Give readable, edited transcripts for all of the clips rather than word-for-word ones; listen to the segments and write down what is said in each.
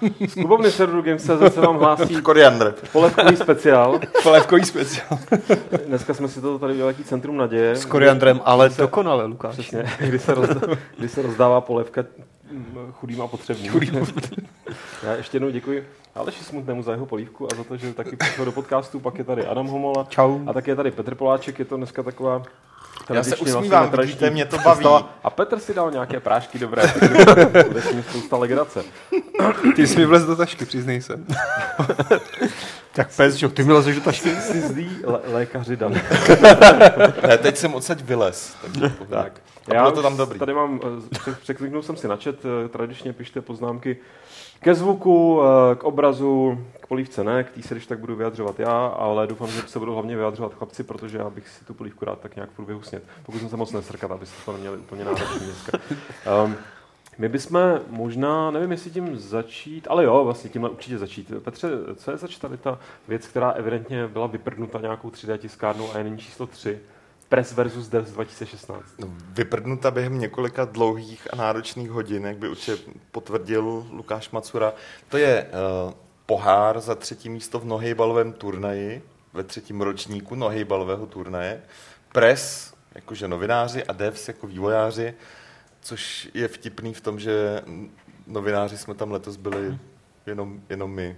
Z klubovny serveru Games.cz se vám hlásí Koriandr. Polévkový speciál. Polévkový speciál. Dneska jsme si to tady udělali centrum naděje. S koriandrem, ale dokonale, Lukáš. Přesně, kdy se rozdává polévka chudým a potřebným. Já ještě jednou děkuji Aleši Smutnému za jeho polívku a za to, že taky přišel do podcastu. Pak je tady Adam Homola. Čau. A taky je tady Petr Poláček. Je to dneska taková... Já se usmívám, vidíte, mě to baví. A Petr si dal nějaké prášky dobré. To je spousta legrace. Ty jsi mi vlez do tašky, přiznej se. Tak pes, že ty mi lezeš do tašky. Jsi zlý lékaři Dan. Ne, teď jsem odsaď vylez. Tak. A bylo to tam dobrý. Tady mám, překliknul jsem si na chat, tradičně pište poznámky ke zvuku, k obrazu, k polívce ne, k té se když tak budu vyjadřovat já, ale doufám, že se budou hlavně vyjadřovat chlapci, protože já bych si tu polívku rád tak nějak v průběhu snět. Pokud jsem se moc nesrkat, abyste to neměli úplně náročný dneska. My bychom možná, nevím, jestli tím začít, ale jo, vlastně tímhle určitě začít. Petře, co je zač tady ta věc, která evidentně byla vyprdnuta nějakou 3D tiskárnou a je nyní číslo 3? Press versus Devs 2016. No, vyprdnuta během několika dlouhých a náročných hodin, jak by určitě potvrdil Lukáš Macura. To je pohár za 3. místo v nohejbalovém turnaji, ve 3. ročníku nohejbalového turnaje. Press, jakože novináři, a Devs jako vývojáři, což je vtipný v tom, že novináři jsme tam letos byli jenom my.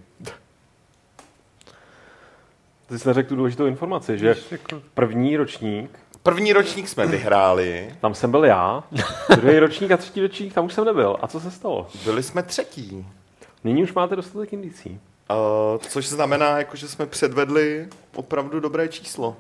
Ty jsi neřekl tu důležitou informaci, že první ročník jsme vyhráli. Tam jsem byl já, druhý ročník a třetí ročník, tam už jsem nebyl. A co se stalo? Byli jsme třetí. Nyní už máte dostatek indicí. Což znamená, jako, že jsme předvedli opravdu dobré číslo.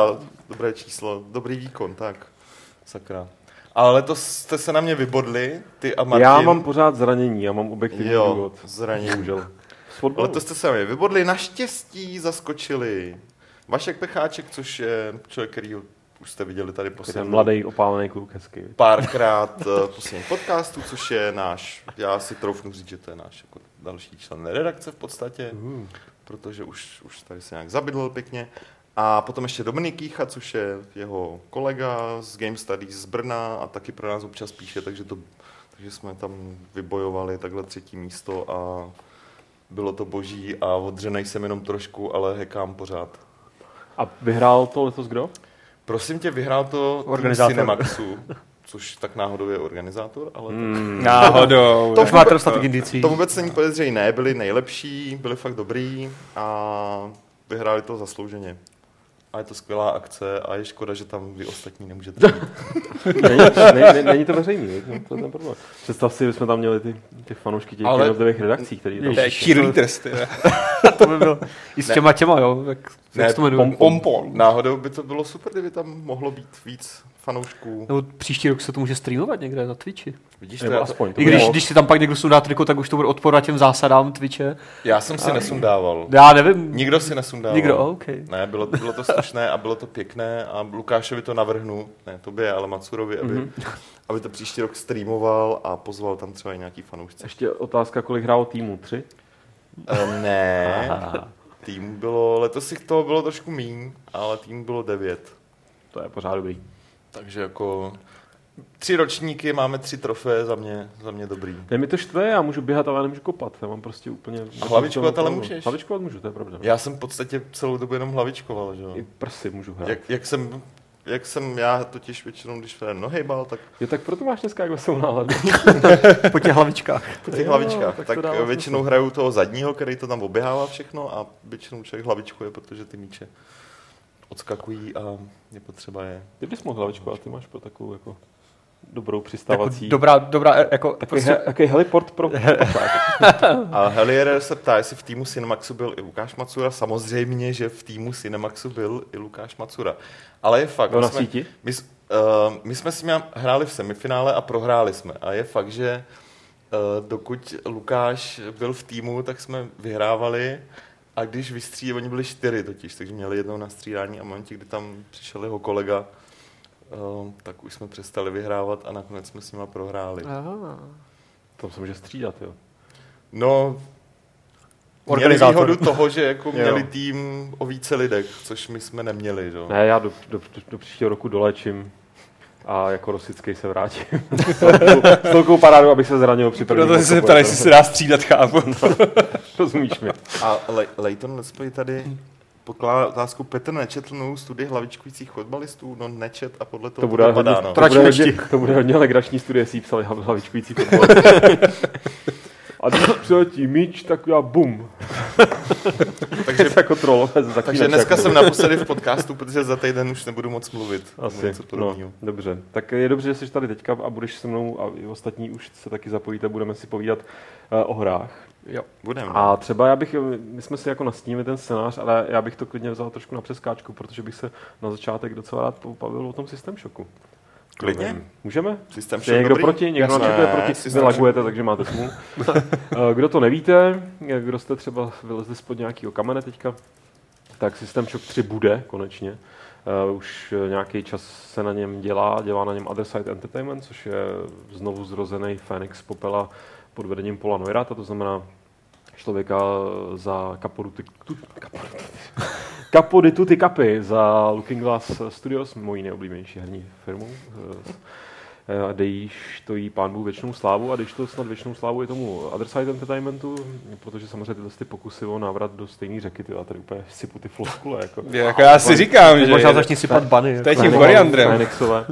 Dobrý výkon, tak. Sakra. Ale to jste se na mě vybodli, ty a Martin. Já mám pořád zranění, já mám objektivní důvod. Zranění. Ale to jste se na mě vybodli, naštěstí zaskočili Vašek Pecháček, což je člověk, který už jste viděli tady poslední. Mladý, opálený kluk, hezky. Párkrát posledních podcastů, což je náš, já si troufnu říct, že to je náš jako další člen redakce v podstatě, protože už tady se nějak zabydlel pěkně. A potom ještě Dominik Jícha, což je jeho kolega z Game Studies z Brna a taky pro nás občas píše, takže jsme tam vybojovali takhle 3. místo a bylo to boží a odřenej jsem jenom trošku, ale hekám pořád. A vyhrál to letos kdo? Prosím tě, vyhrál to tým Cinemaxu, což tak náhodou je organizátor, ale náhodou. To máte dostatek indicí. To vůbec není podezřelé, byli nejlepší, byli fakt dobrý a vyhráli to zaslouženě. A je to skvělá akce a je škoda, že tam vy ostatní nemůžete být. Není to veřejný, to je ten problém. Představ si, že jsme tam měli ty fanoušky těch jednotlivých redakcí, který tam... To je cheerleaders, to by bylo i s těma, jo. Jak to jmenuje? Pompon. Náhodou by to bylo super, kdyby tam mohlo být víc fanoušků. Nebo příští rok se to může streamovat někde na Twitchi. Vidíš, to aspoň. I když si tam pak někdo sundá triko, tak už to bude odporovat těm zásadám Twitche. Já jsem si nesundával. Já nevím. Nikdo si nesundával. Nikdo, OK. Ne, bylo to slušné a bylo to pěkné a Lukášovi to navrhnu, ne tobě, ale Macurovi, aby to příští rok streamoval a pozval tam třeba i nějaký fanoušci. Ještě otázka, kolik hrálo týmu? 3? Ne. Týmu bylo, letos jich toho bylo trošku míň, ale týmu bylo 9. To je pořád dobrý. Takže jako 3 ročníky, máme 3 trofeje, za mě dobrý. Ne, mi to štve, já můžu běhat, ale nemůžu kopat. Já mám prostě úplně... A hlavičkovat ale můžeš. Hlavičkovat můžu, to je pravda. Já jsem v podstatě celou dobu jenom hlavičkoval, že jo. I prsy můžu hrát. Jak jsem já totiž většinou, když hrajem nohejbal, tak... Jo, tak proto máš dneska jak veselou náladu. Po těch hlavičkách. Tak většinou hraju toho zadního, který to tam oběhává všechno a většinou člověk hlavičkuje, protože ty míče odskakují a je potřeba je... Ty bys mohl hlavičkovat, ty máš pro takovou jako dobrou přistávací... Jako dobrá jako... Takový heliport pro... A Helier se ptá, jestli v týmu Cinemaxu byl i Lukáš Macura. Samozřejmě, že v týmu Cinemaxu byl i Lukáš Macura. Ale je fakt... na síti? My jsme s ním hráli v semifinále a prohráli jsme. A je fakt, že dokud Lukáš byl v týmu, tak jsme vyhrávali. A když vystříleli, oni byli 4 totiž, takže měli jednou na střídání a v momentě, kdy tam přišel jeho kolega, tak už jsme přestali vyhrávat a nakonec jsme s nima prohráli. To se může střídat, jo. No, měli výhodu toho, že jako měli tým o více lidech, což my jsme neměli. Jo. Ne, já do příštího roku dolečím a jako Rosický se vrátím. S velkou parádu, abych se zranil při prvním. Proto se ptali, jestli se dá střídat, chápu. Rozumíš mi. A Leighton Let's Play tady pokládá otázku, Petr nečetl novou studii hlavičkujících fotbalistů, no nečet a podle toho to vypadá, no. To bude hodně legrační studie, si psali hlavičkující fotbalistů. A když přiletí míč, tak já bum. Takže jako troll. Takže dneska jsem naposledy v podcastu, protože za týden už nebudu moc mluvit. Asi, no, dobře. Tak je dobře, že jsi tady teďka a budeš se mnou a i ostatní už se taky zapojíte, budeme si povídat o hrách. Jo, budeme. A třeba my jsme si jako nastínili ten scénář, ale já bych to klidně vzal trošku na přeskáčku, protože bych se na začátek docela rád pobavil o tom System Shocku. Klidně? Můžeme? System Je někdo proti? Někdo načetuje proti? Vy lagujete, takže máte smůlu. Kdo to nevíte, kdo jste třeba vylezli spod nějakého kamene teďka, tak System Shock 3 bude konečně. Už nějaký čas se na něm dělá na něm Other Side Entertainment, což je znovu zrozený Fénix popela pod vedením Paula Neurata, to znamená člověka za Capo di Tutti Capi za Looking Glass Studios, mojí nejoblíbenější herní firmu. Dejš to jí pán Bůh věčnou slávu a když to snad věčnou slávu je tomu Other Side Entertainmentu, protože samozřejmě tyhle pokusy o návrat do stejné řeky, já tady úplně sypu ty floskule. Jako já si říkám, že možná začni sypat bany. To je tím koriandrem. Fénixové.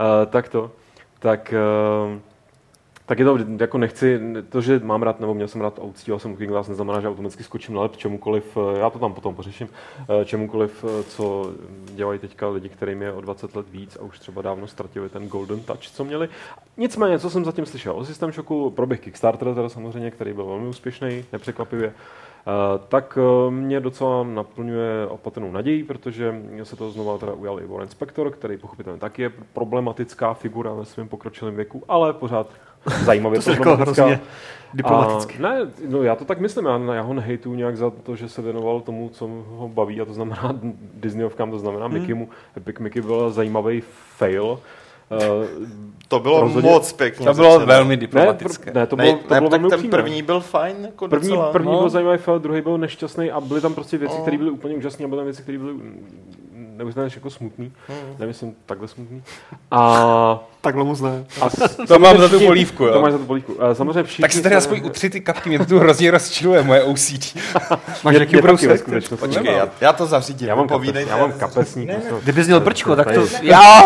Tak je to, jako nechci, to, že mám rád, nebo měl jsem rád a uctíval jsem Looking Glass, neznamená, že automaticky skočím na lep čemukoliv, já to tam potom pořeším, čemukoliv, co dělají teďka lidi, kterým je o 20 let víc a už třeba dávno ztratili ten golden touch, co měli. Nicméně, co jsem zatím slyšel o System Shocku, proběh Kickstarter teda samozřejmě, který byl velmi úspěšný, nepřekvapivě, tak mě docela naplňuje opatrnou naději, protože se to znova teda ujal i Warren Spector, který pochopitelně taky je problematická figura ve svém pokročilém věku, ale pořád zajímavě problematická. Diplomaticky. Ne, no já to tak myslím, já ho nehejtuju nějak za to, že se věnoval tomu, co ho baví, a to znamená Disneyovkám, to znamená Mickeymu. Epic Mickey byl zajímavý fail. To bylo rozhodně, moc pěkně. To bylo velmi diplomatické. Ne, to bylo tak velmi ten upřímné. první byl fajn, jako První byl zajímavý fail, druhý byl nešťastný a byly tam prostě věci, které byly úplně úžasné a byly tam věci, které byly neuvěřitelně jako smutný. Nemyslím takhle smutný. A takhle moc ne. To mám za tu polívku, jo. To máš za tu polívku. Samozřejmě všichni. Tak se tady aspoň utři ty kapky, mě to tu hrozně rozčiluje, moje OCD. Máš jaký brousek? Počkej, já to zařídím. Já mám kapesník. Kdybys měl brčko, tak to...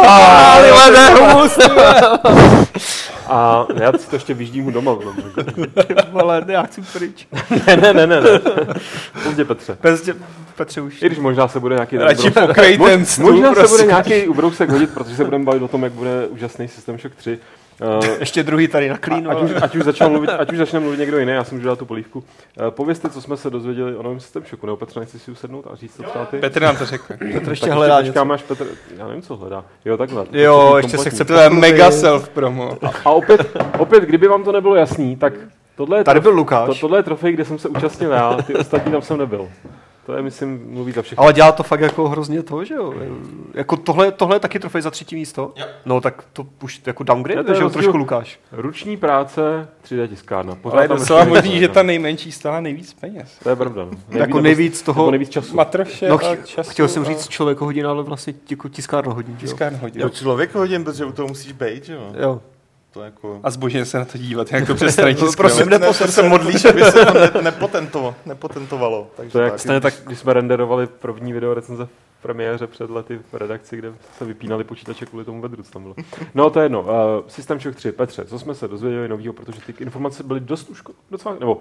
A já si to ještě vyždím doma. Vole, já chci pryč. Ne. Pozdě, Petře. Petře už. I když možná se bude nějaký... Radši pokrej ten stůl, možná se bude nějaký ubrousek hodit, protože se budeme bavit o tom, jak bude úžasný System Shock 3. Ještě druhý tady na klínu. Ať už začne mluvit někdo jiný, já jsem už dal tu polívku. Povězte, co jsme se dozvěděli o novém System Shocku. Nebo Petr, nechci si usednout a říct to třeba ty? Petr nám to řekne. Petr ještě hledá něco. Máš Petr, já nevím, co hledá. Jo, takhle. Jo, ještě se chce... To je mega self promo. A opět, kdyby vám to nebylo jasný, tak tohle je tady byl Lukáš. Tohle je trofej, kde jsem se účastnil já, ty ostatní tam jsem nebyl. To je, myslím, mluví za všechno. Ale dělá to fakt jako hrozně to, že jo? Jako tohle je taky trofej za 3. místo? Jo. No tak to už jako downgrade, že jo, trošku Lukáš. Ruční práce, 3D tiskárna. Ale je docela možný, že ta nejmenší stála nejvíc peněz. To je pravda. No. Jako nejvíc toho... Nejvíc času. Matroše no, času. Chtěl jsem říct člověk hodin, ale vlastně tiskárna hodin. Tiskárna hodin. Jo, člověk hodin, protože u toho musíš být, že jo? Jo. To jako... A zbožně se na to dívat, jak to přestane tisknout. Prosím, se modlíš, aby se to nepotentovalo. Takže to je tak, když jsme renderovali první video recenze v premiéře před lety v redakci, kde se vypínali počítače kvůli tomu vedru, co tam bylo. No to je jedno. System Shock 3. Petře, co jsme se dozvěděli novýho, protože ty informace byly dost už docela, nebo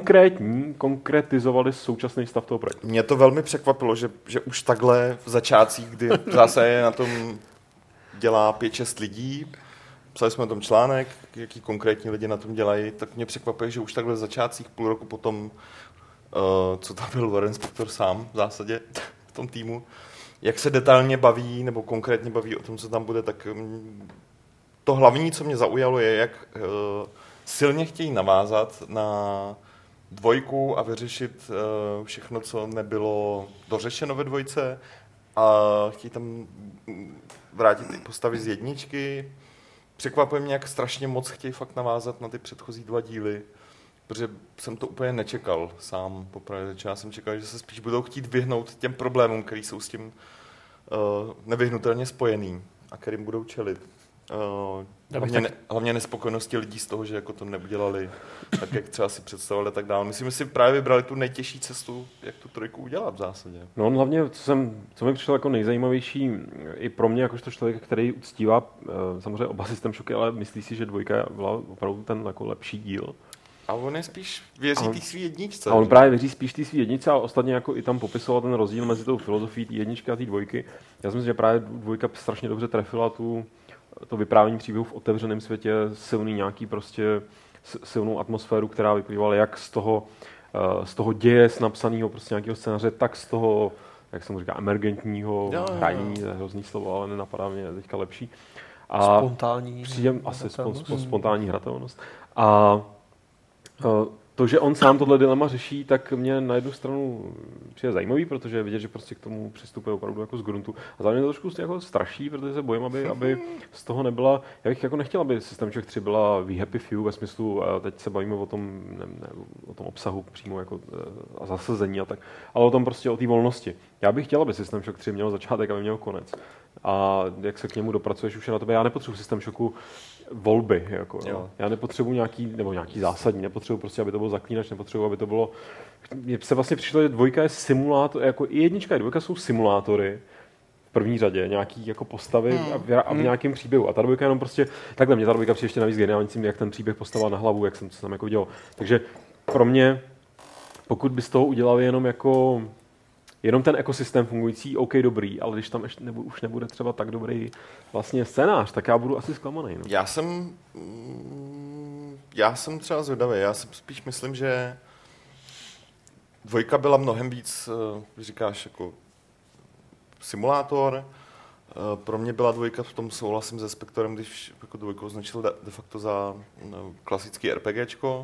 konkretizovali současný stav toho projektu. Mě to velmi překvapilo, že už takhle v začátcích, kdy zase na tom dělá 5-6 lidí, psali jsme o tom článek, jaký konkrétní lidi na tom dělají, tak mě překvapuje, že už takhle v začátcích, půl roku potom, co tam byl Warren Spector sám v zásadě v tom týmu, jak se detailně baví, nebo konkrétně baví o tom, co tam bude, tak to hlavní, co mě zaujalo, je, jak silně chtějí navázat na 2 a vyřešit všechno, co nebylo dořešeno ve 2 a chtějí tam vrátit ty postavy z 1. Překvapuje mě, jak strašně moc chtějí fakt navázat na ty předchozí 2 díly, protože jsem to úplně nečekal sám popravdě. Já jsem čekal, že se spíš budou chtít vyhnout těm problémům, který jsou s tím nevyhnutelně spojený a kterým budou čelit. hlavně nespokojenosti lidí z toho, že jako to neudělali tak, jak třeba si představovali a tak dále. Myslím, že si právě vybrali tu nejtěžší cestu, jak tu trojku udělat v zásadě. No hlavně, co mi přišlo jako nejzajímavější i pro mě, jakožto člověk, který uctívá samozřejmě oba System Shocky, ale myslí si, že dvojka byla opravdu ten jako lepší díl. A on je spíš věří té svý jedničce. A on právě věří spíš té svý jedničce a ostatně jako i tam popisoval ten rozdíl mezi tou filozofií té jedničky a té dvojky. Já si myslím, že právě dvojka strašně dobře trefila to vyprávění příběhu v otevřeném světě, silný nějaký prostě silnou atmosféru, která vyplývala jak z toho děje, z napsaného prostě nějakého scénáře, tak z toho, jak se mu říká, emergentního hraní, to je hrozný slovo, ale nenapadá mě teďka lepší. A spontánní. Asi spontánní hratelnost. A to, že on sám tohle dilema řeší, tak mě na jednu stranu přijde zajímavý, protože je vidět, že prostě k tomu přistupuje opravdu jako z gruntu. A zároveň to trošku jako straší, protože se bojím, aby z toho nebyla. Já bych jako nechtěl, aby System Shock 3 byla We Happy Few ve smyslu, teď se bavíme o tom, o tom obsahu přímo jako a zasazení a tak, ale o tom prostě o té volnosti. Já bych chtěl, aby System Shock 3 měl začátek, aby měl konec. A jak se k němu dopracuješ, už je na tebe. Já nepotřebuji System Shocku volby, jako, já nepotřebuji nějaký zásadní, nepotřebuji prostě, aby to byl zaklínač, nepotřebuji, aby to bylo. Mně se vlastně přišlo, že dvojka je simulátor, jako i jednička i dvojka jsou simulátory v první řadě, nějaký jako postavy a v nějakém příběhu. A ta dvojka jenom prostě, takhle mě ta dvojka přijde ještě navíc geniální tím, jak ten příběh postavila na hlavu, jak jsem to tam jako dělal. Takže pro mě, pokud by z toho udělali jenom ten ekosystém fungující, OK, dobrý, ale když tam už nebude třeba tak dobrý vlastně scénář, tak já budu asi zklamaný. No. Já jsem třeba zvědavý. Já si spíš myslím, že dvojka byla mnohem víc, říkáš, jako simulátor. Pro mě byla dvojka, v tom souhlasím se Spektorem, když jako dvojku označil de facto za klasický RPGčko.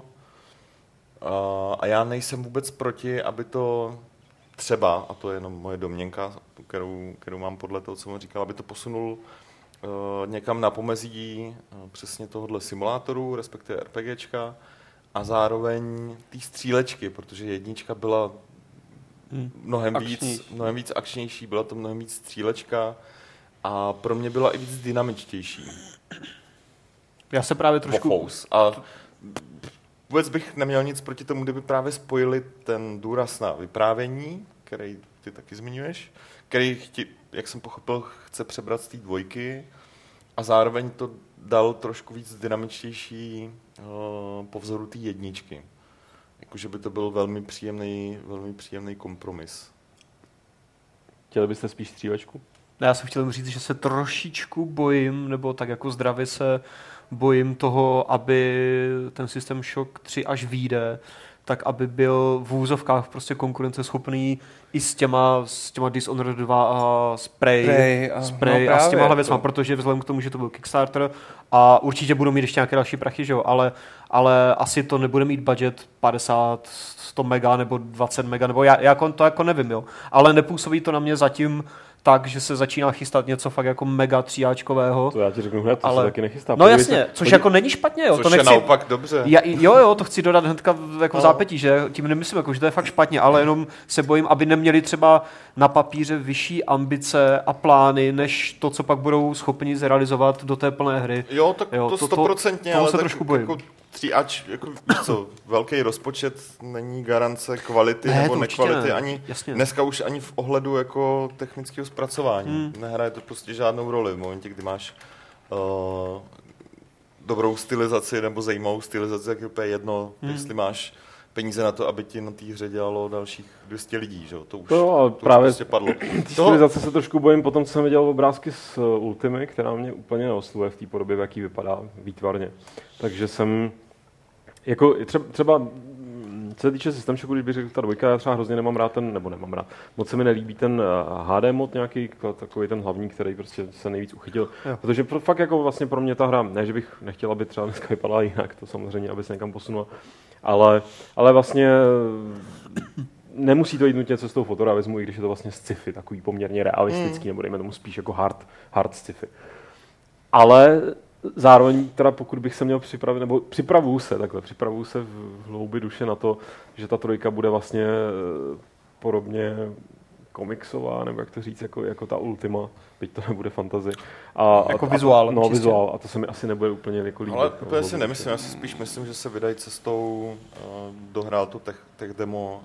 A já nejsem vůbec proti, aby to třeba, a to je jenom moje domněnka, kterou mám podle toho, co mu říkal, aby to posunul někam na pomezí přesně tohohle simulátoru, respektive RPGčka, a zároveň té střílečky, protože jednička byla mnohem víc akčnější, byla to mnohem víc střílečka a pro mě byla i víc dynamičtější. Já se právě trošku... A vůbec bych neměl nic proti tomu, kdyby právě spojili ten důraz na vyprávění, který ty taky zmiňuješ, který, jak jsem pochopil, chce přebrat z té dvojky a zároveň to dal trošku víc dynamičtější po vzoru té jedničky. Jakože by to byl velmi příjemný kompromis. Chtěli byste spíš střílečku? Já jsem chtěl říct, že se trošičku bojím, nebo tak jako zdravě se bojím toho, aby ten System Shock 3 až vyjde, tak aby byl v úzovkách prostě konkurenceschopný i s těma Dishonored 2 a Spray a s těma věcma, protože vzhledem k tomu, že to byl Kickstarter a určitě budou mít ještě nějaké další prachy, že jo, ale asi to nebude mít budget 50, 100 mega nebo 20 mega, nebo já to jako nevím, jo, ale nepůsobí to na mě zatím tak, že se začíná chystat něco fakt jako mega tříáčkového. To já ti řeknu hned, to se taky nechystá. No jasně, což jako není špatně, jo. Což to je naopak dobře. Jo, to chci dodat hnedka jako v zápětí, že tím nemyslím, jako, že to je fakt špatně, ale jenom se bojím, aby neměli třeba na papíře vyšší ambice a plány, než to, co pak budou schopni zrealizovat do té plné hry. Jo, tak to 100%, ale se trošku bojím. Jako tříáč, jako víš co, velký rozpočet není garance kvality nebo nekvality, ani dneska už ani v ohledu jako technického zpracování. Nehraje to prostě žádnou roli v momentě, kdy máš dobrou stylizaci nebo zajímavou stylizaci, tak je úplně jedno, jestli máš peníze na to, aby ti na té hře dělalo dalších 200 lidí, že? To už právě prostě padlo. Stylizace se trošku bojím potom, co jsem viděl obrázky z Ultimy, která mě úplně neoslovuje v té podobě, v jaký vypadá výtvarně. Takže jsem jako třeba co se týče System Shocku, když bych řekl ta dvojka, já třeba hrozně nemám rád moc se mi nelíbí ten HD mod nějaký, takový ten hlavní, který prostě se nejvíc uchytil. Jo. Protože fakt jako vlastně pro mě ta hra, ne, že bych nechtěl, aby třeba dneska vypadala jinak, to samozřejmě, aby se někam posunula, ale vlastně nemusí to jít nutně cestou fotorealismu, i když je to vlastně sci-fi, takový poměrně realistický, nebo dejme tomu spíš jako hard sci-fi. Ale zároveň teda pokud bych se měl připravit, nebo připravuju se v hloubi duše na to, že ta trojka bude vlastně podobně komiksová, nebo jak to říct, jako ta ultima, byť to nebude fantasy. Jako vizuál. No, vizuál, a to se mi asi nebude úplně jako líbit. Ale úplně si nemyslím, já si spíš myslím, že se vydají cestou dohrál to tech demo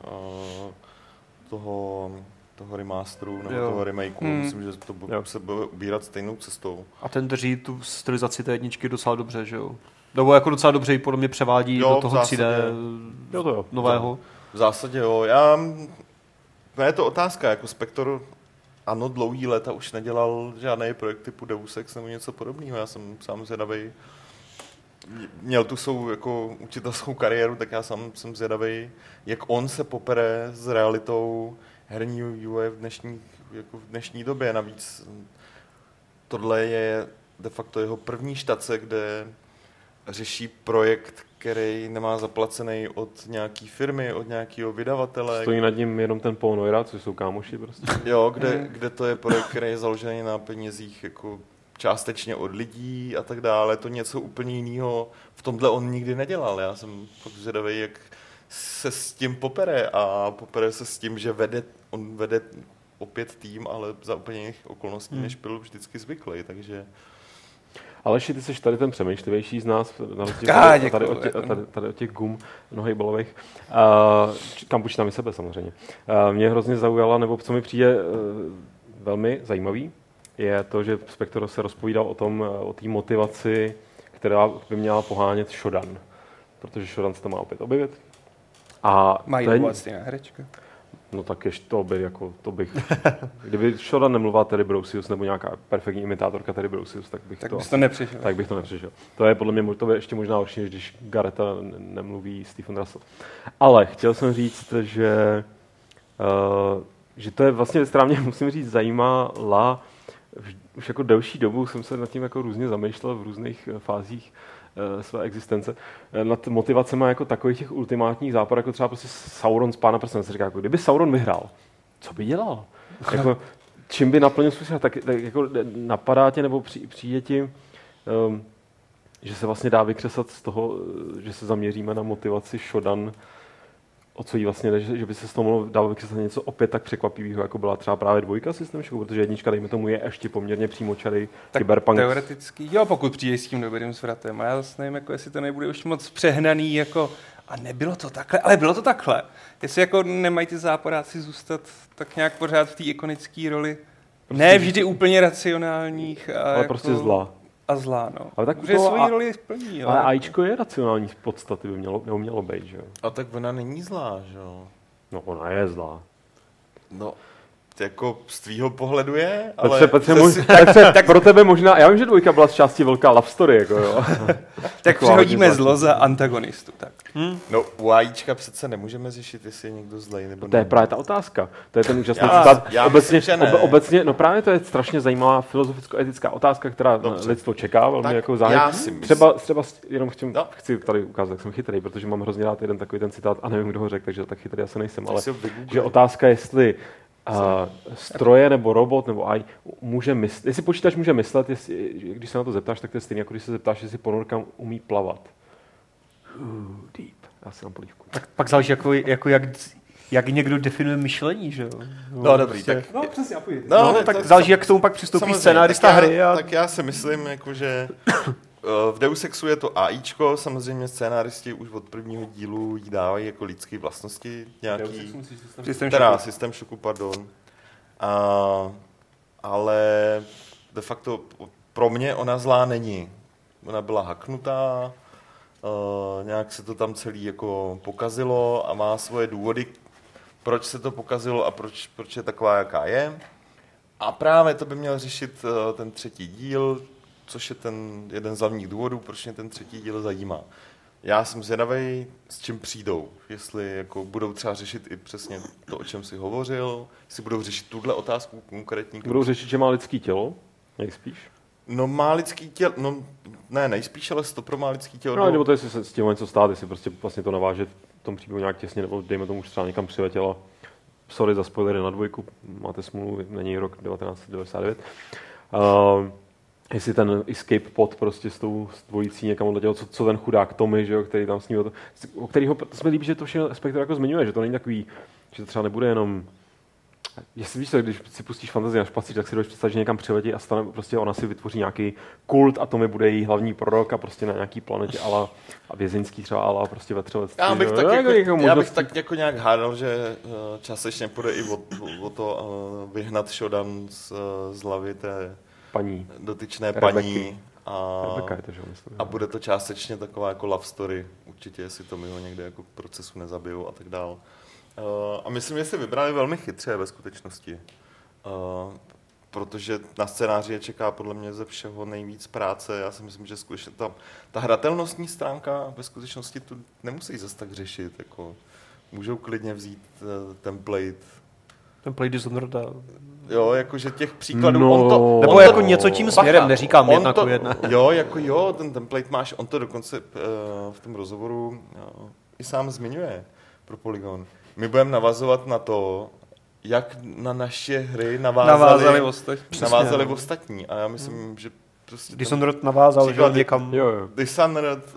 toho remasteru nebo toho remakeu. Myslím, že to se bude ubírat stejnou cestou. A ten drží tu stylizaci té jedničky docela dobře, že jo? Nebo jako docela dobře ji podle mě převádí do toho 3D nového. V zásadě jo. No je to otázka, jako Spector ano, dlouhý léta už nedělal žádný projekt typu Deus Ex nebo něco podobného. Já jsem sám zvědavej. Měl tu svou jako učitelskou kariéru, tak já sám jsem zvědavej, jak on se popere s realitou herní vývoje v dnešní době. Navíc tohle je de facto jeho první štace, kde řeší projekt, který nemá zaplacený od nějaký firmy, od nějakého vydavatele. Stojí nad ním jenom ten Paul Neura, což jsou kámoši prostě. Jo, kde to je projekt, který je založený na penězích jako částečně od lidí a tak dále. To něco úplně jiného. V tomhle on nikdy nedělal. Já jsem fakt zvědavý, jak se s tím popere a popere se s tím, že on vede opět tým, ale za úplně jiných okolností, než byl vždycky zvyklý, takže... Aleši, ty jsi tady ten přemýšlivější z nás, tady od těch gum nohejbalových, kam počítám i sebe samozřejmě. Mě hrozně zaujala, nebo co mi přijde velmi zajímavý, je to, že Spector se rozpovídal o té motivaci, která by měla pohánět Shodan, protože Shodan se tam má opět objevit. A mají dobu stejná herečka. No tak ještě to bych... Kdyby Shodan nemluvila Terry Brosius nebo nějaká perfektní imitátorka Terry Brosius, tak bych to nepřišel. To je podle mě ještě možná horší, než když Garreta nemluví Stephen Russell. Ale chtěl jsem říct, že to je vlastně věc, která mě, musím říct, zajímala. Už jako delší dobu jsem se nad tím jako různě zamýšlel v různých fázích své existence, nad motivacemi jako takových těch ultimátních záporů, jako třeba prostě Sauron z Pána prstenů. Se říká, jako, kdyby Sauron vyhrál, co by dělal? Jako, čím by naplnil svůj tak jako napadá tě, nebo přijde ti, že se vlastně dá vykřesat z toho, že se zaměříme na motivaci Shodan, o co jí vlastně jde, že by se z toho mohlo dát vykřesat něco opět tak překvapivého, jako byla třeba právě 2 System Shock, protože 1, dejme tomu, je ještě poměrně přímočarý cyberpunk. Teoreticky, jo, pokud přijde s tím dobrým zvratem. A já zase nevím, jako jestli to nebude už moc přehnaný, jako a nebylo to takhle, ale bylo to takhle. Jestli jako nemají ty záporáci zůstat tak nějak pořád v té ikonické roli. Prostě ne vždy úplně racionálních. Ale jako prostě zlá, no. Ale tak že svoji roli splní, jo. Ale AIčko je racionální z podstaty, by mělo být, že jo. A tak ona není zlá, že jo. No ona je zlá. No, jako z tvýho pohledu je, ale... Petře, tak pro tebe možná, já vím, že 2 byla z části velká love story, jako jo. Tak přehodíme zlo za antagonistu, tak. No, u AIčka přece nemůžeme řešit, jestli je někdo zlej nebo ne. To je právě ta otázka. To je ten úžasný citát. Obecně, no právě to je strašně zajímavá filozoficko-etická otázka, která lidstvo čeká velmi jako zájem. Třeba jenom chci tady ukázat, jak jsem chytrý, protože mám hrozně rád jeden takový ten citát a nevím, kdo ho řekl, takže tak chytrý asi nejsem, ale že otázka, jestli stroje nebo robot nebo AI může myslet, jestli počítač může myslet, když se na to zeptáš, tak to je stejně, jako když se zeptáš, jestli ponorka umí plavat. Deep. Já si dám polívku. Tak pak záleží, jak někdo definuje myšlení, že jo? No dobrý, tak... No přesně, a pojďte. No, tak záleží, jak k tomu pak přistoupí scénárista hry. Tak já si myslím, jako, že v Deus Exu je to AIčko, samozřejmě scénáristi už od prvního dílu jí dávají jako lidské vlastnosti nějaký... System Shocku, pardon. Ale de facto pro mě ona zlá není. Ona byla hacknutá, nějak se to tam celý jako pokazilo a má svoje důvody, proč se to pokazilo a proč je taková, jaká je. A právě to by měl řešit ten 3. díl, což je ten jeden z hlavních důvodů, proč mě ten 3. díl zajímá. Já jsem zvědavej, s čím přijdou. Jestli jako budou třeba řešit i přesně to, o čem jsi hovořil, jestli budou řešit tuhle otázku konkrétní. Budou řešit, že má lidský tělo, nejspíš? No má lidský tělo, no ne, nejspíš, ale to pro má lidský tělo. No, nebo to, jestli se s tím něco stát, jestli prostě vlastně to naváže v tom příběhu nějak těsně, nebo dejme tomu, už třeba někam přiletěla. Sorry za spoilery na 2, máte smůlu, není rok 1999. Jestli ten escape pod prostě s tou dvojicí někam odletěl, co ten chudák Tommy, že jo, který tam s ním, o kterýho, to se mi líbí, že to všechno Spector jako zmiňuje, že to není takový, že to třeba nebude jenom Jestli víš, když si pustíš fantazii na špacíř, tak si jdeš představit, že někam přiletí a stane, prostě ona si vytvoří nějaký kult a to mi bude její hlavní prorok a prostě na nějaký planetě a vězeňský třeba ala prostě vetřelectví. Já bych tak jako nějak hádal, že částečně půjde i o to vyhnat Shodan z hlavy té dotyčné paní. A bude to částečně taková jako love story, určitě, jestli to mi ho někde jako procesu nezabijou a tak dál. A myslím, že si vybrali velmi chytře ve skutečnosti, protože na scénáři je čeká podle mě ze všeho nejvíc práce. Já si myslím, že skutečně ta hratelnostní stránka ve skutečnosti tu nemusí zase tak řešit. Jako, můžou klidně vzít template Dishonored. Jo, jakože těch příkladů, nebo jako něco tím směrem, neříkám jedna ku jedna. Jo, ten template máš, on to dokonce v tom rozhovoru i sám zmiňuje pro Polygon. My budeme navazovat na to, jak na naše hry navázali ostatní. A já myslím, že prostě... Dishonored navázal, že někam... Dishonored...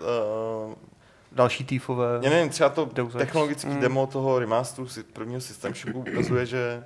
další týfové... Já nevím, třeba to technologický demo toho remasteru prvního System Shocku ukazuje, že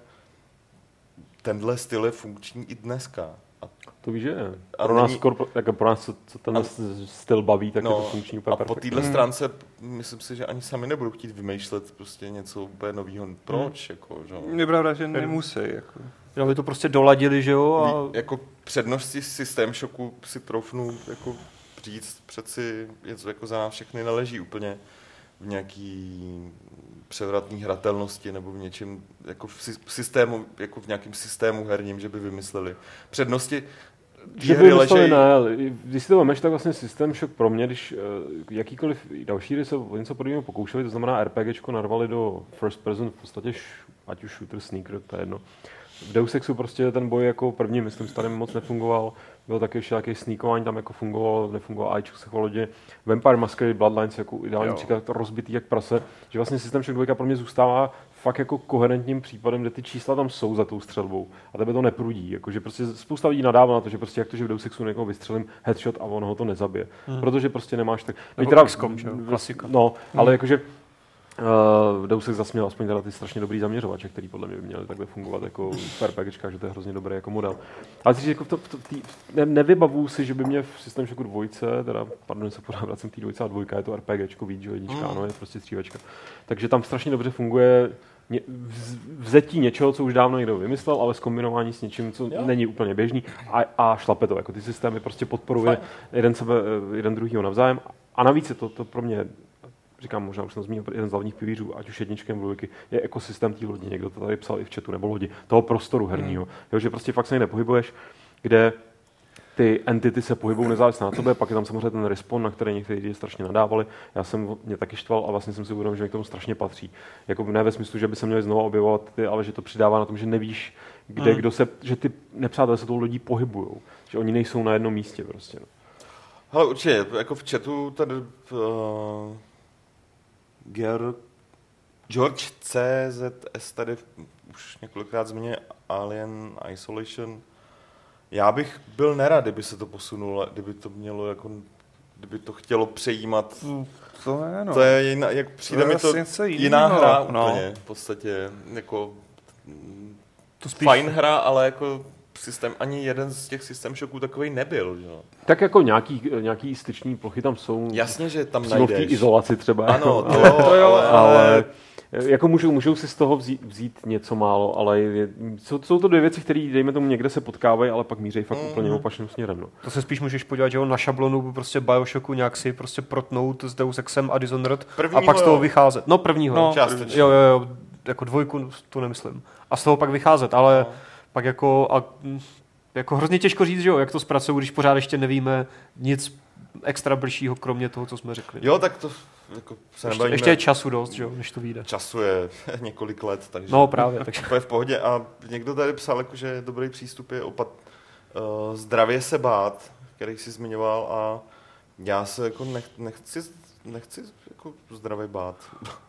tenhle styl je funkční i dneska. To víš, že pro nás, co ten styl baví, tak je to funkční úplně perfektní. A po téhle stránce myslím si, že ani sami nebudou chtít vymýšlet prostě něco úplně nového. Proč? Jako, že? Je pravda, že nemusí. Jako. Aby to prostě doladili, že jo? A... Jako přednosti System Shocku si troufnu jako říct, přeci něco jako za nás všechny neleží úplně v nějaký převratný hratelnosti nebo v něčem jako v systému, jako v nějakém systému herním, že by vymysleli. Přednosti že by vymysleli, ne, když si to vemeš, tak vlastně System Shock pro mě, když jakýkoliv další hry se o něco podobného pokoušeli, to znamená RPGčko narvali do first person, v podstatě ať už shooter, sneaker, to je jedno. V Deus Exu prostě ten boj jako první, myslím, starým moc nefungoval. Byl taky ještě nějaký sneakování, tam jako fungovalo, nefungovalo AIčko se chvalodě. Vampire Masquerade Bloodlines jako ideální příklad, to rozbitý jak prase, že vlastně System Shock 2 pro mě zůstává fakt jako koherentním případem, kde ty čísla tam jsou za tou střelbou a tebe to neprudí. Jakože prostě spousta lidí nadává na to, že prostě jak to, že v Deus Exu někoho vystřelím headshot a on ho to nezabije. Protože prostě nemáš tak... XCOM, že? Klasika. No, ale jakože Deus Ex zasměl aspoň teda ty strašně dobrý zaměřovače, který podle mě by měly takhle fungovat jako v RPGčkách, že to je hrozně dobrý jako model. Ale si jako nevybavuju si, že by mě v System Shocku 2, teda pardon, se pořád vracím té 2 a 2, je to RPGčko víc, že jednička, ano, je prostě střívačka. Takže tam strašně dobře funguje vzetí něčeho, co už dávno někdo vymyslel, ale zkombinování s něčím, co není úplně běžný a šlape to, jako ty systémy prostě podporuje jeden druhýho navzájem a navíc je to pro mě říkám, možná už jsem zmínil, jeden z hlavních pilířů, ať už jedničky nebo dvojky, je ekosystém té lodi. Někdo to tady psal i v chatu, nebo lodi, toho prostoru herního. Jo, že prostě fakt se nepohybuješ, kde ty entity se pohybují nezávisle na tobě, pak je tam samozřejmě ten respawn, na který někteří lidi strašně nadávali. Já jsem mě taky štval a vlastně jsem si uvědomil, že k tomu strašně patří. Jako ne ve smyslu, že by se měli znovu objevovat ty, ale že to přidává na tom, že nevíš, kde že ty nepřátelé se tou lodí pohybujou, že oni nejsou na jednom místě prostě. No. Hele, určitě, jako v chatu tady George CZS tady už několikrát zmínil Alien Isolation. Já bych byl nerad, kdyby se to posunulo, kdyby to mělo jako, kdyby to chtělo přejímat. To je, no. To je jiná, jak přijde mi to jiná hra úplně, v podstatě, jako to spíš fajn hra, ale jako systém, ani jeden z těch System Shocků takovej nebyl, že? Tak jako nějaký styční plochy tam jsou. Jasně, že tam najdeš. V té izolaci třeba. Ano, ale jako můžou si z toho vzít něco málo, ale jsou to dvě věci, které, dejme tomu, někde se potkávají, ale pak míří fakt úplně opačným směrem. No. To se spíš můžeš podívat, že na šablonu prostě Bioshocku nějak si prostě protnout s Deus Exem a Dishonored a pak z toho vycházet. No prvního. No, jo, jako dvojku to nemyslím. A z toho pak vycházet, ale pak jako hrozně těžko říct, že jo, jak to zpracují, když pořád ještě nevíme nic extra bližšího, kromě toho, co jsme řekli. Jo, tak to jako se nebavíme. Ještě je času dost, že jo, než to vyjde. Času je několik let, takže no právě, takže to je v pohodě. A někdo tady psal, jako, že dobrý přístup je zdravě se bát, který jsi zmiňoval, a já se jako nechci jako zdravě bát.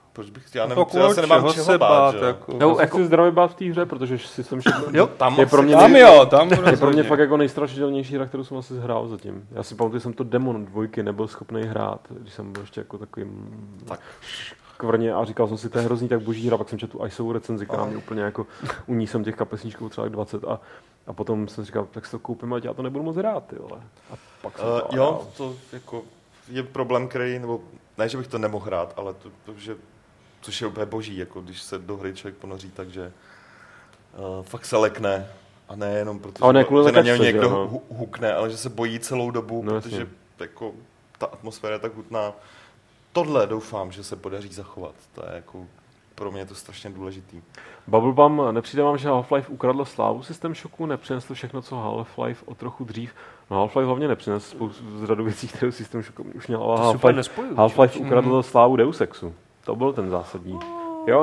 Proč bych chtěl, nevím, já se nemám čeho bát, že? Já se chci zdravě bát v té hře, protože System Shock tam je pro mě, je pro mě fakt jako nejstrašidelnější hra, kterou jsem asi zhrál zatím. Já si pamatuju, že jsem to Demon 2 nebyl schopný hrát, když jsem byl ještě jako takovým kvrně a říkal jsem si, to je hrozný, tak boží hra, pak jsem četl tu ISO recenzi, která mě úplně jako, u ní jsem těch kapesníčků třeba 20 a potom jsem říkal, tak si to koupím, ať já to nebudu moc hrát, ty vole. A pak jsem to jako je problém, který, nebo ne, že bych to nemohl hrát, ale že což je úplně boží, jako když se do hry člověk ponoří, takže fakt se lekne a ne jenom proto, že na něj někdo hukne, ale že se bojí celou dobu, protože jako ta atmosféra je tak hutná. Tohle doufám, že se podaří zachovat. To je jako pro mě je to strašně důležitý. Bubblebum, nepřijde vám, že Half-Life ukradl slávu System Shocku, nepřinesl všechno, co Half-Life o trochu dřív. No Half-Life hlavně nepřinesl spoustu řadu věcí, které System Shock už měl, ale Half-Life ukradl slávu Deus Exu. To byl ten zásadní. Jo.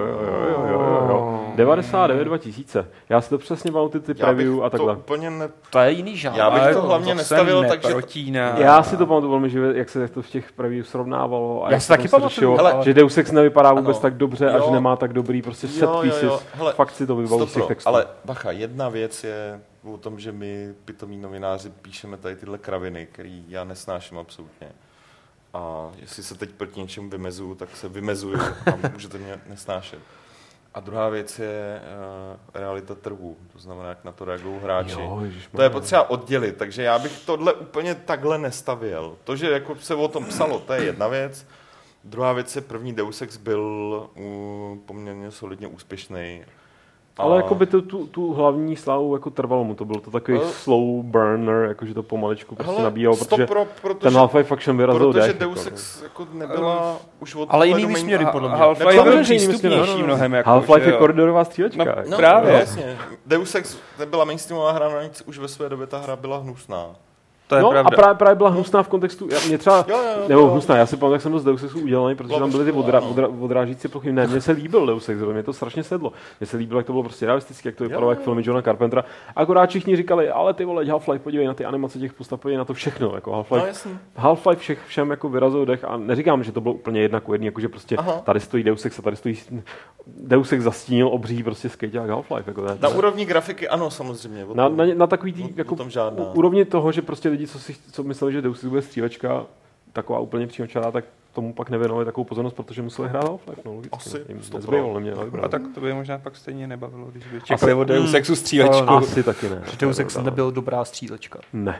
99 2000. Já si to přesně pamatuju ty preview a takhle. To je jiný žánr. Já bych to hlavně nestavil, takže já si to pamatuju velmi živě, jak se to v těch preview srovnávalo a já si taky pamatuju, že Deus Ex nevypadá vůbec tak dobře a že nemá tak dobrý prostě set pieces. Fakt si to vybavu z těch textů. Ale bacha, jedna věc je o tom, že my pitomí novináři píšeme tady tyhle kraviny, který já nesnáším absolutně. A jestli se teď proti něčemu vymezuju, tak se vymezuju a můžete mě nesnášet. A druhá věc je realita trhu, to znamená, jak na to reagují hráči. To je potřeba oddělit, takže já bych tohle úplně takhle nestavěl. To, že jako se o tom psalo, to je jedna věc. Druhá věc je, první Deus Ex byl poměrně solidně úspěšný. Ale jako by tu hlavní slávu jako trvalo mu, to byl to takový slow burner, jakože to pomaličku prostě nabíjalo, protože ten Half-Life fakt všem vyrazil protože dech. Deus Ex jako nebyla už od ale jinými směry podle mě. Half-Life byl přístupnější mnohem. Half-Life je koridorová střílečka. No, právě. Jasně. Deus Ex nebyla mainstreamová hra, navíc už ve své době ta hra byla hnusná. To je pravda. A právě byla hnusná v kontextu, mě třeba, nebo hnusná, já si pamatuju, jak jsem byl z Deus Exu udělaný, protože tam byly ty odrážící plochy. Ne, mně se líbil Deus Ex, mě to strašně sedlo. Mně se líbilo, jak to bylo prostě realistické, jak to vypadalo jak filmy Johna Carpentera. Akorát všichni říkali, ale ty vole, Half-Life, podívej na ty animace těch postav, podívej na to všechno, jako Half-Life všem jako vyrazil dech a neříkám, že to bylo úplně jedna ku jedný, jakože prostě tady stojí Deus Ex a tady stojí Deus Ex zastínil obří prostě skejťák Half-Life. Jako na úrovni grafiky ano, samozřejmě. Na takový tý, jako úrovni toho, že prostě lidi, co mysleli, že Deus Ex bude střílečka, taková úplně přímočará, tak tomu pak nevěnovali takovou pozornost, protože museli hrát Half-Life. No, asi. A tak to by možná pak stejně nebavilo, když by čekali od Deus Exu střílečku. Asi taky ne. Deus Ex nebyl dobrá střílečka. Ne.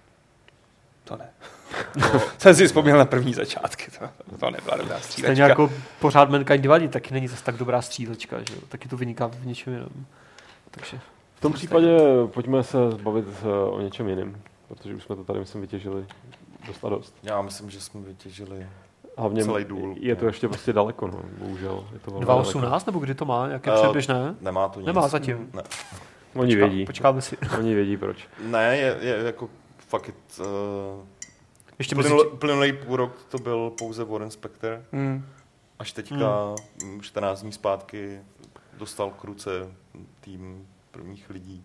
To ne. Jsem si vzpomněl na první začátky. To nebyla dobrá střílečka. Stejně jako pořád Mankind Divided taky není zase tak dobrá střílečka, že jo? Taky to vyniká v něčem jiném. Takže v tom případě pojďme se bavit o něčem jiném, protože už jsme to tady, myslím, vytěžili dost a dost. Já myslím, že jsme vytěžili hlavně celý důl. Je to ještě prostě daleko, no, bohužel. Je to 2018 nebo kdy to má? Jaké předběžné? Nemá to nic. Nemá zatím. Ne. Oni vědí. Počkáme si. Oni vědí proč. Ne, je jako fuck it. Ještě plynulý půl rok to byl pouze Warren Spector. Až teďka 14 dní zpátky dostal k ruce tým prvních lidí.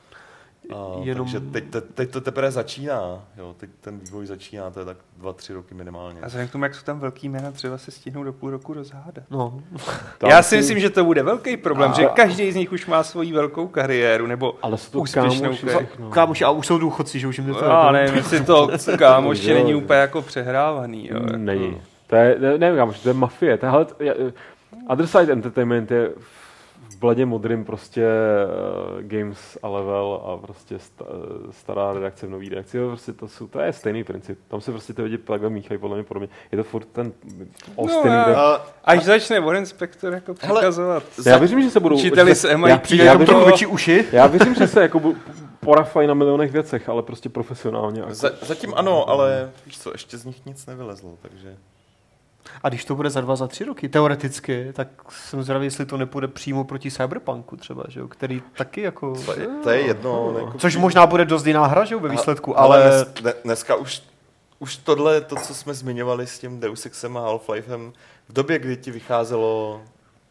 Takže teď to teprve začíná. Jo, teď ten vývoj začíná, to je tak 2-3 roky minimálně. A vzhledem k tomu, jak jsou tam velký jména, třeba se stihnou do půl roku rozhádat. No. Já si myslím, že to bude velký problém, že každý z nich už má svoji velkou kariéru, nebo úspěšnou kariéru. Kámoši, a už jsou důchodci, že už jim to... Já nevím, jestli to kámoši není úplně jako přehrávaný. Jo, není. To je, nevím, kámoši, to je mafie. Other Side Entertainment je v bledě modrým prostě Games a Level a prostě stará redakce v nový redakci. Prostě to je stejný princip. Tam se prostě ty lidi takhle míchají podle mě podobně. Je to furt ten Austin. Až začne Warren Spector jako přikazovat. Já věřím, že se budou učiteli z MIT. Já věřím, že se jako porafají na milionech věcech, ale prostě profesionálně. Jako. Zatím ano, ale víš co, ještě z nich nic nevylezlo, takže... A když to bude za 2, za 3 roky, teoreticky, tak jsem zvědavý, jestli to nepůjde přímo proti Cyberpunku třeba, že jo, který taky jako... To je jedno. Jako což možná bude dost jiná hra, že jo, ve výsledku, ale... Dneska už tohle, to, co jsme zmiňovali s tím Deus Exem a Half-Lifem, v době, kdy ti vycházelo,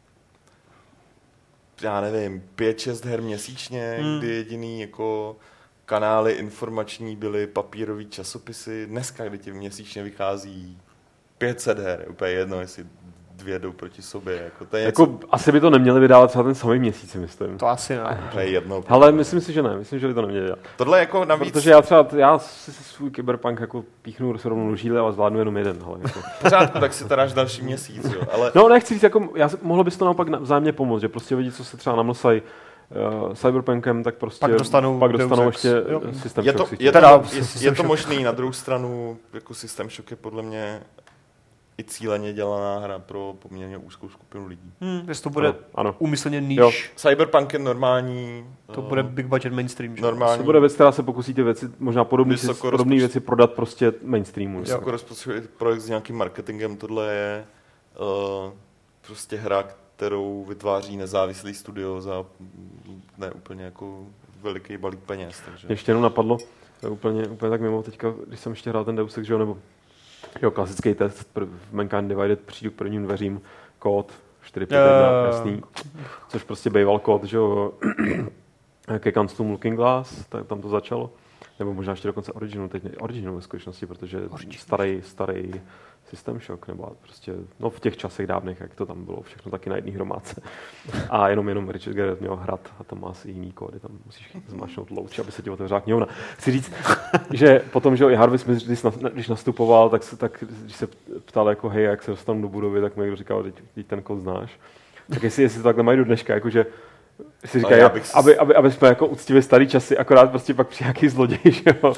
já nevím, 5-6 her měsíčně, kdy jediný jako kanály informační byly papírový časopisy, dneska, kdy ti měsíčně vychází 500 her, úplně jedno, jestli jdou proti sobě. Jako, to je jako asi by to neměli vydávat třeba ten samý měsíc, myslím. To asi ne. To je jedno. Ale myslím si, že ne. Myslím, že by to neměli dělat. Tohle jako navíc... Protože já si svůj Cyberpunk jako píchnu rovnou do žíle a zvládnu jenom jeden. Ale jako. V pořádku, tak si to dáš další měsíc, jo. Ale... No, nechci říct, jako, mohlo bys to naopak vzájemně pomoct, že prostě lidi, co se třeba namlsají Cyberpunkem, tak prostě pak dostanou ještě System Shock. Je to možný, na druhou stranu jako System Shock je podle mě i cíleně dělaná hra pro poměrně úzkou skupinu lidí. Jestli to bude úmyslně níž. Jo. Cyberpunk je normální. To bude big budget mainstream. Normální. To bude věc, která se pokusí ty věci, možná podobné věci prodat prostě mainstreamu. Vysokorozpočtový projekt s nějakým marketingem, tohle je prostě hra, kterou vytváří nezávislý studio za ne úplně jako veliký balík peněz. Takže. Ještě jenom napadlo, úplně tak mimo teďka, když jsem ještě hrál ten Deus Ex, nebo klasický test v Mankind Divided, přijdu k prvním dveřím, kód 451, jasný, což prostě býval kód, že jo, ke Custom Looking Glass, tak tam to začalo, nebo možná ještě dokonce Original ve skutečnosti, protože starý System Shock, nebo prostě, no v těch časech dávných, jak to tam bylo, všechno taky na jedné hromádce. A jenom Richard Garriott měl hrad a tam má asi jiný kódy, tam musíš zmáčknout louč, aby se ti otevřela knihovna. Chci říct, že potom, že i Harvey Smith, když nastupoval, tak když se ptal, jako hej, jak se dostanu do budovy, tak mu někdo říkal, teď ten kód znáš. Tak jestli to takhle mají do dneška, jakože si říkají, aby jsme jako uctili starý časy, akorát prostě pak přijde nějaký zloděj, že jo.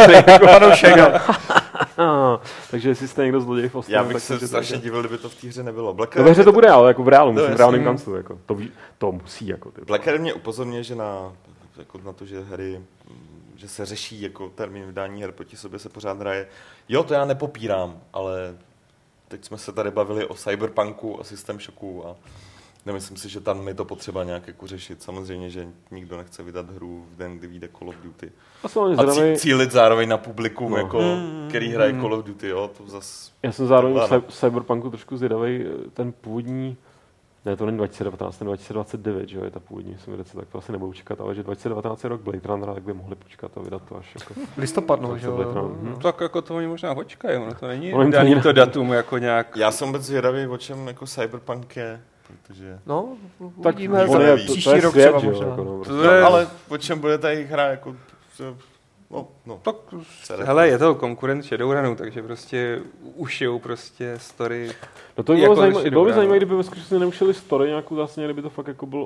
Takže jestli jste někdo zloděj v Ostinu, já bych se strašně divil, kdyby to v té hře nebylo. No ve hře to bude, ale jako v reálu, myslím, v reálném kanclu, jako. To musí, jako. Blackhead mě upozorňuje, že na to, že hry, že se řeší jako termín vydání her proti sobě se pořád hraje. Jo, to já nepopírám, ale teď jsme se tady bavili o Cyberpunku a System Shocku a nemyslím si, že tam je to potřeba nějak jako řešit. Samozřejmě, že nikdo nechce vydat hru v den, kdy vyjde Call of Duty. A cílit zároveň na publikum, jako, který hraje Call of Duty. Jo, to zas... Já jsem zároveň v Cyberpunku trošku zvědavej, ten původní, ne, to není 2019, ten 2029, že jo, je ta původní věc, tak to asi nebudou čekat, ale že 2019 je rok Blade Runner, tak by mohli počkat a vydat to až jako... Listopad, no, že jo. Tak jako to oni možná počkají, ono to není daný to datum jako nějak... Já jsem vůbec zvědavý, o čem jako Cyberpunk je. Protože... No, tak uvidíme příští rok třeba možná. Jako, ale o čem bude ta jejich hra jako... No. Tak, hele, je to konkurent Shadowrunu, takže prostě ušijou prostě story. No to by bylo jako zajímavé, kdyby ve skutečnosti neušili story nějakou vlastně, kdyby to fakt jako byl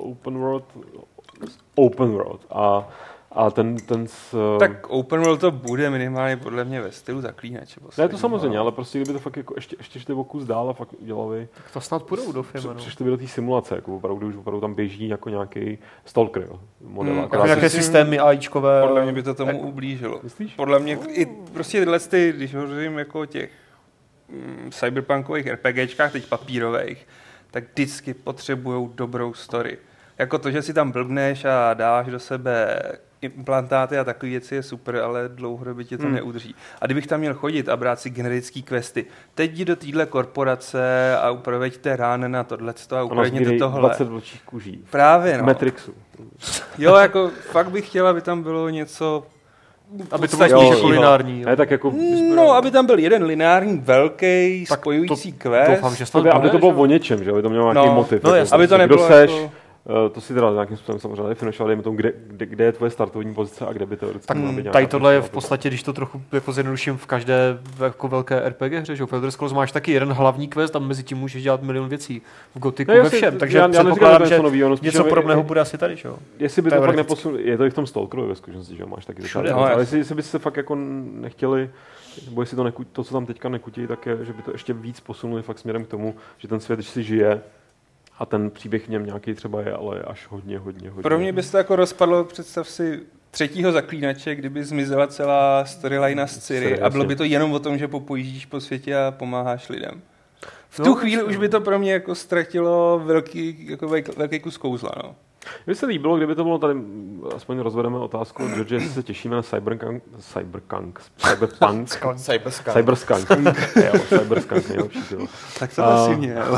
open world. A ten tak open world to bude minimálně podle mě ve stylu Zaklínače. Ne, to samozřejmě, ale prostě kdyby to fakt jako ještě šli o kus dál a fakt udělali. Tak to snad půjdou do filmu. Přišli by do té simulace, jako opravdu, už opravdu tam běží jako nějaký stalker, jo, model. Jako nějaké systémy AIčkové. Podle mě by to tomu ublížilo. Myslíš? Podle mě i prostě tyhle, když hovořím jako o těch cyberpunkových RPGčkách, teď papírových, tak vždycky potřebujou dobrou story. Jako to, že si tam blbneš a dáš do sebe implantáty a takové věci je super, ale dlouhodobě tě to neudrží. A kdybych tam měl chodit a brát si generický questy, teď jdi do téhle korporace a upraveďte rány na tohleto a ukradněte tohle. 20 vlčích kuží. Právě, no. Matrixu. Jo, jako fakt bych chtěl, aby tam bylo něco... Aby to bylo jako lineární. Tak jako... No, aby tam byl jeden lineární, velký, spojující quest. Doufám, že aby to bylo o něčem, že? Aby to mělo nějaký motiv. No, jako, aby to nebylo jako... To si teda nějakým způsobem samozřejmě definoval, dejme tomu, kde je tvoje startovní pozice a kde by teoreticky měla být nějaká... Tady tohle je v podstatě, když to trochu jako zjednoduším, v každé jako velké RPG hře, že v Elder Scrolls máš taky jeden hlavní quest a mezi tím můžeš dělat milion věcí. V Gothicu ve všem, takže předpokládám, že něco podobného bude asi tady, že jo? Jestli by to fakt neposunul, je to i v tom Stalkeru ve skutečnosti, že máš taky začátek. Ale jestli by se fakt jako nechtěli, nebo jestli to, co tam teďka nekutí, tak je, že by to ještě víc posunuli fakt směrem k tomu, že ten svět, když si žije, a ten příběh v něm nějaký třeba je, ale až hodně. Pro mě by se to jako rozpadlo, představ si třetího Zaklínače, kdyby zmizela celá storyline z Ciri a bylo by to jenom o tom, že popojíždíš po světě a pomáháš lidem. V tu chvíli už by to pro mě jako ztratilo velký kus kouzla, no. Mně se líbilo, kdyby to bylo tady, aspoň rozvedeme otázku, George, jestli se těšíme na Cyberskunk, nejlepší tylo. Tak to pasivně, ale.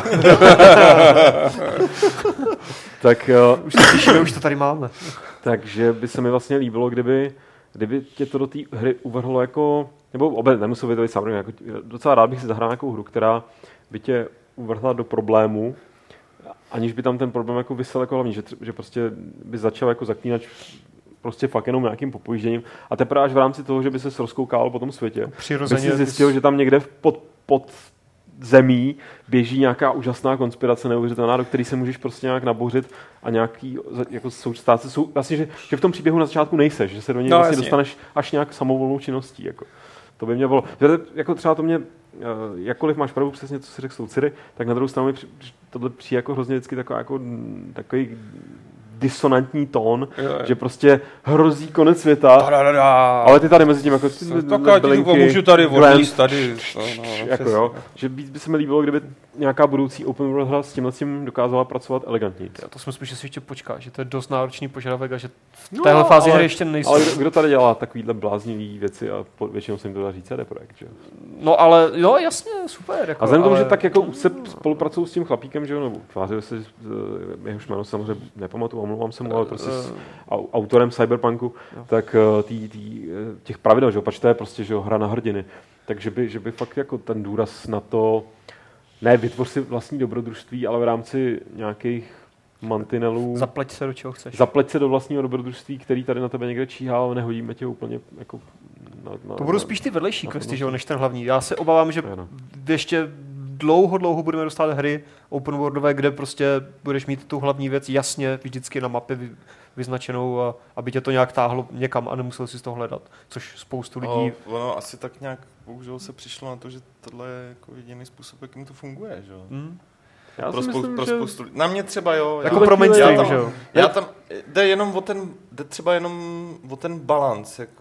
Tak už se těšíme, už to tady máme. Takže by se mi vlastně líbilo, kdyby tě to do té hry uvrhlo jako, nebo nemusel by to být samozřejmě, jako, docela rád bych si zahrál nějakou hru, která by tě uvrhla do problému, aniž by tam ten problém jako vysel jako hlavní, že prostě by začal jako zaklínač prostě fakt jenom nějakým popojížděním a teprve až v rámci toho, že by se rozkoukal po tom světě, by si zjistil, že tam někde pod zemí běží nějaká úžasná konspirace neuvěřitelná, do které se můžeš prostě nějak nabořit a nějaký jako stát se vlastně, že v tom příběhu na začátku nejseš, že se do něj vlastně dostaneš až nějak samovolnou činností. Jako. To by mě bylo, jako třeba to mě, jakkoliv máš pravdu přesně, co si řekl s tou Ciri, tak na druhou stranu mi tohle přijde jako hrozně vždycky takový disonantní tón, že prostě hrozí konec světa, ale ty tady mezi tím jako můžu tady odníst tady. Jako jo, že víc by se mi líbilo, kdyby nějaká budoucí open world hra s tím dokázala pracovat elegantně. To jsme spíš, že si ještě počká, že to je dost náročný požadavek a že v téhle fázi hry ještě nejsou. Ale kdo tady dělá takovýhle bláznivý věci a většinou se jim to daří CD Projekt, že? No ale jo, jasně, super. Jako, a vzhledem tomu, že tak jako se spolupracují s tím chlapíkem, že jo, nebo tvářili se, jehož jméno samozřejmě nepamatuju, omlouvám se mu, ale prostě s autorem Cyberpunku, tak těch pravidel, že jo, pač to je prostě, že jo, hra na hrdiny, takže že by fakt jako ten důraz na to, ne vytvoř si vlastní dobrodružství, ale v rámci nějakých mantinelů. Zapleť se do čeho chceš. Zapleť se do vlastního dobrodružství, který tady na tebe někde číhá, ale nehodíme tě úplně jako to budou spíš ty vedlejší questy, že jo, než ten hlavní. Já se obávám, že ještě dlouho budeme dostat hry open worldové, kde prostě budeš mít tu hlavní věc jasně vždycky na mapě vyznačenou, aby tě to nějak táhlo někam a nemusel si z toho hledat, což spoustu lidí... Ono asi tak nějak, bohužel se přišlo na to, že tohle je jako jediný způsob, jakým to funguje, že jo? Já si myslím, že... spoustu... Na mě třeba jo. Jako pro mainstream, že jo? Já tam jde třeba jenom o ten balans, jak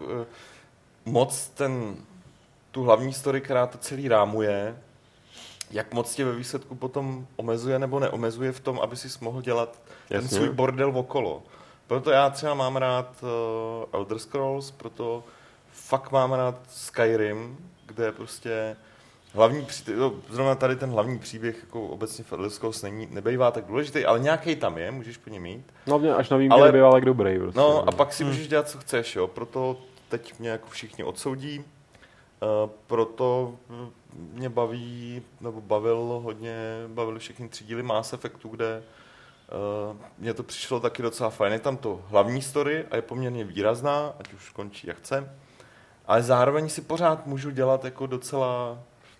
moc tu hlavní story, která to celý rámuje, jak moc tě ve výsledku potom omezuje nebo neomezuje v tom, aby si mohl dělat ten svůj bordel okolo. Proto já třeba mám rád Elder Scrolls, proto fakt mám rád Skyrim, kde prostě zrovna tady ten hlavní příběh jako obecně v Elder Scrolls nebejvá tak důležitý, ale nějaký tam je, můžeš po něm mít. No až na výjimky nebejvá tak dobrý. Prostě. No a pak si můžeš dělat, co chceš, jo. Proto teď mě jako všichni odsoudí, proto mě bavili všechny 3 díly Mass Effectu, kde mně to přišlo taky docela fajn. Je tam to hlavní story a je poměrně výrazná, ať už končí jak chce, ale zároveň si pořád můžu dělat jako docela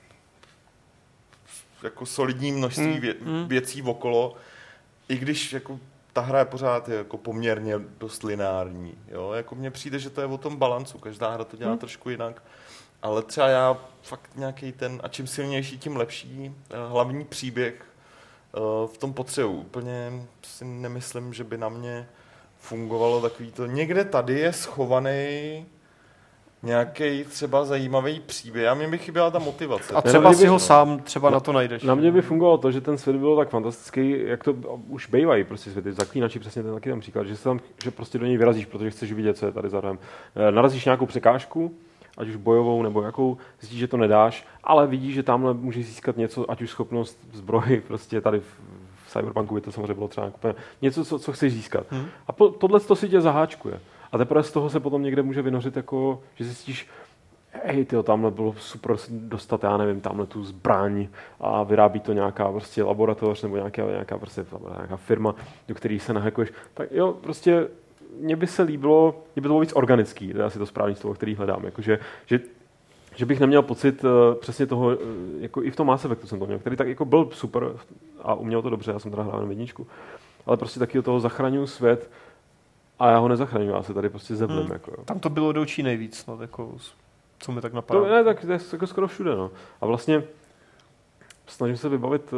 jako solidní množství věcí okolo, i když jako ta hra je pořád jako poměrně dost lineární. Jo? Jako mně přijde, že to je o tom balancu, každá hra to dělá trošku jinak. Ale třeba já fakt nějaký ten, a čím silnější, tím lepší, hlavní příběh v tom potřebu. Úplně si nemyslím, že by na mě fungovalo takový to. Někde tady je schovaný nějaký třeba zajímavý příběh. A mně by chyběla ta motivace. A třeba si ho sám třeba na to najdeš. Na mě by fungovalo to, že ten svět byl tak fantastický, jak to už bývají prostě světy. Zaklínači přesně ten taky tam příklad, že prostě do něj vyrazíš, protože chceš vidět, co je tady za rohem. Narazíš nějakou překážku, ať už bojovou nebo jakou, zjistíš, že to nedáš, ale vidíš, že tamhle můžeš získat něco, ať už schopnost zbroji, prostě tady v Cyberpunku by to samozřejmě bylo třeba něco, co chceš získat. A tohle to si tě zaháčkuje. A teprve z toho se potom někde může vynořit, jako, že zjistíš, hej, tyjo, tamhle bylo super dostat, já nevím, tamhle tu zbraň a vyrábí to nějaká prostě laboratoř nebo nějaká firma, do které se nahackuješ. Tak jo, prostě mně by to bylo víc organický, to je asi to správný slovo, který hledám, jakože, že bych neměl pocit přesně toho, jako i v tom Mass Effectu jsem to měl, který tak jako byl super a uměl to dobře, já jsem teda hrál na 1, ale prostě taky od toho zachraňuju svět a já ho nezachraňuju, já se tady prostě zevlím. Jako, jo. Tam to bylo do očí nejvíc, no, jako, co mi tak napadá. To ne, tak to je jako skoro všude, no. A vlastně snažím se vybavit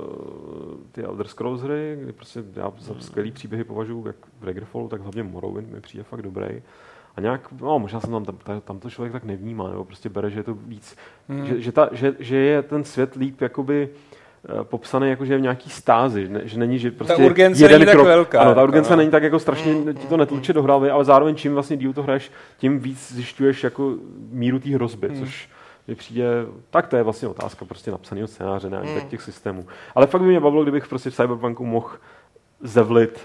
ty Elder Scrolls hry, kdy prostě já za skvělý příběhy považuji jak v Daggerfallu, tak hlavně Morrowind mi přijde fakt dobrý. A nějak, no možná jsem tam to člověk tak nevnímá, nebo prostě bere, že je to víc, že je ten svět líp jakoby popsaný, jako že je v nějaký stázi, že není, že prostě ta urgence jeden není krok. Tak velká. Ano, ta urgence není tak jako strašně, ti to netluče do hlavy, ale zároveň čím vlastně díl to hraješ, tím víc zjišťuješ jako míru té hrozby, což mi přijde, tak to je vlastně otázka prostě napsaného scénáře, ne ani tak těch systémů. Ale fakt by mě bavilo, kdybych prostě v Cyberpunku mohl zevlit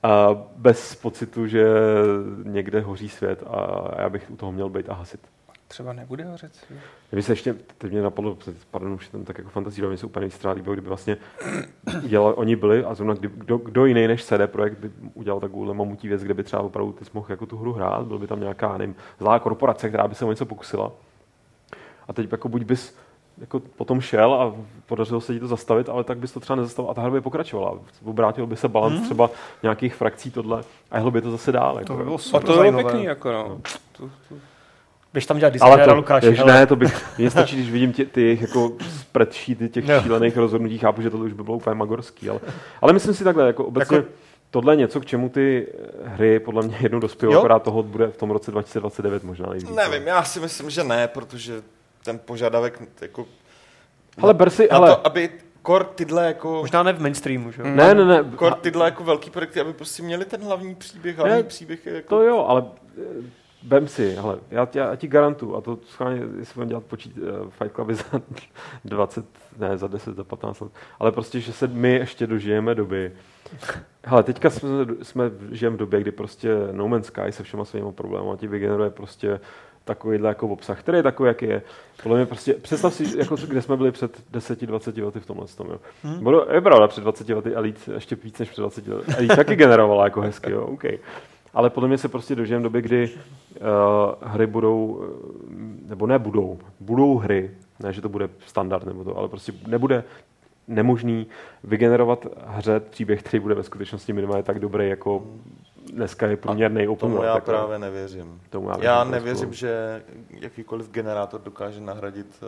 bez pocitu, že někde hoří svět a já bych u toho měl být a hasit. třeba nebude hořet. Kdyby se ještě, teď mě napadlo, pardon, už tam tak jako fantazírově se úplně nejvíc líbilo, kdyby vlastně oni byli a zrovna kdo jiný než CD Projekt by udělal takovou mamutí věc, kde by třeba opravdu ty mohl jako tu hru hrát, byl by tam nějaká, nevím, zlá korporace, která by se o něco pokusila. A teď jako buď bys jako potom šel a podařilo se jí to zastavit, ale tak bys to třeba nezastavil a ta hra by pokračovala. Obrátil by se balans třeba nějakých frakcí tohle a jelo by to zase dál. Jako, to by bylo A to bylo pěkný, jako no. Běž tam dělat designéra, Lukáši. Ne, to bych, mně stačí, když vidím ty jejich jako spreadsheety těch šílených rozhodnutí, chápu, že tohle už by bylo úplně magorský, ale myslím si takhle, jako obecně jako tohle je něco, k čemu ty hry podle mě jednou dospějou, akorát toho bude v tom roce 2029 možná nejvíc. Nevím, já si myslím, že ne, protože ten požadavek jako ale ber si, to, aby core tyhle jako... Možná ne v mainstreamu, že jo? Ne. Core tyhle jako velký projekty, aby prostě měli ten hlavní příběh, příběh je jako... To jo, ale vem si, hele, já ti garantuju, a to schválně, jestli budeme dělat Fight Cluby za 20, ne, za 10, za 15 let, ale prostě, že se my ještě dožijeme doby. Hele, teďka žijeme v době, kdy prostě No Man's Sky se všema svými problémy a ti vygeneruje prostě takovýhle jako obsah, který je takový, jaký je. Podle mě prostě, představ si, jako, kde jsme byli před 10-20 lety v tomhle tom, jo. Je pravda, před 20 lety Elite, ještě víc než před 20 lety, Elite taky generovala jako hezky, jo, OK. Ale podle mě se prostě dožijeme doby, kdy hry budou, nebo budou hry, ne, že to bude standard nebo to, ale prostě nebude nemožný vygenerovat hře příběh, který bude ve skutečnosti minimálně tak dobrý, jako dneska je průměrný open world. Tomu já právě nevěřím. Já nevěřím, že jakýkoliv generátor dokáže nahradit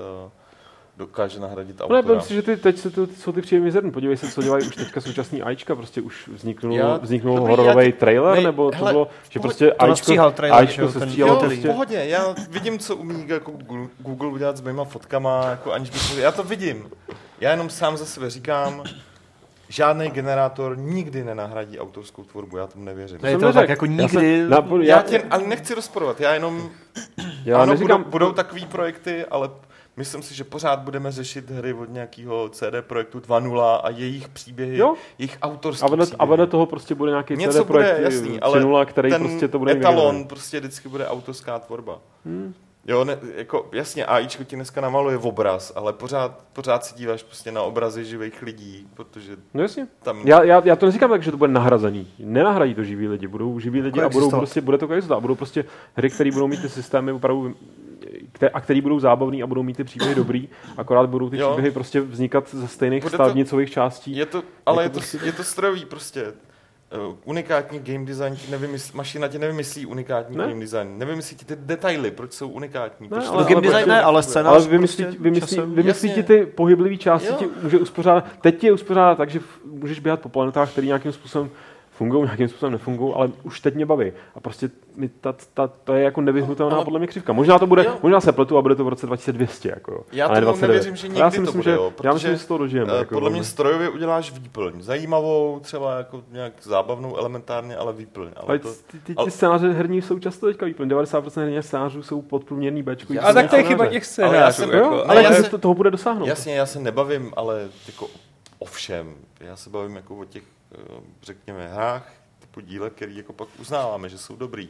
autora. Myslím si, že teď jsou ty příjemný zrn. Podívej se, co dělají už teďka současný AIčka. Prostě už vzniknul hororový trailer, nebo to bylo, že prostě AIčko se stříhalo. V pohodě, já vidím, co umí jako Google udělat s mýma fotkama, jako aniž bych... Já to vidím. Já jenom sám za sebe říkám, žádný generátor nikdy nenahradí autorskou tvorbu, já tomu nevěřím. To je to tak jako nikdy... Já tě ale nechci rozporovat, já jenom... Ano, neříkám, budou takový projekty, ale myslím si, že pořád budeme řešit hry od nějakého CD Projektu 2.0 a jejich příběhy, jejich autorský příběhy. A vedle toho prostě bude nějaký CD Projekt 3.0, který prostě to bude etalon prostě vždycky bude autorská tvorba. Jo, jako jasně, AIčko ti dneska namaluje v obraz, ale pořád si díváš prostě na obrazy živých lidí, protože no jasně. Tam... Já to neříkám tak, že to bude nahrazený. Nenahradí to živí lidi, budou živí lidi a budou prostě, bude to a budou prostě hry, které budou mít ty systémy opravdu který budou zábavný a budou mít ty příběhy dobrý, akorát budou ty příběhy prostě vznikat ze stejných stavnicových částí. Je to strojový prostě. Unikátní game design mašina ti nevymyslí unikátní game design. Nevymyslí ti ty detaily, proč jsou unikátní. Ne, game design ne, ale scénář. Ale vymyslí ti ty pohyblivé části, ti může uspořádat. Teď ti je uspořádat tak, že můžeš běhat po planetách, který nějakým způsobem fungují, nějakým způsobem nefungují, ale už teď mě baví. A prostě to je jako nevyhnutelná podle mě křivka. Možná to bude, možná se pletu a bude to v roce 2200. Jako, já tomu nevěřím, že někdy to bude. Já myslím, že se toho dožijeme. Podle mě strojově uděláš výplň. Zajímavou, třeba jako nějak zábavnou elementárně, ale výplň. Ale ty scénáře herní jsou často teďka výplň. 90% herních scénářů jsou podprůměrný Bčko. A tak to je chyba těch scénářů. Ale toho bude dosáhnout. Jasně, já se nebavím, ale jako ovšem. Já se bavím jako o těch, řekněme, hrách, typu dílek, který jako pak uznáváme, že jsou dobrý.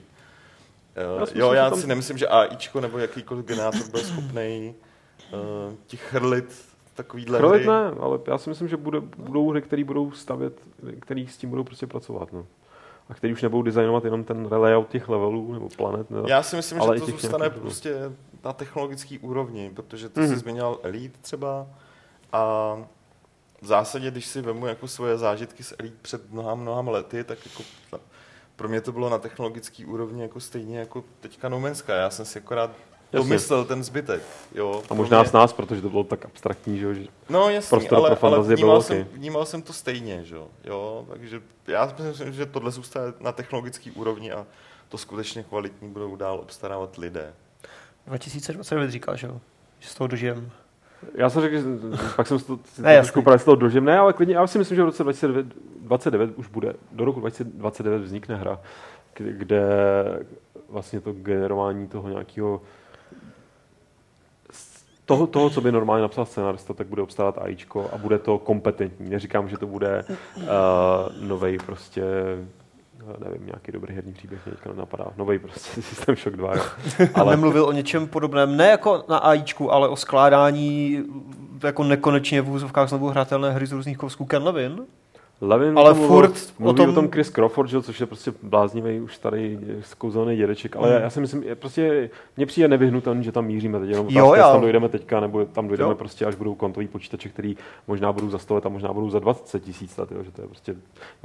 Já si nemyslím, že AIčko nebo jakýkoliv generátor byl schopný ti chrlit takovýhle hry. Chrlit ne, ale já si myslím, že budou hry, které budou stavět, který s tím budou prostě pracovat. No. A který už nebudou designovat jenom ten layout těch levelů nebo planet. Já si myslím, že to zůstane prostě na technologické úrovni, protože ty jsi zmiňoval Elite třeba a v zásadě, když si vemu jako svoje zážitky s Elite před mnoha lety, tak jako pro mě to bylo na technologické úrovni jako stejně jako teďka No Man's Sky. Já jsem si akorát domyslel ten zbytek. Jo, a možná s nás, protože to bylo tak abstraktní, že no jasný, ale vnímal jsem to stejně. Že? Jo, takže já myslím, že tohle zůstane na technologické úrovni a to skutečně kvalitní budou dál obstarávat lidé. 2029 říkal, že z toho dožijem. Já jsem řekl, že pak jsem trošku právě z toho dožijem. Ne, ale klidně, já si myslím, že v roce 2029 už bude, do roku 2029 vznikne hra, kde vlastně to generování toho nějakého toho, co by normálně napsal scénarista, tak bude obstávat AIčko a bude to kompetentní. Neříkám, že to bude novej prostě nevím, nějaký dobrý herní příběh mě teďka nenapadá. Novej prostě System Shock 2. Ale nemluvil o něčem podobném, ne jako na AIčku, ale o skládání jako nekonečně v úzovkách znovu hratelné hry z různých kousků. Ken Levin? Levin ale furt mluví o tom Chris Crawford, že, což je prostě bláznivý už starý skouzelný dědeček, ale já si myslím, prostě mně přijde nevyhnutelný, že tam míříme teď, jenom otázka, tam dojdeme teďka, nebo tam dojdeme prostě, až budou kvantový počítače, který možná budou za 100 let a možná budou za 20 000 let, že to je prostě,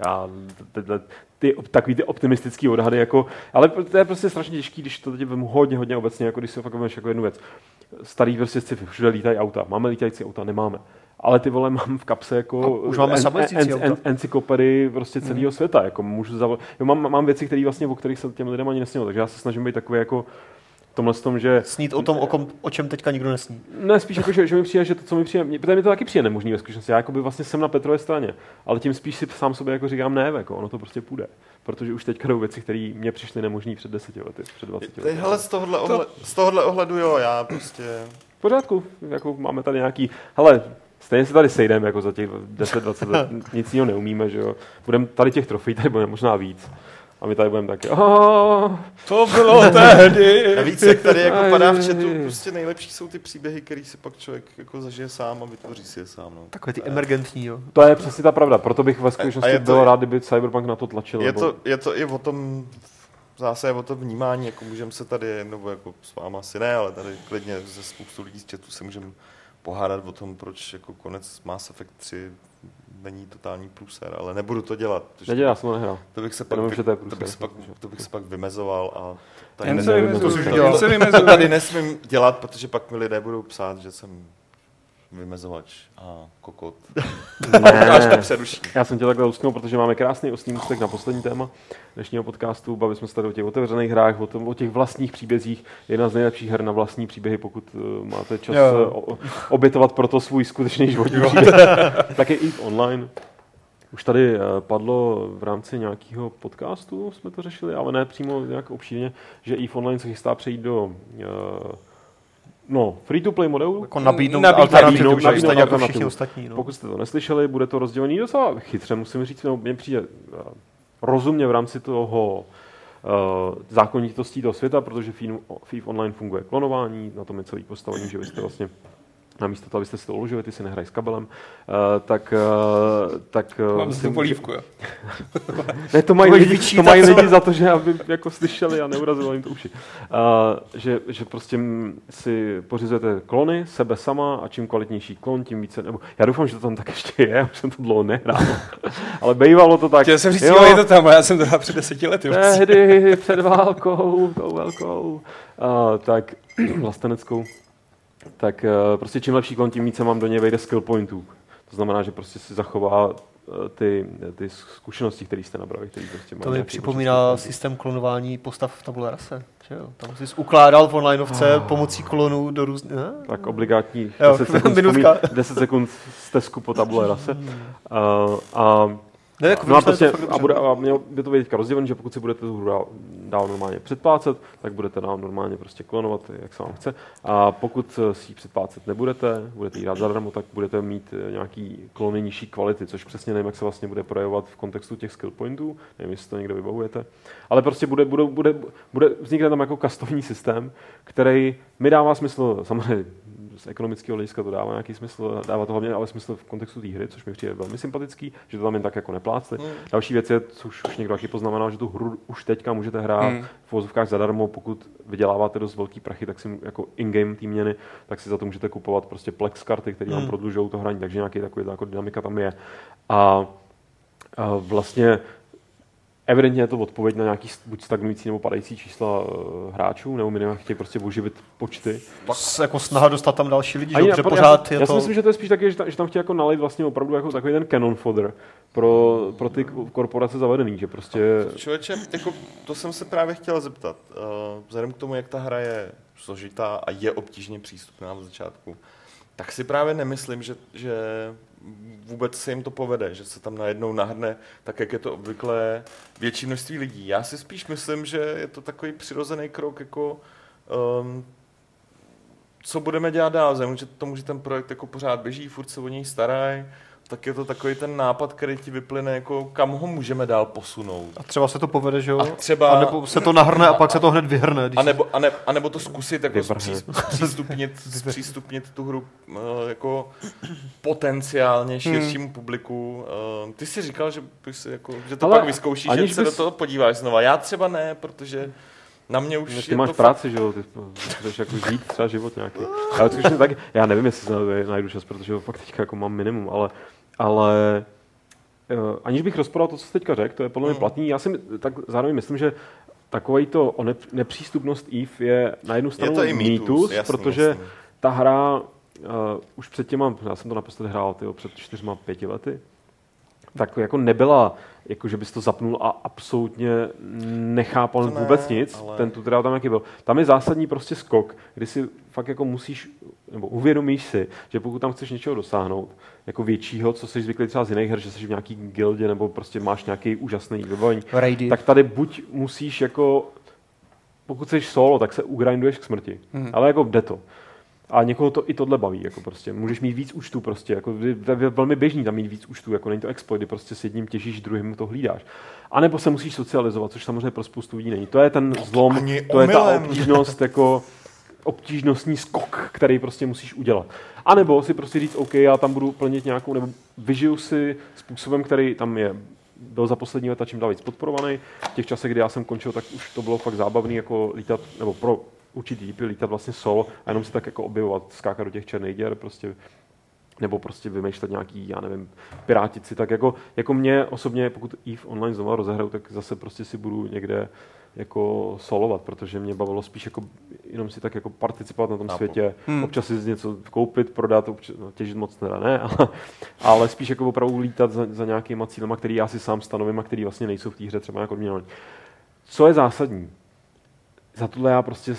takový ty optimistický odhady, jako, ale to je prostě strašně těžký, když to teď vemu hodně obecně, jako když si fakt vemeš jako jednu věc. Starý prostě sci-fi, všude lítají auta, máme lítající auta, nemáme. Ale ty vole, mám v kapse jako už máme encyklopedii prostě celého světa. Jako mám věci, které vlastně, o kterých se těm lidem ani nesnilo. Takže já se snažím být takový jako tomhle s tom, že... Snít o tom, o čem teďka nikdo nesní. Ne, spíš jako, že mi přijde, že to, co mi přijde... Protože mi to taky přijde nemožný ve skutečnosti. Já jako by vlastně jsem na Petrové straně. Ale tím spíš si sám sobě jako říkám, ne, jako ono to prostě půjde. Protože už teďka jdou věci, které mě přišly nemožný před 10 lety, před 20 lety. Hele, z tohohle ohledu, jo, já prostě... V pořádku, jako máme tady nějaký... Hele, stejně se tady sejdeme jako za těch 10-20 let, nic jiného neumíme, že jo. Budeme tady těch trofejí, tady budeme možná víc. A my tady budeme taky, to bylo tehdy. A víc, jak tady jako padá v chatu, prostě nejlepší jsou ty příběhy, který si pak člověk jako zažije sám a vytvoří si je sám. No. Takové ty emergentní, jo. To je přesně ta pravda, proto bych ve skutečnosti byl rád, kdyby Cyberpunk na to tlačil. Je to i o tom, zase o to vnímání, jako můžeme se tady, nebo jako s váma asi ne, ale tady klidně ze spoustu lidí z chatu se můžeme pohádat o tom, proč jako konec Mass Effect 3 není totální průser, ale nebudu to dělat. Já jsem ho nehrál. To bych se pak vymezoval a tady nesmím dělat, protože pak mi lidé budou psát, že jsem vymezovač a kokot. Až to přeruší. Já jsem tě takhle usknul, protože máme krásný ostný můstek na poslední téma dnešního podcastu. Bavili jsme se tady o těch otevřených hrách, o těch vlastních příbězích. Jedna z nejlepších her na vlastní příběhy, pokud máte čas obětovat pro to svůj skutečný životní příběh. Tak je EVE Online. Už tady padlo v rámci nějakého podcastu, jsme to řešili, ale ne přímo nějak obšírně, že EVE Online se chystá přejít do free-to-play modelu. Jako nabídnout alternativu, jako všichni ostatní. No. Pokud jste to neslyšeli, bude to rozdělený docela chytře, musím říct, mně přijde rozumně v rámci toho zákonitostí toho světa, protože v EVE Online funguje klonování, na tom je celý postavení, že vy jste vlastně namísto toho, abyste si to uložili, ty si nehrají s kabelem, tak mám si tu polívku, jo. Ne, to mají lidi za to, že aby jako slyšeli a neurazilo jim to uši. Že prostě si pořizujete klony, sebe sama a čím kvalitnější klon, tím více, nebo já doufám, že to tam tak ještě je, už jsem to dlouho nehrál. Ale bývalo to tak. Chtěl jsem říct, jo, je to tam, já jsem to hrál před 10 lety. Tehdy, před válkou, tou velkou, tak vlasteneckou. Tak prostě čím lepší klon, tím více mám do něj vejde skill pointů. To znamená, že prostě si zachová ty zkušenosti, které jste nabrali. Prostě to mi připomíná systém klonování postav v tabule rase. Že jo? Tam jsi ukládal v onlineovce pomocí klonů do různých... Tak obligátní 10 sekund stezku po tabule rase. Mělo by to být teďka rozdělený, že pokud si budete tu hru dál normálně předplácet, tak budete dál normálně prostě klonovat, jak se vám chce. A pokud si ji předplácet nebudete, budete jí dát zadarmo, tak budete mít nějaký klony nižší kvality, což přesně nevím, jak se vlastně bude projevovat v kontextu těch skill pointů, nevím, jestli to někde vybavujete. Ale prostě vznikne tam jako kastovní systém, který mi dává smysl, samozřejmě z ekonomického hlediska to dává nějaký smysl, dává to hlavně ale smysl v kontextu té hry, což mi přijde velmi sympatický, že to tam jen tak jako neplácli. Další věc je, což už někdo taky poznamenal, že tu hru už teďka můžete hrát v uvozovkách zadarmo, pokud vyděláváte dost velký prachy, tak si jako in-game tý měny, tak si za to můžete kupovat prostě Plex karty, které vám prodlužují to hraní, takže nějaký takový jako dynamika tam je. A vlastně evidentně je to odpověď na nějaký buď stagnující nebo padající čísla hráčů, nebo minimálně chtějí prostě oživit počty. Jako snaha dostat tam další lidi, že pořád já si myslím, že to je spíš taky, že tam chtějí jako nalít vlastně opravdu jako takový ten cannon fodder pro ty korporace zavedený, že prostě... Člověče, jako, to jsem se právě chtěl zeptat. Vzhledem k tomu, jak ta hra je složitá a je obtížně přístupná v začátku, tak si právě nemyslím, že vůbec se jim to povede, že se tam najednou nahrne, tak jak je to obvykle, větší množství lidí. Já si spíš myslím, že je to takový přirozený krok, jako co budeme dělat dál, vzhledem k tomu, že ten projekt jako pořád běží, furt se o něj starají, tak je to takový ten nápad, který ti vyplyne, jako kam ho můžeme dál posunout. A třeba se to povede, že jo? A nebo se to nahrne a pak se to hned vyhrne. A nebo to zkusit jako zpřístupnit tu hru jako potenciálně širšímu publiku. Ty jsi říkal, že to pak vyzkoušíš, že se do toho podíváš znova. Já třeba ne, protože na mě už ty máš práci, že jo, ty chceš jako žít třeba život nějaký. Já nevím, jestli se najdu čas, protože fakt teďka jako mám minimum, ale aniž bych rozporal to, co jsi teďka řekl, to je podle mě platný. Já si tak zároveň myslím, že takovej to nepřístupnost EVE je na jednu stranu mýtus, protože ta hra už před těma, já jsem to naposledy hrál před 4-5 lety, tak jako nebyla, jako že bys to zapnul a absolutně nechápal vůbec nic, ale... ten tutoriál tam jaký byl. Tam je zásadní prostě skok, kdy si fakt jako musíš, nebo uvědomíš si, že pokud tam chceš něčeho dosáhnout, jako většího, co jsi zvyklý třeba z jiných her, že jsi v nějaký gildě, nebo prostě máš nějaký úžasný vybavení, tak tady buď musíš jako, pokud jsi solo, tak se ugrinduješ k smrti, ale jako jde to. A někoho to i tohle baví, jako prostě. Můžeš mít víc účtů prostě, jako je velmi běžný tam mít víc účtů, jako není to exploit, kdy prostě s jedním těžíš, druhým to hlídáš. A nebo se musíš socializovat, což samozřejmě pro spoustu lidí není. To je ten zlom, to je ta obtížnost, jako obtížnostní skok, který prostě musíš udělat. A nebo si prostě říct, OK, já tam budu plnit nějakou, nebo vyžiju si způsobem, který tam byl za poslední leta čím dál víc podporovaný. V těch časech, kdy já jsem končil, tak už to bylo fakt zábavný jako lítat, nebo pro určitý typy lítat vlastně solo a jenom se tak jako objevovat, skákat do těch černých děr prostě, nebo prostě vymýšlet nějaký, já nevím, pirátici, tak jako mě osobně, pokud EVE online znovu rozehraju, tak zase prostě si budu někde jako solovat, protože mě bavilo spíš jako jenom si tak jako participovat na tom světě, občas si něco koupit, prodat, těžit moc teda ne, ale spíš jako opravdu lítat za nějakýma cílema, který já si sám stanovím a který vlastně nejsou v té hře třeba nějak odměňovaný. Co je zásadní? Za tohle já prostě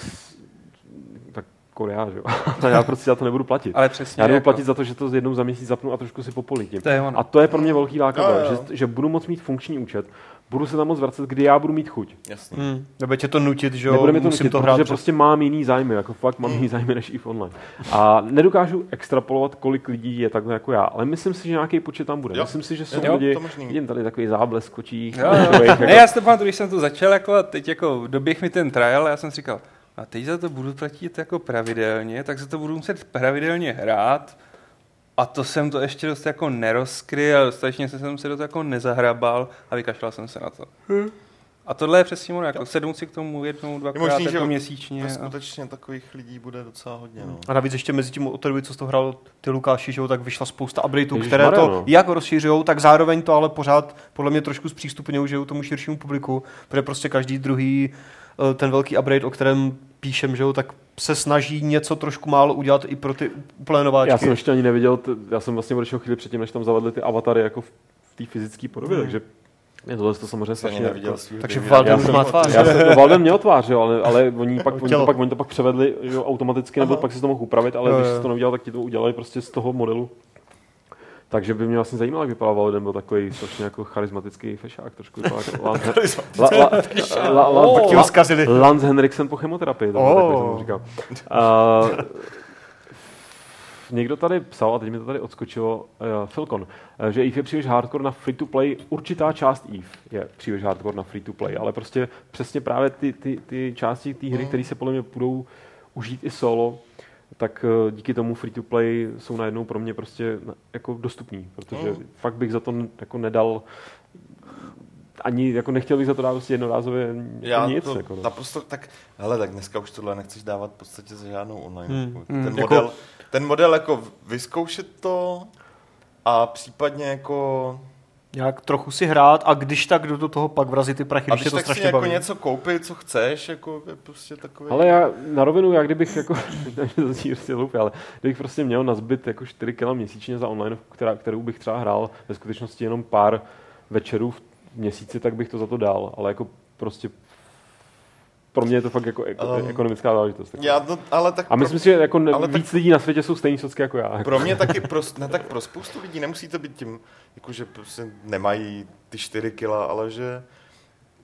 tak Korea, že jo. Já prostě za to nebudu platit. Ale přesně. Já nebudu platit za to, že to jednou za měsíc zapnu a trošku si popolitím. To a to je pro mě velký lákavé, že budu moc mít funkční účet, budu se tam moc vracet, kdy já budu mít chuť. Jasně. Nebude tě to nutit, že jo. Nebude mi to nutit, protože prostě mám jiný zájmy, jako fakt mám jiný zájmy než EVE Online. A nedokážu extrapolovat, kolik lidí je takhle jako já, ale myslím si, že nějaký počet tam bude. Myslím si, že jsou lidi, vidím tady takový záblesk očí. Ne, já si to pamatuju, když jsem to začal, jako a teď jako doběh mi ten trial, já jsem si říkal, a teď za to budu platit jako pravidelně, tak za to budu muset pravidelně hrát. A to jsem to ještě dost jako nerozkryl, dostatečně jsem se do toho jako nezahrabal a vykašlal jsem se na to. A tohle je přesně ono, jako sednout si k tomu jednou, dvakrát jako měsíčně. Skutečně takových lidí bude docela hodně. No. A navíc ještě mezi tím od té doby, co jsi to hrál ty Lukáši, že, tak vyšla spousta updateů, které to jak rozšířují, tak zároveň to ale pořád podle mě trošku zpřístupňují, že tomu širšímu publiku, protože prostě každý druhý ten velký update, o kterém píšem, že jo, tak se snaží něco trošku málo udělat i pro ty úplné nováčky. Já jsem ještě ani neviděl, já jsem vlastně odešel chvíli předtím, než tam zavedli ty avatary jako v té fyzické podobě, takže je tohle to samozřejmě strašně neviděl. Takže Valden má tvář. Valden měl tvář, jo, ale oni to pak převedli jo, automaticky, nebo pak si to mohl upravit, ale když jsi to neudělal, tak ti to udělali prostě z toho modelu. Takže by mě vlastně zajímalo, jak vypadal Valden, byl takový strašně jako charismatický fešák, trošku jako Lance Henriksen po chemoterapii, tak jsem říkal. Někdo tady psal, a teď mi to tady odskočilo, Filkon, že EVE je příliš hardcore na free-to-play, určitá část EVE je příliš hardcore na free-to-play, ale prostě přesně právě ty části té hry, které se podle mě budou užít i solo, tak díky tomu free-to-play jsou najednou pro mě prostě jako dostupný, protože fakt bych za to jako nedal ani jako nechtěl bych za to dát prostě jednorázově nic. To jako, no. Naprosto tak, hele, tak dneska už tohle nechceš dávat v podstatě za žádnou online. Ten model jako vyzkoušet to a případně jako nějak trochu si hrát a když tak do toho pak vrazit ty prachy, když je to strašně jako baví. něco koupit, co chceš, jako je prostě takový. Ale já na rovinu, kdybych jako, ale kdybych prostě měl nazbyt jako 4 kg měsíčně za online, kterou bych třeba hrál ve skutečnosti jenom pár večerů v měsíci, tak bych to za to dal, ale jako prostě pro mě je to fakt jako ekonomická záležitost. A myslím si, že jako víc lidí na světě jsou stejný socky jako já. Pro mě taky, tak pro spoustu lidí nemusí to být tím, jako že prostě nemají ty 4 kila, ale že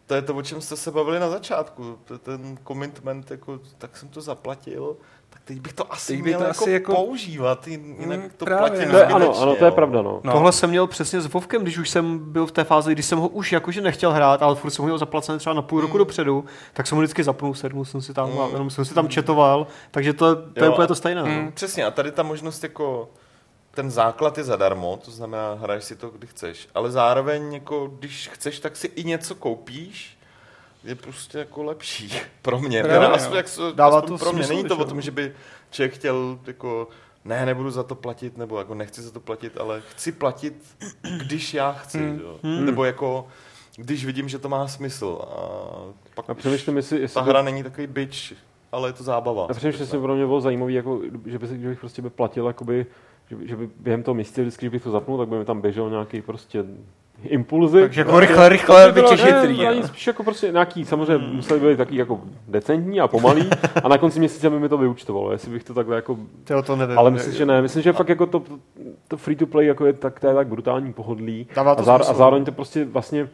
To je to, o čem jste se bavili na začátku. Ten commitment, jako, tak jsem to zaplatil, tak teď bych to asi měl jako používat, jinak to platím zbytečně. Ano, to je pravda. No. Tohle jsem měl přesně s Vovkem, když už jsem byl v té fázi, když jsem ho už jakože nechtěl hrát, ale furt jsem ho měl zaplacené třeba na půl roku dopředu, tak jsem ho vždycky zapnul, sednul jsem si tam, jenom jsem si tam chatoval, takže to je úplně to stejné. No. Přesně, a tady ta možnost jako ten základ je zadarmo, to znamená, hraješ si to, kdy chceš, ale zároveň, jako, když chceš, tak si i něco koupíš, je prostě jako lepší pro mě. Aspoň pro mě. Není to o tom, že by člověk chtěl jako, nebudu za to platit, nebo jako nechci za to platit, ale chci platit, když já chci. Nebo jako, když vidím, že to má smysl. A pak přemýšlím, jestli ta hra není takový bitch, ale je to zábava. A přemýšlím, jestli pro mě bylo zajímavý, jako, že bych prostě platil, jakoby, že by během toho místě, vždycky, když bych to zapnul, tak by mi tam běžel nějaký prostě impulzy. Takže jako rychle vytěžit. Spíš jako prostě nějaký, samozřejmě museli být taky jako decentní a pomalý a na konci měsíce by mi to vyúčtovalo, jestli bych to takhle jako... To nevím. Ale myslím, že ne. Myslím, že fakt jako to free to play jako je tak brutální pohodlí a zároveň to prostě vlastně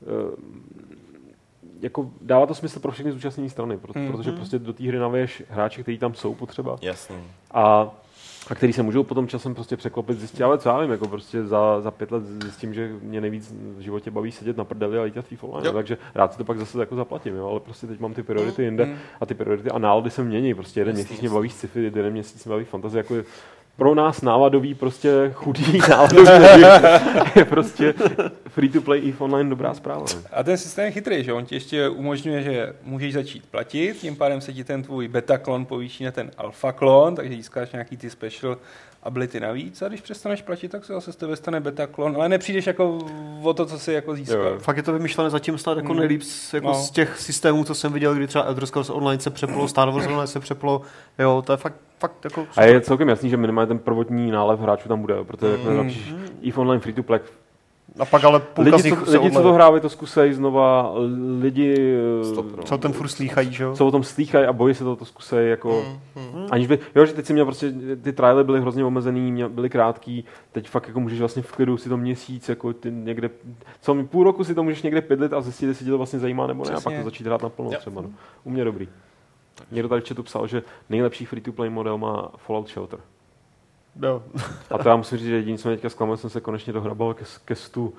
jako dává to smysl pro všechny zúčastněné strany, protože prostě do té hry navěješ hráče, kteří tam jsou potřeba. Jasně. A který se můžou potom časem prostě překlopit, zjistit, ale co já vím, jako prostě za 5 let zjistím, že mě nejvíc v životě baví sedět na prdeli a lítat FIFA Online, takže rád si to pak zase jako zaplatím, jo, ale prostě teď mám ty priority jinde a ty priority a nálady se mění, prostě jeden měsíc mě baví sci-fi, jeden měsíc mě baví fantasy, jako pro nás náladový, prostě chudý náladový je prostě free to play EVE Online dobrá zpráva. A ten systém je chytrý, že on ti ještě umožňuje, že můžeš začít platit, tím pádem se ti ten tvůj beta klon povýší na ten alfa klon, takže získáš nějaký ty special ability navíc a když přestaneš platit, tak se zase z tebe stane beta klon, ale nepřijdeš jako o to, co si jako získal. Fakt je to vymyšlené zatím snad jako nejlíp jako z těch systémů, co jsem viděl, kdy třeba Elder Scrolls Online se přeplo, Star Wars Online se přeplo, jo, to je fakt jako super. A je celkem jasný, že minimálně ten prvotní nálev hráčů tam bude, protože EVE Online free to play. A pak ale půlka z nich lidi, co to hrávají, to zkusej znova, lidi, co o tom furt slýchají, že jo? Co o tom slýchají a bojí se to zkusej, jako, aniž by, jo, že teď si měl prostě, ty trialy byly hrozně omezený, byly krátký, teď fakt jako můžeš vlastně v klidu si to měsíc, jako ty někde, půl roku si to můžeš někde pydlit a zjistit, jestli tě to vlastně zajímá nebo ne, a pak to začít hrát naplno třeba, no. U mě dobrý. Někdo tady v chatu psal, že nejlepší free-to-play model má Fallout Shelter. Jo. A to já musím říct, že jediný, co mě teďka zklamal, jsem se konečně dohrabal ke stu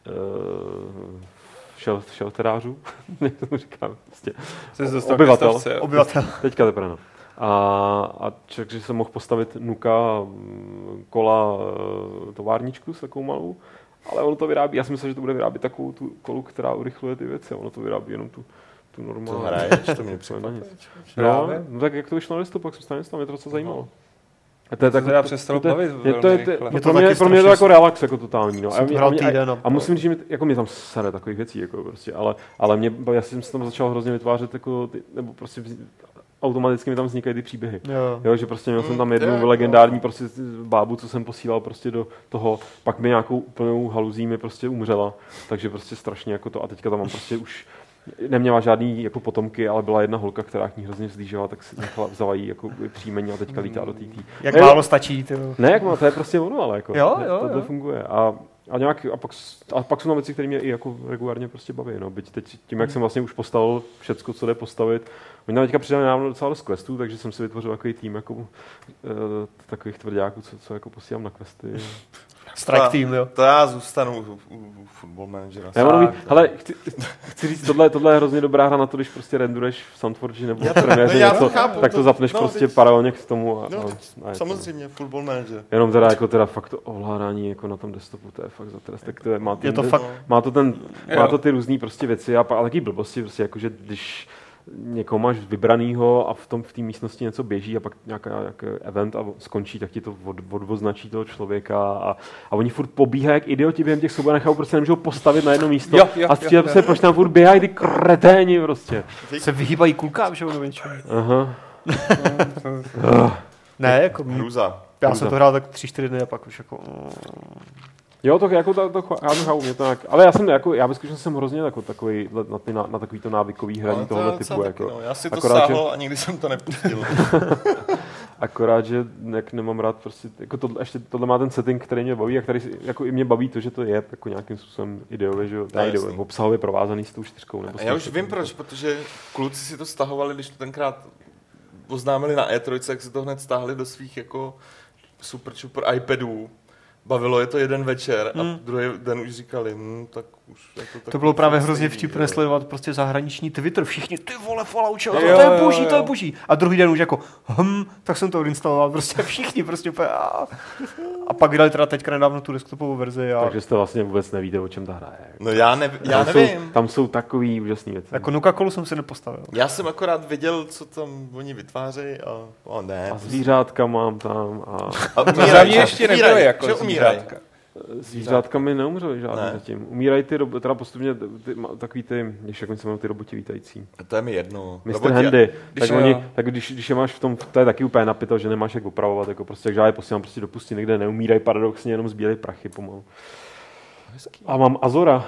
šelterářů, jak to říkám, prostě obyvatel. Teďka teprve, no. A takže jsem mohl postavit Nuka, kola, továrničku s takovou malou, ale ono to vyrábí, já si myslel, že to bude vyrábět takovou tu kolu, která urychluje ty věci, ono to vyrábí jenom tu normální. To hraješ, to mě překvapí. No, tak jak to vyšlo na listu, pak jsem stane mě to docela zajímalo. To teda přestalo bavit pro mě je to jako relax, jako totální. No. A musím říct, že mě tam sere takových věcí, jako prostě, ale já jsem se tam začal hrozně vytvářet, jako nebo prostě automaticky mi tam vznikají ty příběhy. Jo, že prostě měl jsem tam jednu legendární prostě bábu, co jsem posílal prostě do toho, pak mi nějakou úplnou haluzí mi prostě umřela, takže prostě strašně jako to a teďka tam mám prostě už neměla žádný jako potomky, ale byla jedna holka, která k ní hrozně vzlížela, tak si nechala, vzala jí jako příjmení a teďka lítá do té. Jak málo stačí, ty. Ne, jak má, to je prostě ono, ale jako to funguje. A pak jsou tam věci, které mě i jako regulárně prostě baví. No. Byť teď tím, jak jsem vlastně už postavil všecko, co jde postavit. Oni nám teďka přidali návno docela dost questů, takže jsem si vytvořil takový tým jako takových tvrdáků, co jako posílám na questy. Strike team, jo. To já zůstanu u Football Managera. Hele, chci říct, tohle je hrozně dobrá hra na to, když prostě rendureš v Soundforge nebo v Premiéře něco, tak to zapneš prostě paralelně k tomu. Samozřejmě, Football Manager. Jenom teda fakt to ovládání jako na tom desktopu, to je fakt za trest. Má to ty různý prostě věci a taky blbosti, prostě jakože když někoho máš vybranýho a v té místnosti něco běží a pak nějaký event a skončí, tak ti to odvoznačí toho člověka a oni furt pobíhají jak idioti během těch soubojů a nechajou, prostě nemůžou postavit na jedno místo a střílet se, proč tam furt běhají ty kreténi prostě. Se vyhýbají kulkám, že do něčeho. Aha. Ne, jako hruza. Já jsem to hrál tak 3-4 dny a pak už jako... Jo, to jako já to chápu, mě to nějak, ale já bych skutečně jsem hrozně takový na takovýto návykový hraní tohoto typu. Taky, jako. No. Já si to sáhl a nikdy jsem to nepustil. Akorát, že jak nemám rád prostě, jako ještě tohle má ten setting, který mě baví a který jako i mě baví to, že to je jako nějakým způsobem ideově, že obsahově provázaný s tou 4. Nebo já už vím proč, protože kluci si to stahovali, když to tenkrát oznámili na E3, jak si to hned stáhli do svých jako super iPadů. Bavilo je to jeden večer a druhý den už říkali, tak už jako tak. To bylo právě hrozně vtipné sledovat prostě zahraniční Twitter. Všichni, ty vole, Fallout, to je boží, to je boží. A druhý den už jako, tak jsem to odinstaloval, prostě všichni prostě úplně. A pak vydali teda teďka nedávno tu desktopovou verzi. Takže jste vlastně vůbec nevíte, o čem ta hra je. No já nevím. Tam jsou takový úžasný věci. Jako Nuka-Colu jsem si nepostavil. Já jsem akorát viděl, co tam oni vytvářejí a ne. A zvířátka mám tam a za mě ještě nebyly jako zvířátka. Zvířátka mi neumřely žádný zatím. Umírají teda postupně takový jak oni se jmenují ty roboti vítající. A to je mi jedno. Mr. Handy. Tak když je máš v tom, to je taky úplně napito, že nemáš jak opravovat, jako prostě, takže já je posílám prostě do pusty, nikde neumírají paradoxně, jenom zbírají prachy pomalu. A mám Azora.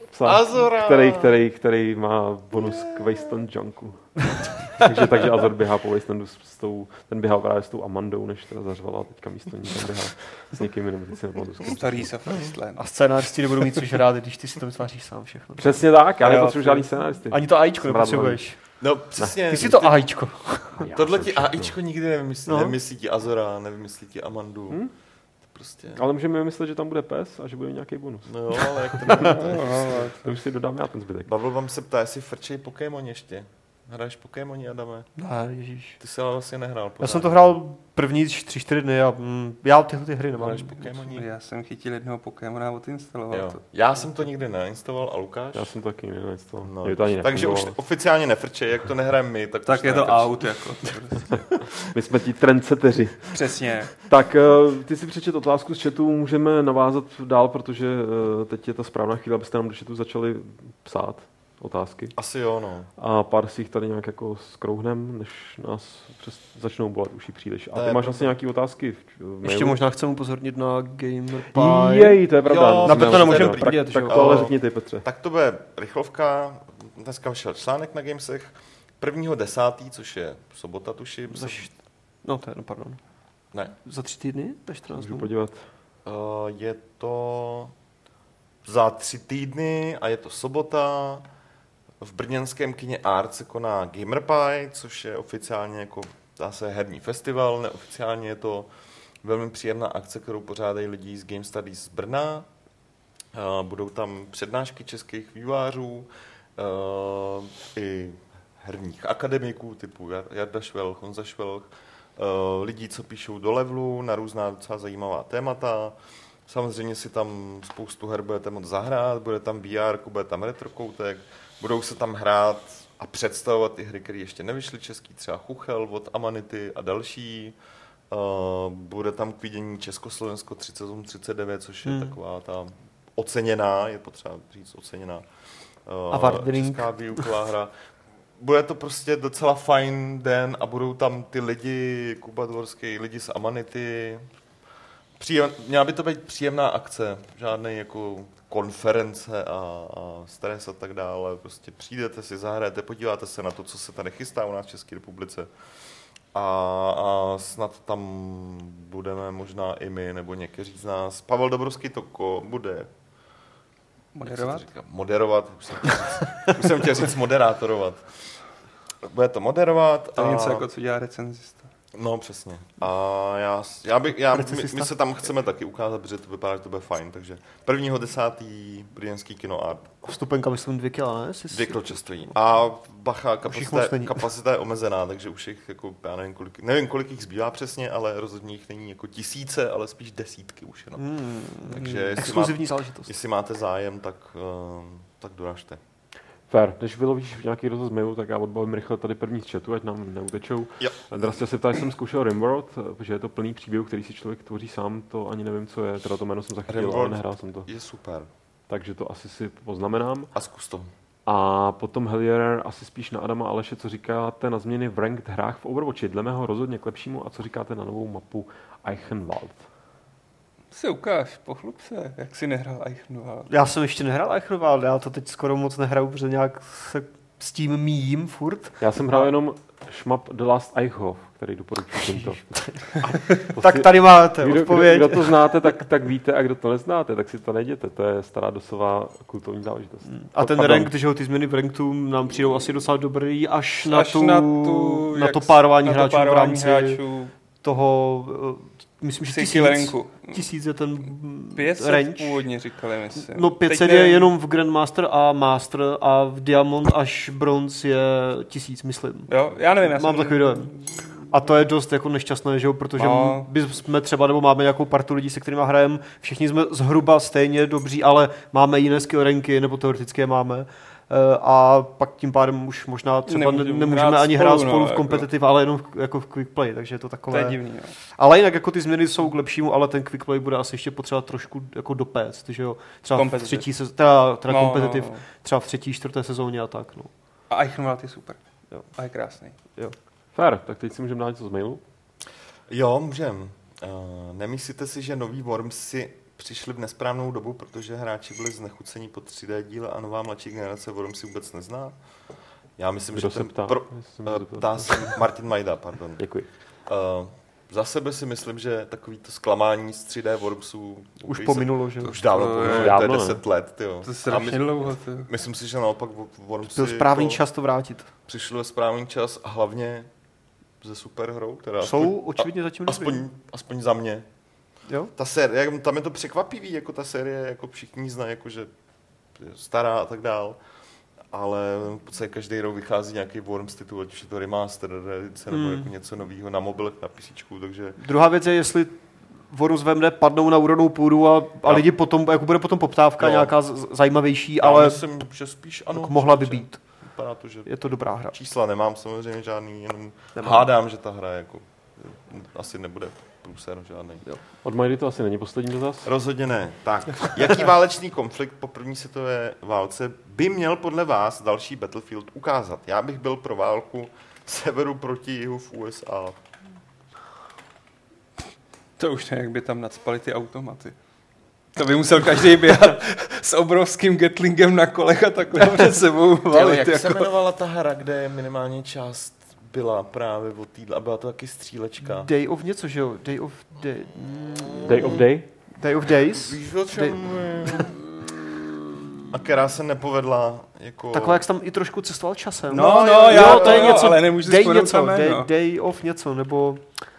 Který má bonus k Wasteland Junku. takže Azor běhá po Wastelandu ten běhal právě s tou Amandou, než teda zařvala, teďka místo ní tam běhá s někým jiným, teď si nepamatuji. Starý se Wasteland. A scénáristi nebudou mít což rádi, když ty si to vytváříš sám všechno. Přesně tak, já nepotřebuji žádný scénáristy. Ani to AIčko nepotřebuješ. No přesně. Ty si to AIčko. Tohle ti AIčko nikdy nevymyslí. Nevymyslí ti Azora, nevymyslí ti Amandu. Prostě. Ale můžeme vymyslet, že tam bude pes a že bude nějaký bonus. No jo, ale jak to bude? To už si dodám já ten zbytek. Bavil vám se ptá, jestli frčej Pokémon ještě. Hraješ Pokémoni, Adame? Ne, ježíš. Ty jsi ale vlastně nehrál. Já jsem to hrál první 3-4 dny a já tyhle ty hry nemám. Hraješ Pokémoni? Já jsem chytil jednoho Pokémona a odinstaloval to. Já jsem to nikdy neinstaloval a Lukáš? Já jsem to taky nikdy neinstaloval. No. Takže už oficiálně nefrčej, jak to nehrajeme my. Tak je to out jako. My jsme ti trendseteři. Přesně. Tak ty si přečet otázku z chatu, můžeme navázat dál, protože teď je ta správná chvíle, abyste nám do chatu začali psát otázky. Asi jo, no. A pár si jich tady nějak jako skrouhnem, než nás začnou bolet uši příliš. A ty máš asi nějaký otázky ještě možná chceme upozornit na GamerPie. Jej, to je pravda. Na to nemůžeme prdět. Tak to ale řekni ty, Petře. Tak to bude rychlovka. Dneska vyšel článek na Gamesech. 1.10., což je sobota, tuším. Pardon. Ne. Za 3 týdny? Za 14 Můžu podívat. Je to za 3 týdny a je to sobota. V brněnském kině Art se koná GamerPie, což je oficiálně jako zase herní festival. Neoficiálně je to velmi příjemná akce, kterou pořádají lidi z Game Studies z Brna. Budou tam přednášky českých vývojářů i herních akademiků typu Jarda Švelch, Honza Švelch, lidí, co píšou do levelu na různá docela zajímavá témata. Samozřejmě si tam spoustu her budete moct zahrát, bude tam VR, bude tam retrokoutek, budou se tam hrát a představovat ty hry, které ještě nevyšly český, třeba Chuchel od Amanity a další. Bude tam k vidění Československo 3839, což je taková ta oceněná, je potřeba říct oceněná česká výuková hra. Bude to prostě docela fajn den a budou tam ty lidi, Kuba Dvorský, lidi z Amanity. Měla by to být příjemná akce, žádný jako konference a stres a tak dále. Prostě přijdete si, zahrajete, podíváte se na to, co se tady chystá u nás v České republice. A snad tam budeme možná i my, nebo někteří z nás. Pavel Dobrovský to bude moderovat. Už jsem chtěl říct moderátorovat. Bude to moderovat. To je něco jako, co dělá recenzista. No, přesně. A my se tam chceme taky ukázat, protože to vypadá, že to bude fajn. Takže 1.10. brněnský kino Art. Vstupenka myslím 2 kila, ne? 2 kilo stojí. A bacha, kapacita je omezená, takže už jich jako, já nevím, kolik jich zbývá přesně, ale rozhodně jich není jako tisíce, ale spíš desítky už jenom. Takže exkluzivní záležitost. Jestli máte zájem, tak doražte. Fair. Když vylovíš nějaký rozhoz mailu, tak já odbavím rychle tady první z chatu, ať nám neutečou. Drastě se ptá, jsem zkoušel Rimworld, protože je to plný příběh, který si člověk tvoří sám, to ani nevím, co je, teda to jméno jsem zachytil, ale nehrál jsem to. Je super. Takže to asi si poznamenám. A zkus to. A potom Hellier asi spíš na Adama Aleše, co říkáte na změny v ranked hrách v Overwatchi, dle mého rozhodně k lepšímu, a co říkáte na novou mapu Eichenwald? Se ukáž, pochlup se, jak jsi nehrál Eichenwald. Já jsem ještě nehrál Eichenwald, já to teď skoro moc nehraju, protože nějak se s tím míjím furt. Já jsem hrál jenom šmap The Last Eichhoff, který doporučuji tímto. Tak tady máte odpověď. Kdo to znáte, tak víte, a kdo to neznáte, tak si to nejděte. To je stará dosová kultovní záležitost. A ten rank, že ty změny v ranku nám přijdou asi docela dobrý, až na to párování hráčů v rámci toho, myslím, že 1000 je ten 500 range. Původně říkali, myslím. No 500 je jenom v Grandmaster a Master a v Diamond až Bronze je 1000, myslím. Jo, já nevím. Mám takový dojem. A to je dost jako nešťastné, že jo, protože jsme třeba, nebo máme nějakou partu lidí, se kterými hrajeme, všichni jsme zhruba stejně dobří, ale máme jiné skill ranky, nebo teoreticky je máme. A pak tím pádem už možná třeba nemůžeme ani hrát spolu v competitive, ale jenom jako v quick play, takže je to takové. To je divný, jo. Ale jinak jako ty změny jsou k lepšímu, ale ten quick play bude asi ještě potřeba trošku jako dopéct, že jo. Třeba v třetí competitive, třeba v třetí, čtvrté sezóně a tak, no. A Eichenwald je super. Jo. A je krásný. Jo. Fair, tak teď si můžeme dát něco z mailu? Jo, můžeme. Nemyslíte si, že nový Wormsi přišli v nesprávnou dobu, protože hráči byli znechucení po 3D díle a nová mladší generace Wormsi vůbec nezná? Já myslím, Kdo že se ptá? ptá se Martin Majda, pardon. Děkuji. Za sebe si myslím, že takovýto zklamání z 3D Wormsů už pominulo, že? Už dávno pominulo, to je 10 let, tyjo. To je strašně dlouho, tyjo. Myslím si, že naopak Wormsi byl správný čas to vrátit. Přišli ve správný čas a hlavně ze super hrou, která jsou očividně zatím aspoň za mě. Jo? Ta série, tam je to překvapivý, jako ta série, jako všichni znají, jako že je stará a tak dál, ale v podstatě každý rok vychází nějaký Worms titul, ať už je to remaster, edice, nebo jako něco nového na mobilech, na PCčku, takže... Druhá věc je, jestli Worms VMD padnou na úrodnou půdu a lidi potom, jako bude potom poptávka nějaká zajímavější, ale myslím, že spíš ano. Mohla by být. Vypadá to, že je to dobrá hra. Čísla nemám samozřejmě žádný, jenom hádám, že ta hra jako asi nebude průser žádný. Od Majdy to asi není poslední dotaz? Rozhodně ne. Tak, jaký válečný konflikt po první světové válce by měl podle vás další Battlefield ukázat? Já bych byl pro válku severu proti jihu v USA. To už ne, jak by tam nacpali ty automaty. To by musel každý běhat s obrovským Gatlingem na kolech a takhle před sebou valit. Jak se jmenovala ta hra, kde minimálně část byla právě od týdla a byla to taky střílečka? Day of něco, že jo? Day of Day? Day of Days? Víš o čem? A která se nepovedla jako... Takhle, jak jsi tam i trošku cestoval časem. No, to je něco, ale nemůžu Day něco, Day of něco, nebo...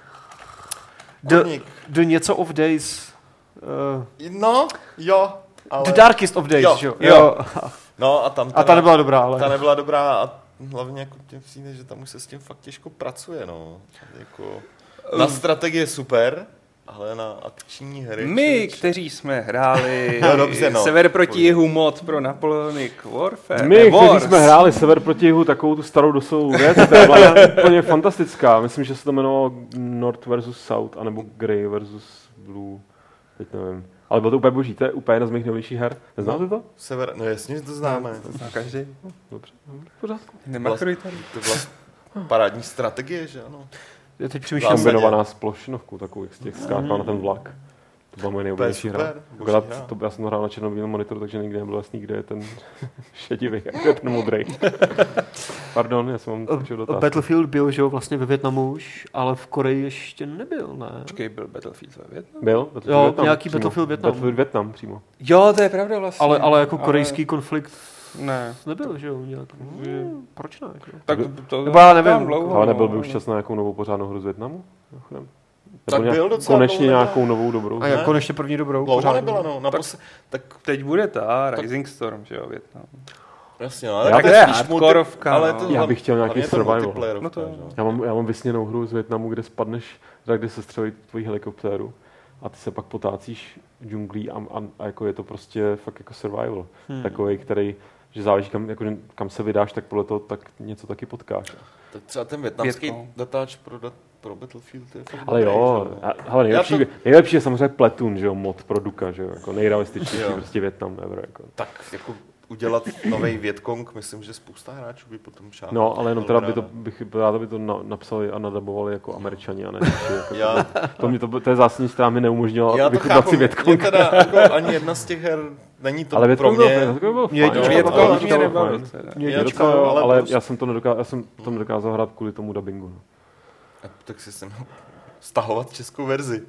The něco of Days. No, jo, ale... The Darkest of Days, jo. No a tam ta nebyla dobrá, ale... Ta nebyla dobrá a hlavně jako tím přijde, že tam už se s tím fakt těžko pracuje, no. Jako, na strategie super, ale na akční hry... My, kteří jsme hráli dobře, Sever proti jihu mod pro Napoleonic Warfare. My, kteří jsme hráli Sever proti jihu, takovou tu starou dosovou věc, ta byla úplně fantastická. Myslím, že se to jmenovalo North versus South, anebo Grey versus Blue, teď nevím. Ale bylo to úplně boží, to je úplně jedna z mých nejlepších her. Neznáte to? Sever, no jasně, že to známe. To zná každý. Dobře, pořádku. To byla parádní strategie, že ano. Já teď přemýšlím. Kombinovaná s plošinovkou, takovou, jak z těch skákal na ten vlak. To byla moje nejoblíbenější hra. Já jsem hrál na černobílém monitoru, takže nikdy nebylo jasný, kde je ten šedivý, jak je ten modrý. Pardon, já jsem vám počul dotaz. Battlefield byl, že jo, vlastně ve Vietnamu už, ale v Koreji ještě nebyl, ne? Počkej, byl Battlefield ve Vietnamu? Byl? Jo, Vietnam, nějaký přímo. Battlefield Vietnam. Battlefield Vietnam přímo. Jo, to je pravda vlastně. Ale jako korejský konflikt ne. Nebyl, že jo, nějak. Proč ne? Tak to nebo já nevím. Dlouho, ale nebyl by už čas na nějakou novou pořádnou hru z Vietnamu? Tak byl docela konečně nějakou novou dobrou. A jak konečně první dobrou? Dlouho nebyla, no. Tak teď bude ta Rising Storm, že jo, Vietnam. Jasně, ale tak je hardkorovka. Ale já bych chtěl nějaký survival. No to já mám vysněnou hru z Vietnamu, kde spadneš, kde se střelí tvojí helikoptéru a ty se pak potácíš džunglí a jako je to prostě fakt jako survival. Takovej, který, že záleží kam se vydáš, tak podle toho tak něco taky potkáš. Tak třeba ten vietnamský datáč pro Battlefield je fakt ale dobrý, jo, ale nejlepší je samozřejmě Platoon, že jo, mod pro Duka, že jo, jako nejrealističnější prostě Vietnam ever, jako. Tak jako udělat nový Vietkong, myslím, že spousta hráčů by potom šáhla. No, ale jenom teda bych rád, aby to napsali a nadabovali jako Američani a ne jako, to je zásadní, která mi neumožnila vychutnat si Vietkong. Já teda jako ani jedna z těch her není to ale pro mě. Ale já jsem to nedokázal hrát kvůli tomu dabingu. No. Tak si jsem stahovat českou verzi.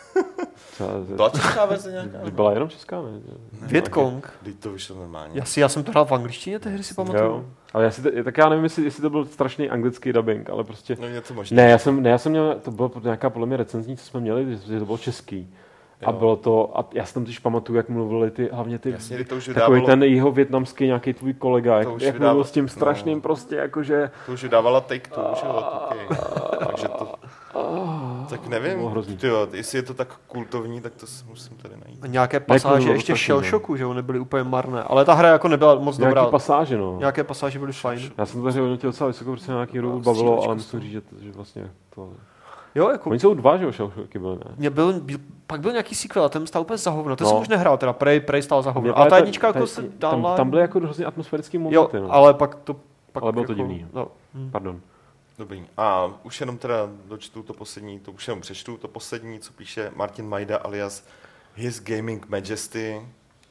Byla česká verze nějaká? Byla jenom česká, ne? Vietkong. Teď to vyšlo normálně. Já jsem to hrál v angličtině, té hry si pamatuju. Ale tak já nevím, jestli to byl strašný anglický dubbing, ale prostě... No, je to možný. Ne, já jsem měl, to bylo nějaká podle mě recenzní, co jsme měli, že to bylo český. Jo. A bylo to, a já si tam totiž pamatuju, jak mluvili hlavně ty, jasně, to už takový ten jeho vietnamský nějaký tvůj kolega, jak mluvil s tím strašným prostě, jakože... To už dávala Take-Two, že jo, takže to... Tak nevím, tyjo, jestli je to tak kultovní, tak to musím tady najít. Nějaké pasáže ještě Shell Shocku, že jo, nebyly úplně marné, ale ta hra jako nebyla moc dobrá. Nějaké pasáže, no. Nějaké pasáže byly fajn. Já jsem to tady hodnotil docela vysoko, protože nějaký hru bavilo, ale musím říct, že vlastně to... Jo, jako... Oni jsou dva, že jo, Shell Shocky byly, ne? Pak byl nějaký sequel a ten stál úplně za hovno. Ten jsem už nehrál, teda Prey stál za hovno. A ta jednička jako se dala... Tam byly jako hrozně atmosférický momenty, jo, ale pak to... Ale bylo jako, to divný. No. Pardon. Dobrý. A už jenom teda dočtu to poslední, to už jenom přečtu, to poslední, co píše Martin Majda alias His Gaming Majesty.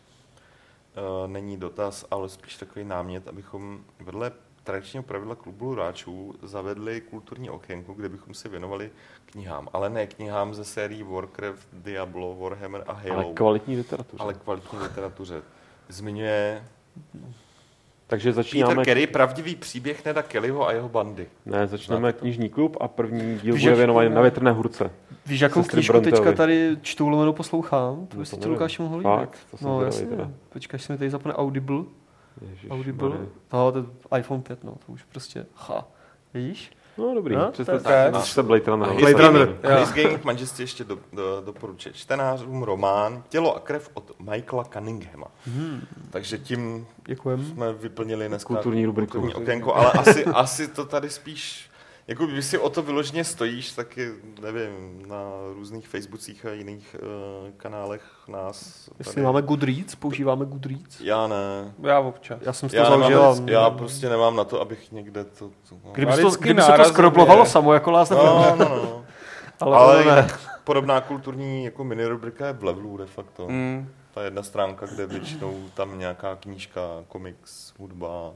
Není dotaz, ale spíš takový námět, abychom vedle tradičního pravidla klubu hráčů zavedli kulturní okénko, kde bychom se věnovali knihám. Ale ne knihám ze sérií Warcraft, Diablo, Warhammer a Halo. Ale kvalitní literatuře. Zmiňuje... Takže začínáme... Peter Carey, pravdivý příběh Neda Kellyho a jeho bandy. Ne, začneme knižní klub a první díl bude věnovaný na Větrné hůrce. Víš, jakou knížku teďka tady čtu, lomeno poslouchám? To byste ti, Lukáši, mohl líbit. No jasně, počkej, až se mi tady zapne Audible. Audible? No, to je iPhone 5, no, to už prostě, Vidíš? No dobrý, představte se Blade Runner. His Gaming Majesty ještě doporučuje čtenářům román Tělo a krev od Michaela Cunninghama. Takže tím jsme vyplnili dneska kulturní rubriku. Okénko, ale asi to tady spíš, jako když si o to vyloženě stojíš, taky nevím, na různých Facebookích a jiných kanálech nás. Jestli máme Goodreads, používáme Goodreads? Já ne. Já občas. Já jsem si to založil. Já prostě nemám na to, abych někde to Kdyby se to skroblovalo samo, jako lásne. No. Ale ne. Podobná kulturní jako mini rubrika je v Levelu de facto. Ta jedna stránka, kde většinou tam nějaká knížka, komiks, hudba,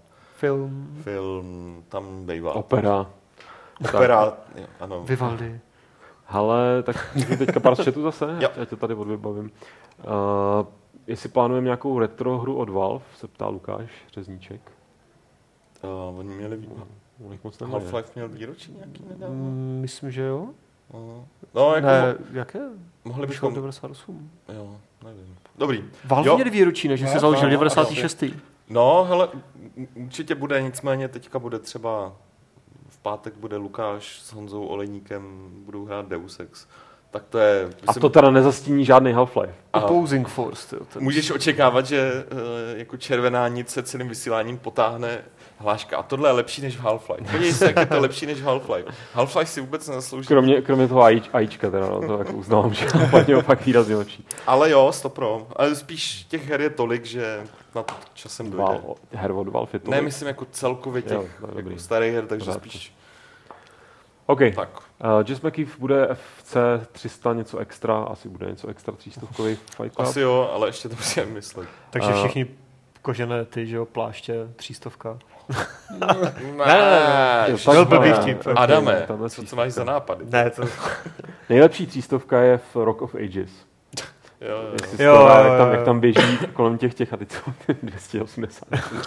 film, tam bývá. Opera, jo, ano. Vivaldi. Hele, tak teďka pár z chatu zase, já tě tady odvybavím. Jestli plánujeme nějakou retro hru od Valve, se ptá Lukáš Řezníček. Oni měli Half-Life měl výročí nějaký nedávno? Myslím, že jo. No, jako... Ne, jaké? Mohli bychom... 98. Jo, nevím. Dobrý. Valve měli výročí, než se založil 96. No, hele, určitě bude, nicméně teďka bude třeba... V pátek bude Lukáš s Honzou Olejníkem, budou hrát Deus Ex. Tak to je... A to teda nezastíní žádný Half-Life. Opposing Force. Můžeš očekávat, že jako červená nic se celým vysíláním potáhne hláška. A tohle je lepší než v Half-Life. Podívej se, jak je to lepší než v Half-Life. Half-Life si vůbec nezaslouží. Kromě toho AIčka teda, to jako uznávám, že je fakt výrazně lepší. Ale jo, 100%. Ale spíš těch her je tolik, že na to časem dojde. Her od Valve je tolik? Ne, myslím jako celkově těch jako starých her, takže spíš... OK. Jess McKeef bude FC 300 něco extra, asi bude něco extra 300 Fight Club. Asi jo, ale ještě to musím myslet. Takže všichni kožené ty, že jo, pláště 300. Ne, to byl blbý vtip. Adame, co máš za nápady? Ne, to... Nejlepší 300 je v Rock of Ages. Jo. Jak tam běží kolem těch a teď jsou 280.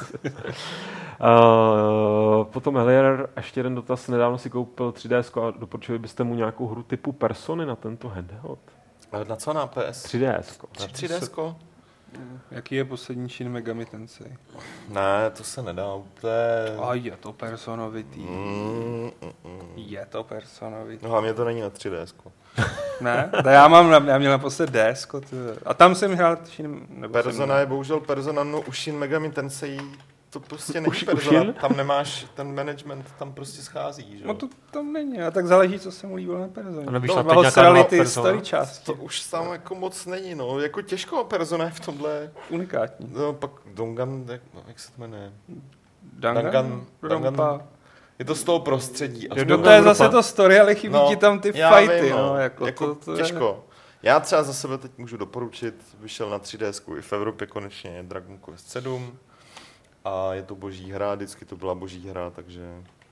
Potom Helier, ještě jeden dotaz, nedávno si koupil 3DS a doporučili byste mu nějakou hru typu Persony na tento handheld? Na co, na PS? 3DS. Na 3DS? Jaký je poslední Shin Megami Tensei? Ne, to se nedá. To je... A je to personovitý. Je to personovitý. No a mě to není na 3DS. Ne? Já měl naposled DS. A tam jsem hrál Shin... Persona je bohužel Persona, no u Shin Megami Tensei to prostě není Už persona. jen? Tam nemáš, ten management tam prostě schází, že jo? No to tam není, a tak záleží, co se mu líbilo na personě. A nevíš, No, na teď ho nějaká srali nová ty persona? starý části. To už tam jako moc není, no. Jako těžko persona je v tomhle. Unikátní. No, pak Dongan, jak se to jmenuje? Dangan? Je to z toho prostředí. A No to je zase to story, ale chybí ti tam ty já fighty, vím, no. Jako to těžko. Já třeba za sebe teď můžu doporučit, vyšel na 3DS i v Evropě konečně Dragon Quest 7 a je to boží hra, vždycky to byla boží hra, takže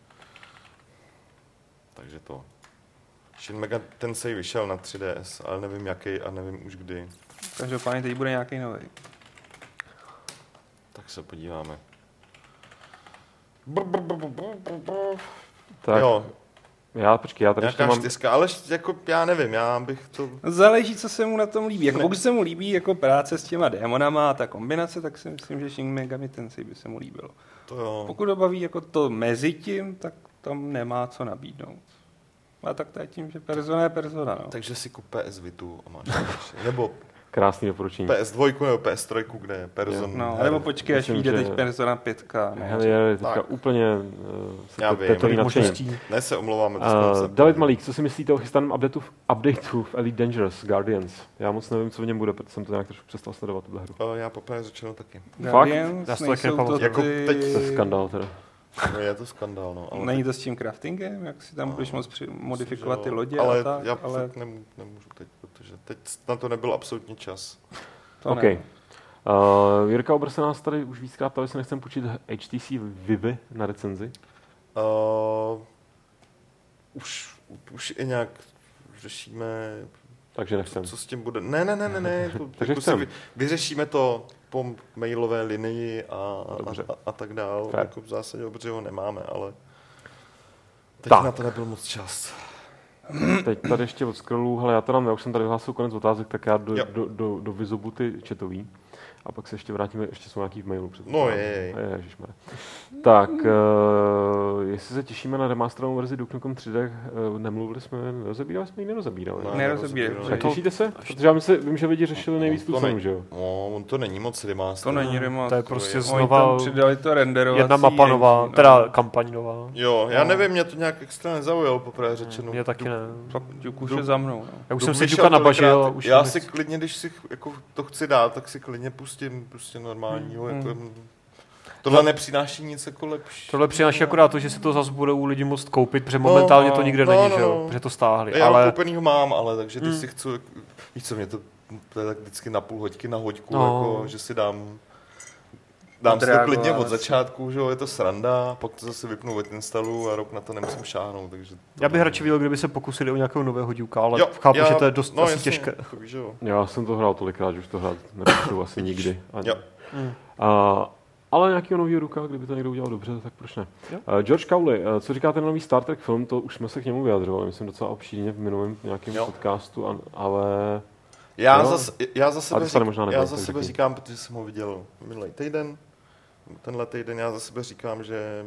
to. Shin Megami Tensei vyšel na 3DS, ale nevím jaký a nevím už kdy. Každopádně teď bude nějaký nový. Tak se podíváme. Tak, Jo, já tady ještě nějaká mám... 4, ale jako já nevím, já bych to... Záleží, co se mu na tom líbí. Jako pokud se mu líbí jako práce s těma démonama a ta kombinace, tak si myslím, že Shin Megami Tensei by se mu líbilo. To jo. Pokud ho baví jako to mezi tím, tak tam nemá co nabídnout. A tak to je tím, že persona je persona, no. Takže si kup PS Vitu a máš to. Nebo Krásný doporučení. PS2 nebo PS3, kde je Person. No, nebo počkej, až Myslím, vyjde že- teď Persona 5. Hele, je teďka Tak. úplně Já vím. tetový nadšení. možností. Ne, se omlouváme. to jsme David Malík, co si myslíte o chystaném updateu v Elite Dangerous Guardians? Já moc nevím, co v něm bude, protože jsem to nějak trošku přestal sledovat, tuhle hru. Já poprvé řečeno taky. Guardians, Já si to taky nejsou nepamatuju. Jako teď To je skandál teda. No, je to skandál, no. Ale Není to s tím craftingem, jak si tam budeš moct modifikovat ty lodě ale a tak, já ale fakt nemůžu teď, protože teď na to nebyl absolutně čas. to OK. ne. Jirka Obr se nás tady už víckrát ptal, jestli nechcem půjčit HTC Vive na recenzi. Už i nějak řešíme, Takže nechcem. co s tím bude. Ne. Takže jako chcem. vyřešíme to po mailové linii Dobře. a tak dál. Fair. Jako v zásadě obře ho nemáme, ale teď Tak. na to nebyl moc čas. Teď tady ještě od scrollu, hele, já už jsem tady vyhlásil konec otázek, tak já Jo. do Vizobu ty chatový. A pak se ještě vrátíme, ještě jsou nějaký v mailu. No jej. Ježišmarja. Tak, jestli se těšíme na remasterovanou verzi Duke Nukem 3D, nemluvili jsme, nerozebírali jsme ji, nerozebírali. No, Nerozebírali. Tak těšíte se? Protože já vím, že lidi řešili nejvíc tu To cenu, ne- že jo? No, on to není moc remaster. To není remaster. To je prostě Oni znova tam přidali to renderovací jedna mapa nová, engine, teda kampaň nová. Jo, já nevím, mě to nějak extra nezaujalo, poprvé řečeno. Mě taky ne. Fakt Duke už je za mnou. No. Já už Duke jsem si vyšel Duka nabažil a tolikrát, už já jsem si klidně, když si jako to chci dát, tak si klidně pustím prostě normálního. Jako, tohle nepřináší nic jako lepší. Tohle přináší akorát to, že si to zase budou lidi moct koupit, protože momentálně to nikde není, že jo, protože to stáhli. Já Ale koupenýho mám, ale takže když si chci, víš co, mě to je tak vždycky na půl hoďky, na hoďku, jako, že si dám si to klidně od začátku, že jo, je to sranda, pak to zase vypnu od instalu a rok na to nemusím šáhnout, takže... já bych radši viděl, kdyby se pokusili o nějakého nového dílka, ale Jo, chápu, že to je dost asi jasně, těžké. jako víš, že jo. Já jsem to hrál tolikrát, že už to hrát nepůjdu asi nikdy. Jo. Ale nějakého nového Duka, kdyby to někdo udělal dobře, tak proč ne? George Cowley, co říkáte na nový Star Trek film, to už jsme se k němu vyjadřovali, myslím docela obšírně v minulém nějakém podcastu, ale... Já Jo. za Ale to tady možná nebylo, já za tak sebe řekni. říkám, protože jsem ho viděl minulý týden, tenhle týden, já za sebe říkám, že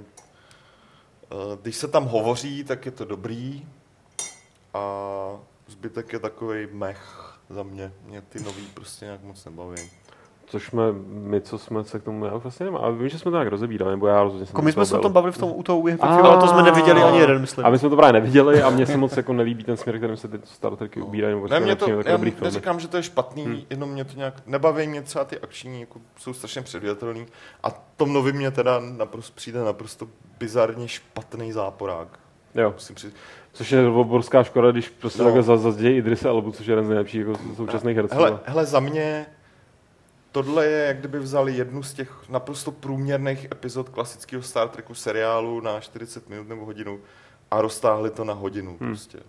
když se tam hovoří, tak je to dobrý a zbytek je takovej mech za mě. Mě ty nový prostě nějak moc nebaví. Což my, co jsme se k tomu, já vlastně nemám, ale vím, že jsme to nějak rozebírali, nebo já rozhodně jsem Jako my jsme se o byl. tom bavili v tom, u toho UFF, ale to jsme neviděli ani jeden, myslím. A my jsme to právě neviděli a mně se moc jako nelíbí ten směr, kterým se ty Star Treky ubírají, nebo Ne, mě to, takový já dobrý film. neříkám, že to je špatný, jenom mě to nějak nebaví, mě třeba ty akční jako jsou strašně předvětelný a tom novým mě teda přijde naprosto bizarně špatný záporák. Jo. Musím přijít. Což je obrovská škoda, když prostě takhle zazdějí Idrisa Elbu, což je jeden z nejlepších jako současných herců. Hele, za mě tohle je, jak kdyby vzali jednu z těch naprosto průměrných epizod klasického Star Treku seriálu na 40 minut nebo hodinu a roztáhli to na hodinu prostě.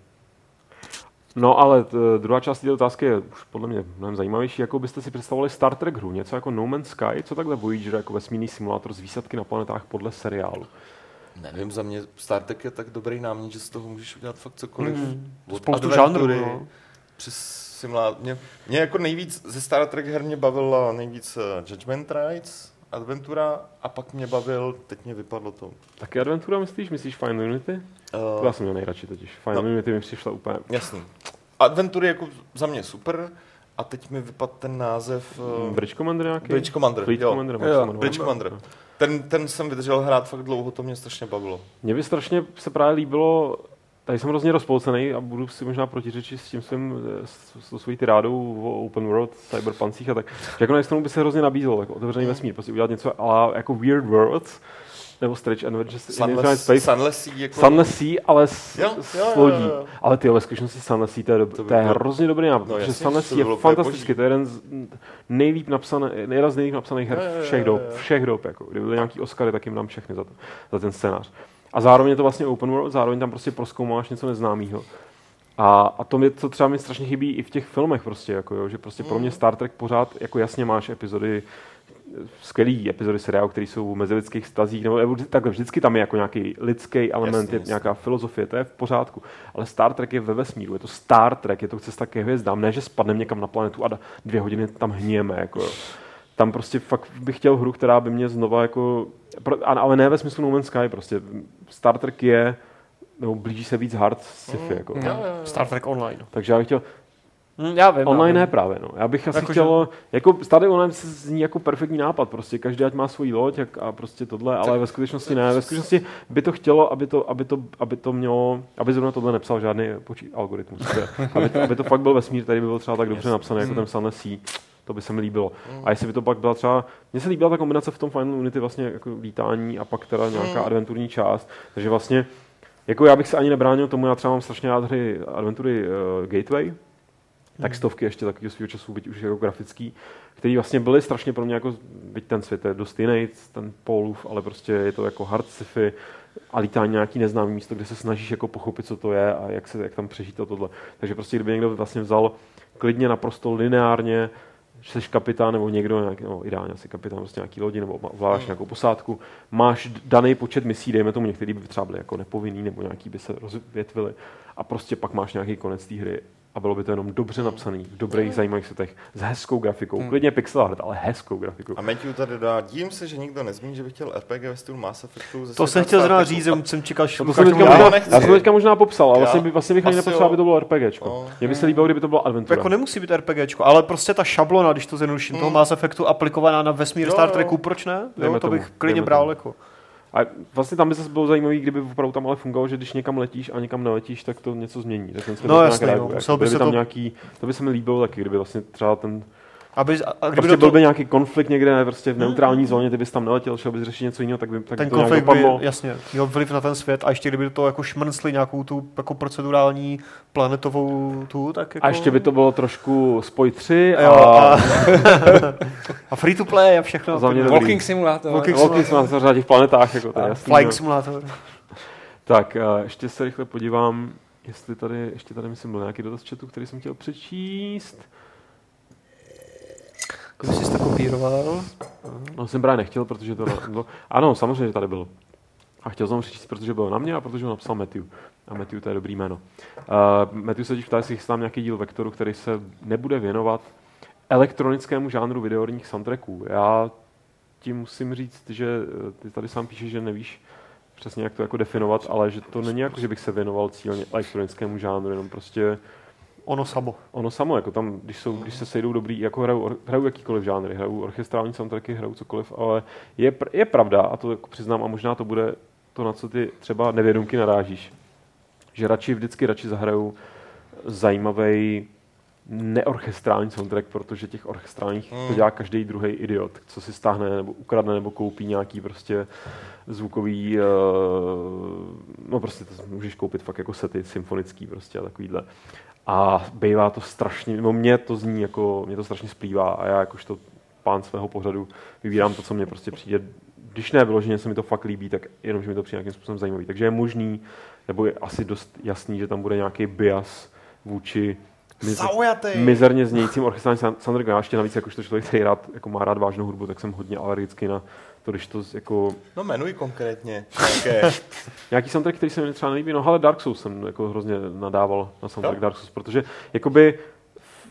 No ale druhá část té otázky je už podle mě mnohem zajímavější. Jakou byste si představovali Star Trek hru? Něco jako No Man's Sky? Co takhle Voyager jako vesmírný simulátor z výsadky na planetách podle seriálu? Nevím, za mě Star Trek je tak dobrý námět, že z toho můžeš udělat fakt cokoliv. Od Spoustu adventury žánrů, no. Přes simulátor. Mě jako nejvíc ze Star Trek her mě bavila nejvíc Judgment Rights, Adventura a pak mě bavil, teď mě vypadlo to. Taky Adventura myslíš? Myslíš Final Unity? To já jsem měl nejradši totiž. Final Unity mi přišla úplně... Jasný. Adventury jako za mě super A teď mi vypadl ten název... Bridge Commander nějaký? Bridge Commander, Bridge jo. Commander, Bridge Commander. Ten jsem vydržel hrát fakt dlouho, to mě strašně bavilo. Mně by strašně se právě líbilo, tady jsem hrozně rozpolcený a budu si možná protiřečit s tím svojí tyrádou o open world, cyberpuncích a tak. Že jako na stranu by se hrozně nabízelo, jako otevřený vesmír, prostě udělat něco ale jako Weird Worlds, nebo Stretch Adventures Sunless Sea, ale s lodí. Ale ty ve skutečnosti Sunless Sea, to je hrozně dobrý nápad, protože Sunless Sea je fantastický, to je jeden z nejlíp napsaných her všech dob, jako. Kdyby byly nějaký Oscary, tak jim dám všechny za ten scénář. A zároveň je to vlastně open world, zároveň tam prostě prozkoumáš něco neznámého. A to mě to třeba mi strašně chybí i v těch filmech prostě, jako jo, že prostě pro mě Star Trek pořád jako jasně máš epizody, skvělý epizody seriálu, které jsou v mezilidských vztazích, nebo takhle vždycky tam je jako nějaký lidský element, je nějaká filozofie, to je v pořádku. Ale Star Trek je ve vesmíru, je to Star Trek, je to cesta ke hvězdám, ne, že spadneme někam na planetu a 2 hodiny tam hníjeme, jako jo. Tam prostě fakt bych chtěl hru, která by mě znova jako, ale ne ve smyslu No Man's Sky, prostě Star Trek je, nebo blíží se víc hard sci-fi, jako. Star Trek Online. Takže já bych chtěl, já vím, online ne právě, no. Já bych asi chtěl, jako Star Trek Online se zní jako perfektní nápad, prostě každý ať má svoji loď a prostě tohle, ale ve skutečnosti ne. Ve skutečnosti by to chtělo, aby to mělo, aby zrovna tohle nepsal žádný algoritmus. Aby to fakt byl vesmír, který by byl třeba tak dobře napsaný, jako ten Sunless Sea. To by se mi líbilo. A jestli by to pak byla třeba, mně se líbila ta kombinace v tom Final Unity vlastně jako lítání a pak teda nějaká adventurní část, takže vlastně jako já bych se ani nebránil tomu, já třeba mám strašně rád hry adventury Gateway, tak stovky ještě takového svého času, byť už jako grafický, který vlastně byly strašně pro mě jako, byť ten svět je dost jiný, ten Polův, ale prostě je to jako hard sci-fi a lítání nějaký neznámý místo, kde se snažíš jako pochopit, co to je a jak tam přežít tohle. Takže prostě kdyby někdo vlastně vzal klidně naprosto lineárně, jsi kapitán nebo někdo, nebo ideálně asi kapitán prostě nějaký lodi nebo vládáš nějakou posádku, máš daný počet misí, dejme tomu, některý by třeba byly jako nepovinný nebo nějaký by se rozvětvili a prostě pak máš nějaký konec té hry a bylo by to jenom dobře napsaný, v dobrých, zajímavých setech, s hezkou grafikou, klidně pixel art, ale hezkou grafikou. A Matthew tady dá, dívím se, že nikdo nezmíní, že by chtěl RPG ve stylu Mass Effectu. To jsem chtěl zrovna říct, jsem čekal, že já jsem teďka možná popsal, ale vlastně bych ani nepotřeboval, aby to bylo RPGčko. Mně by se líbilo, kdyby to bylo adventura. Jako nemusí být RPGčko, ale prostě ta šablona, když to zjednoduším, toho Mass Effectu aplikovaná na vesmír Star Treku, proč ne? Jo, to bych klidně bral jako. A vlastně tam by zase bylo zajímavý, kdyby opravdu tam ale fungovalo, že když někam letíš a někam neletíš, tak to něco změní. Tak ten svět musel by se tam to... nějaký, to by se mi líbilo taky, kdyby vlastně třeba ten... Kdyby byl by nějaký konflikt někde prostě v neutrální zóně, ty bys tam neletěl, šel bys řešit něco jiného, tak by ten to konflikt nějak dopadlo. By, jasně, měl vliv na ten svět a ještě kdyby to jako šmrncli nějakou tu jako procedurální planetovou tu, tak jako... A ještě by to bylo trošku Spoj 3 a free to play a všechno. Walking Simulator. Walking Simulator na těch planetách, jako to je jasný. Flying Simulator. Tak, ještě se rychle podívám, jestli tady, ještě tady myslím byl nějaký dotaz chatu, který jsem chtěl přečíst. Kdyby jsi to kopíroval? No, jsem právě nechtěl, protože to bylo... Ano, samozřejmě tady byl. A chtěl jsem ho přečíst, protože byl na mě a protože ho napsal Matthew. A Matthew to je dobrý jméno. Matthew se teď ptá, jestli chystám nějaký díl Vektoru, který se nebude věnovat elektronickému žánru videoherních soundtracků. Já ti musím říct, že ty tady sám píšeš, že nevíš přesně, jak to jako definovat, ale že to není jako, že bych se věnoval cílně elektronickému žánru, jenom prostě Ono samo, jako tam, když se sejdou dobrý, jako hrajou jakýkoliv žánry, hrajou orchestrální soundtracky, hrajou cokoliv, ale je pravda, a to jako přiznám, a možná to bude to, na co ty třeba nevědomky narážíš, že vždycky radši zahrajou zajímavý neorchestrální soundtrack, protože těch orchestrálních to dělá každý druhý idiot, co si stáhne nebo ukradne nebo koupí nějaký prostě zvukový, no prostě to můžeš koupit fakt jako sety symfonický prostě a takovýhle. A bývá to strašně, no mě to zní jako, mě to strašně splývá a já jakožto pán svého pořadu vybírám to, co mě prostě přijde, když ne vyloženě se mi to fakt líbí, tak jenom, že mi to přijde nějakým způsobem zajímavý. Takže je možný, nebo je asi dost jasný, že tam bude nějaký bias vůči mizerně znějícím orchestrálním soundtrackem. Já ještě navíc, jakožto člověk, který jako má rád vážnou hudbu, tak jsem hodně alergický na to, když to jako... No jmenuj konkrétně. Nějaký soundtrack, který se mi třeba nelíbí, no ale Dark Souls jsem jako hrozně nadával na soundtrack Dark Souls, protože jakoby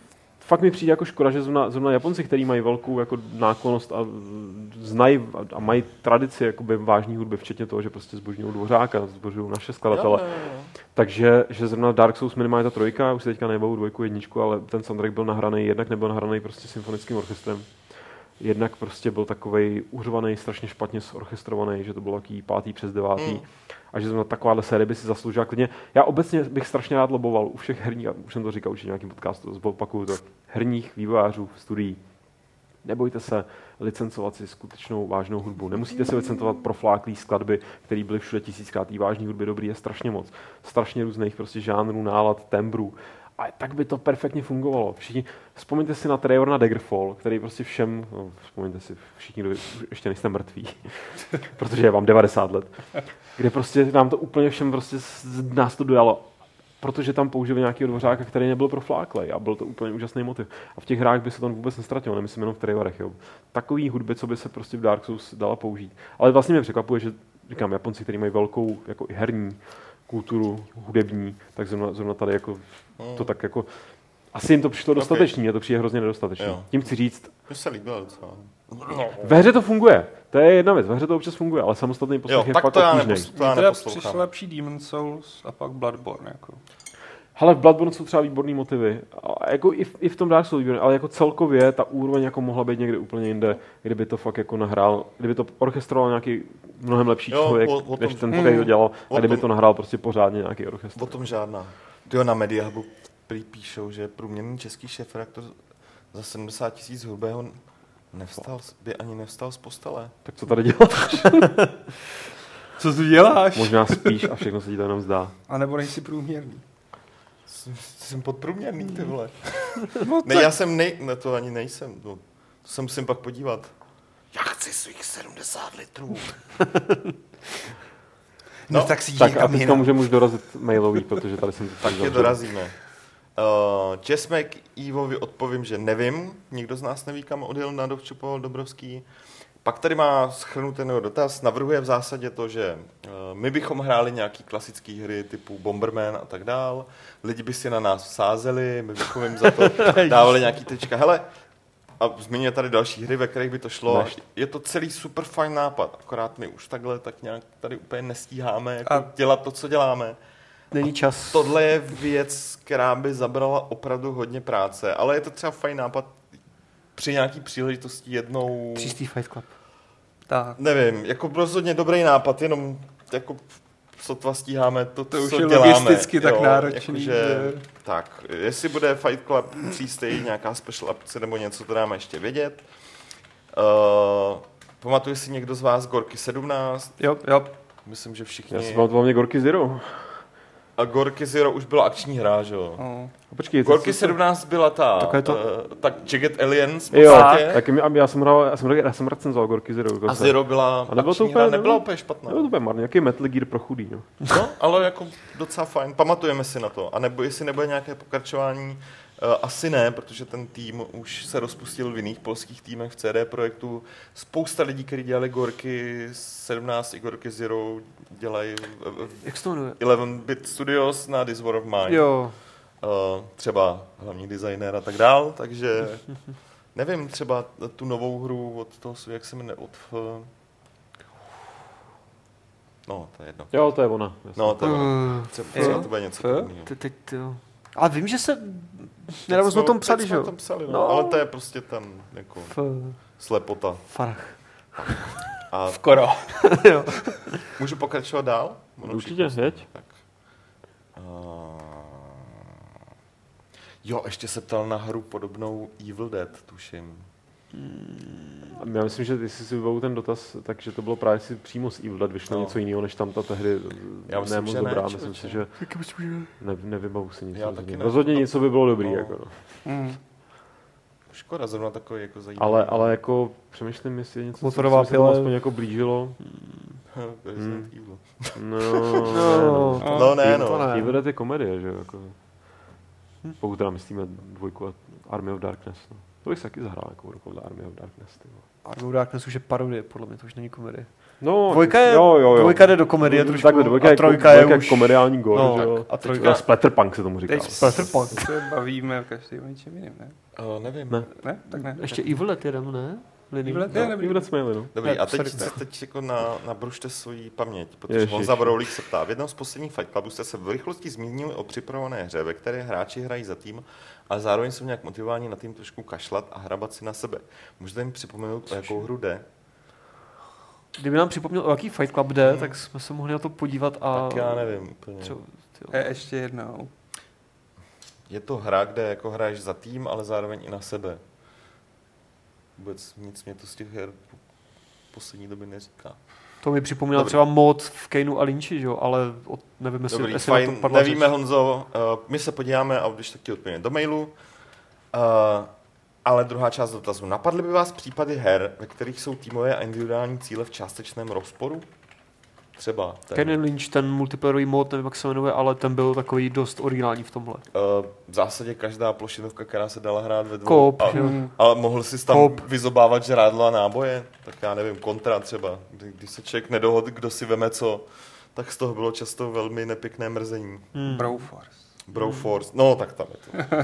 fakt mi přijde jako škoda, že zrovna Japonci, kteří mají velkou jako náklonost a znají a mají tradici jakoby vážní hudby, včetně toho, že prostě zbožňují Dvořáka, zbožňují naše skladatele. Takže že zrovna Dark Souls minimálně ta trojka, už se teďka nebavu 2, 1, ale ten soundtrack byl nahraný, jednak nebyl nahraný prostě symfonickým orchestrem. Jednak prostě byl takovej uřvaný, strašně špatně zorchestrovaný, že to bylo taký 5. přes 9. A že zrovna takováhle série by si zasloužila klidně. Já obecně bych strašně rád loboval u všech herních, už jsem to říkal určitě v nějakém podcastu, opakuju to, herních vývojářů v studií. Nebojte se licencovat si skutečnou vážnou hudbu. Nemusíte si licencovat profláklý skladby, které byly všude 1000krát. Vážný hudby dobrý je strašně moc. Strašně různých prostě žánrů, nálad, tembrů. A tak by to perfektně fungovalo. Všichni, vzpomeňte si na Trevor na Daggerfall, který prostě všem, vzpomeňte si všichni, kdo ještě nejste mrtví, protože je vám 90 let, kde prostě nám to úplně všem prostě nás to dojalo, protože tam použili nějakého Dvořáka, který nebyl profláklej a byl to úplně úžasný motiv. A v těch hrách by se to vůbec nestratilo, nemyslím jenom v Trevorech, jo. Takový hudby, co by se prostě v Dark Souls dala použít. Ale vlastně mě překvapuje, že říkám, Japonci, kteří mají velkou jako i herní kulturu hudební, tak zrovna tady jako to tak jako asi jim to přišlo dostatečný, mě to přijde hrozně nedostatečný. Jo. Tím chci říct, mně se líbilo docela. Ve hře to funguje. To je jedna věc, ve hře to občas funguje, ale samostatný poslech je fakt obtížnej. Teda přišel lepší Demon's Souls a pak Bloodborne jako. Hele, v Bloodborne jsou třeba výborný motivy. A jako i v tom Dark Souls výborný, ale jako celkově ta úroveň jako mohla být někde úplně jinde, kdyby to fakt jako nahrál, kdyby to orchestroval nějaký mnohem lepší člověk, než ten, který to dělal, a kdyby to nahrál prostě pořádně nějaký orchestr. O tom žádná. Tyjo, na Mediahubu píšou, že průměrný český šéfredaktor za 70 000 hrubého by ani nevstal z postele. Tak co tady děláš? Co tu děláš? Možná spíš a všechno se ti to jenom zdá. A nebo nejsi průměrný. Jsem podprůměrný, ty vole. No ne, já jsem to ani nejsem. No, to se musím pak podívat. Já chci svých 70 litrů. No tak si tak a teďka můžeme už dorazit mailový, protože tady jsem to tak je dorazíme. Česmek Ivovi odpovím, že nevím. Nikdo z nás neví, kam odjel na Dovčupoval Dobrovský. Pak tady má shrnutý dotaz. Navrhuje v zásadě to, že my bychom hráli nějaký klasický hry typu Bomberman a tak dál. Lidi by si na nás sázeli, my bychom jim za to dávali nějaký trička. Hele, a zmiňuje tady další hry, ve kterých by to šlo. Je to celý super fajn nápad, akorát my už takhle tak nějak tady úplně nestíháme jako dělat to, co děláme. Není čas. Tohle je věc, která by zabrala opravdu hodně práce, ale je to třeba fajn nápad při nějaký příležitosti jednou... Příští Fight Club. Tak. Nevím, jako rozhodně dobrý nápad, jenom jako sotva stíháme to už co je děláme. Logisticky tak náročný. Jakože, tak, jestli bude Fight Club přístej, nějaká special akce nebo něco, to dáme ještě vědět. Pamatuje si někdo z vás Gorky 17? Jo. Myslím, že všichni... Já si pamatuju mě Gorky Zero. A Gorky Zero už byla akční hra, že jo? Počkej, Gorky 17 byla ta Jagged Aliens. Jo, tak já jsem recenzoval Gorky Zero. A Zero byla akční hra, nebyla úplně špatná. Nebylo to úplně marný, nějaký Metal Gear pro chudý. No, ale jako docela fajn, pamatujeme si na to. A nebo jestli nebude nějaké pokračování, asi ne, protože ten tým už se rozpustil v jiných polských týmech v CD Projektu. Spousta lidí, kteří dělali Gorky 17 i Gorky Zero, dělají 11-bit Studios na This War of Mine. Jo. Třeba hlavní designér a tak dál, takže nevím, třeba tu novou hru od toho, jak se jmenuje, no, to je jedno. Jo, to je ona. No, to je ona. Třeba to bude něco podobného. Ale vím, že se... Nedávno jsme o tom psali, že jo? No. Ale to je prostě ten jako slepota. Farach. A skoro. Jo. Můžu pokračovat dál? Určitě, jeď. Tak. Jo, ještě se ptal na hru podobnou Evil Dead, tuším. Já myslím, že jestli si vybavu ten dotaz, takže to bylo právě si přímo z Evil Dead vyšlo něco jiného, než tam ta tehdy nemoc dobrá. Myslím si, že nevybavu si nic. Rozhodně něco by bylo dobrý. No. Jako, no. Škoda, zrovna takový jako zajímavý. Ale jako přemýšlím, jestli je něco, motorová co se tomu aspoň jako blížilo. Evil Dead je komedie, že jo? Jako. Pokud teda myslíme 2 a Army of Darkness. No. To bych se taky zahrál jako World of Army of Darkness. Army of Darkness už je parodie, podle mě, to už není komedie. No, Dvojka jde do komedie trošku, takhle, a trojka je už... komediální gore, no, že jo. a trojka... Splatterpunk se tomu říká. Teď se bavíme každý o něčem jiným, ne? Nevím. Ne? Tak ne. Ještě Evil Dead jedem, ne? Evil Dead jsme jeli, no. Dobrý, a teď jako nabrušte svoji paměť, protože Honza Broulík se ptá. V jednom z posledních Fight Clubů jste se v rychlosti zmínili o připravované hře, ve které hráči hrají za tým, ale zároveň jsou nějak motivováni na tým trošku kašlat a hrabat si na sebe. Můžete mi připomenout, o jakou hru jde? Kdyby nám připomněl, o jaký Fight Club jde, tak jsme se mohli na to podívat a... Tak já nevím úplně. Ještě jednou. Je to hra, kde jako hraješ za tým, ale zároveň i na sebe. Vůbec nic mě to z těch her poslední doby neříká. To mi připomnělo třeba mod v Kejnu a Lynchi, jo? Ale nevím, jestli... Dobrý, jestli fajn, na to padla nevíme, řeč. Honzo, my se podíváme a když tak ti odpovíme do mailu. Ale druhá část dotazu. Napadly by vás případy her, ve kterých jsou týmové a individuální cíle v částečném rozporu? Třeba. Kane and Lynch, ten multiplayerový mod, nevím, jak se jmenuje, ale ten byl takový dost originální v tomhle. V zásadě každá plošinovka, která se dala hrát ve dvou. Coop, ale mohl si tam vyzobávat žrádlo a náboje? Tak já nevím, kontra třeba. Když se člověk nedohodl, kdo si veme co, tak z toho bylo často velmi nepěkné mrzení. Broforce. No, tak tam je to.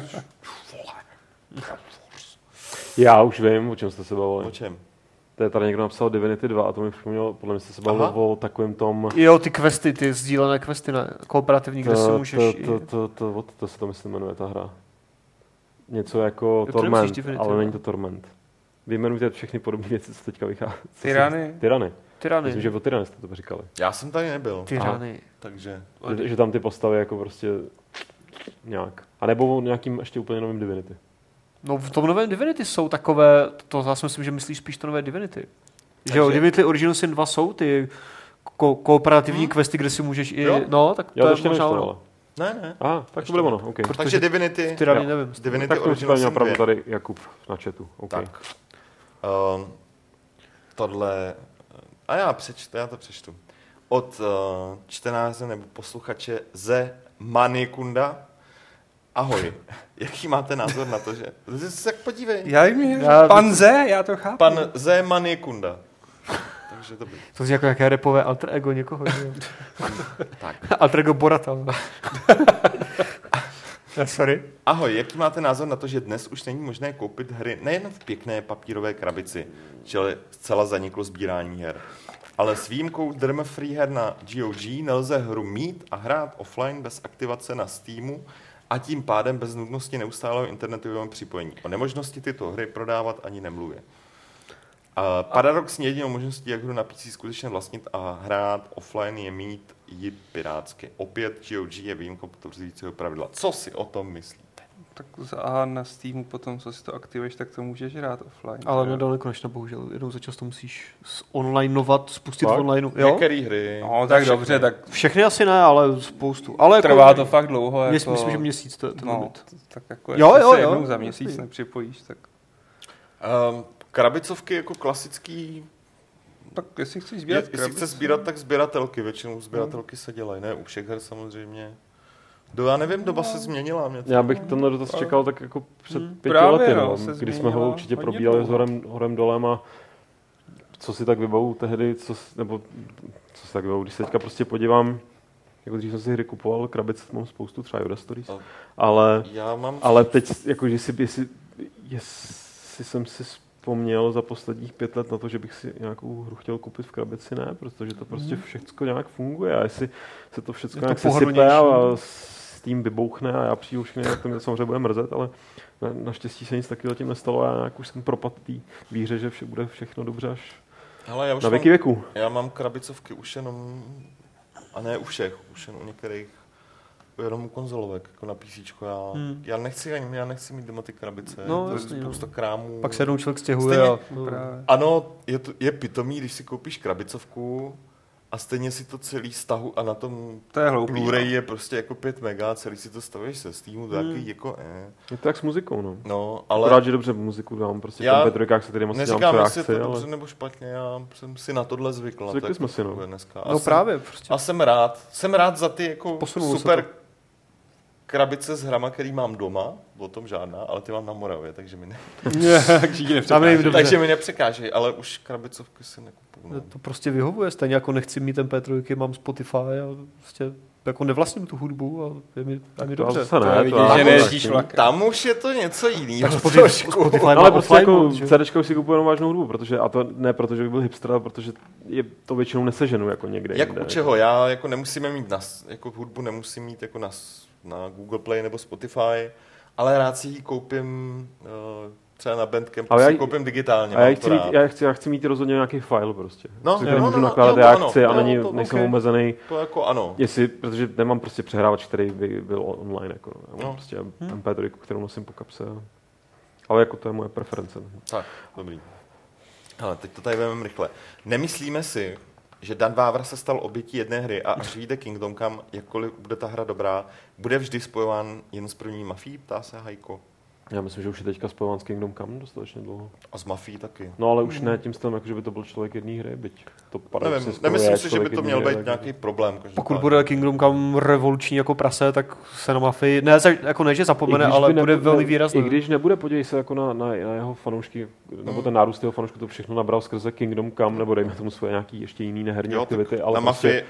Já už vím, o čem jste se bavili. O čem? To je tady někdo napsal Divinity 2 a to mi připomnělo, podle mě jste se bavili o takovém tom... Jo, ty questy, ty sdílené questy, ne? Kooperativní, kde si můžeš... To se to myslím jmenuje, ta hra. Něco jako Torment, ale není to Torment. Vyjmenujte všechny podobné věci, co teďka vychází. Tyrany. Myslím, že o Tyrany jste to říkali. Já jsem tady nebyl. Tyrany. Takže... Že tam ty postavy jako prostě nějak. A nebo o nějakým ještě úplně novým Divinity. No v tom novém Divinity jsou takové, to zase myslím, že myslíš spíš to nové Divinity. Že jo, Divinity Original Sin 2 jsou ty kooperativní questy, kde si můžeš i... Jo? No, tak to je možná ono. Ne. Tak to bude ono, okay. Takže Divinity... Tyrany nevím. Divinity tak to Original Sin 2. opravdu tady Jakub na chatu. Okay. Tak. Tohle... A já to přečtu. Od čtenáře nebo posluchače Ze Manikunda. Ahoj. Jaký máte názor na to, že... Tak podívej. Pan Ze, já to chápu. Pan Ze Manikunda. Takže to by... To je jako jaké rapové alter ego někoho. Tak. Alter ego Borata. Sorry. Ahoj, jaký máte názor na to, že dnes už není možné koupit hry nejen v pěkné papírové krabici, čili zcela zaniklo sbírání her, ale s výjimkou drm-free her na GOG nelze hru mít a hrát offline bez aktivace na Steamu a tím pádem bez nutnosti neustálého internetového připojení. O nemožnosti tyto hry prodávat ani nemluvě. Paradoxně jedinou možností, jak hru na PC skutečně vlastnit a hrát offline, je mít ji pirátsky. Opět GOG je výjimkou potvrzujícího pravidla. Co si o tom myslíte? Tak na Steamu potom, co si to aktivuješ, tak to můžeš hrát offline. Ale nedaleko než bohužel. Jednou za čas to musíš onlineovat, spustit fakt? online. Některý hry. No, tak dobře, tak... Všechny asi ne, ale spoustu. Ale trvá jako, to fakt dlouho. Jako... Myslím, že měsíc to limit. Tak jako jo, se jednou za měsíc nepřipojíš, tak... Krabicovky jako klasický... Tak jestli chceš sbírat jestli chce sbírat, tak sběratelky. Většinou sběratelky se dělají, ne u všech her samozřejmě. Já nevím, doba se změnila. Já bych tenhle dotaz čekal tak jako před 5 lety, když jsme ho určitě probíhali s horem dolem a co si tak vybavu tehdy, co si tak vybavu, když se teďka prostě podívám, jako dřív jsem si hry kupoval, krabic mám spoustu, třeba Yoda Stories, ale teď, jako jestli jsem si vzpomněl za posledních 5 let na to, že bych si nějakou hru chtěl koupit v krabici, ne, protože to prostě všechno nějak funguje a jestli se to všechno nějak sesype a s tím vybouchne a já přijdu všechny, jak to mě samozřejmě bude mrzet, ale naštěstí se nic takového tím nestalo a já nějak už jsem propad té víře, že bude všechno dobře až na věky věku. Já mám krabicovky už jenom, a ne u všech, už jen u některých, jenom u konzolovek, jako na PCčko. Já nechci mít doma ty krabice, no, to je spousta krámů. Pak se jednou člověk stěhuje. Ano, je pitomý, když si koupíš krabicovku a stejně si to celý stahu a na tom Blu-ray je prostě jako 5 mega, celý si to stavíš se Steamu, to taky jako Je to jak s muzikou, no. No, ale... Rád, že dobře muziku dám, prostě v MP3 se tady moc dělám neříkám, reakci, jestli je to dobře nebo špatně, já jsem si na tohle zvykl. Zvykli jsme si, no. Dneska. No právě, prostě. A jsem rád za ty jako super krabice s hrama, který mám doma, o tom žádná, ale ty mám na Moravě, takže mi takže mi nepřekážejí, ale už krabicovky si nekupuju. To prostě vyhovuje, stejně jako nechci mít MP3, mám Spotify a prostě jako nevlastním tu hudbu a je mi dobře. Tam už je to něco jiného. Ale prostě jako CDčka už si kupuju jenom vážnou hudbu, protože, a to ne proto, že bych byl hipster, ale protože je to většinou neseženu jako někde. Jak u čeho? Já jako nemusíme mít jako hudbu nemusím mít jako na Google Play nebo Spotify, ale rád si ji koupím třeba na Bandcamp, si koupím digitálně. A já chci mít rozhodně nějaký file prostě. Můžu nakládat, já chci a nejsem omezený. To jako ano. Protože nemám prostě přehrávač, který by byl online. Jako, já mám prostě MP3, kterou nosím po kapse. Ale jako to je moje preference. Tak, dobrý. Ale teď to tady vezmeme rychle. Nemyslíme si, že Dan Vávra se stal obětí jedné hry a až vyjde Kingdom Come, jakkoliv bude ta hra dobrá, bude vždy spojován jen s první mafií, ptá se Hajko. Já myslím, že už je teďka spojován s Kingdom Come dostatečně dlouho. A s mafií taky. No ale už ne tím stylem, jako že by to byl člověk jedné hry, byť to nemyslím si, že by to měl být nějaký problém. Pokud bude Kingdom Come revoluční jako prase, tak se na mafii, ne, že zapomene, ale bude velmi výrazný. I když nebude, podívej se jako na jeho fanoušky, nebo ten nárůst jeho fanoušků to všechno nabral skrze Kingdom Come, nebo dejme tomu svoje nějaký ještě jiný neherní aktivity, ale prostě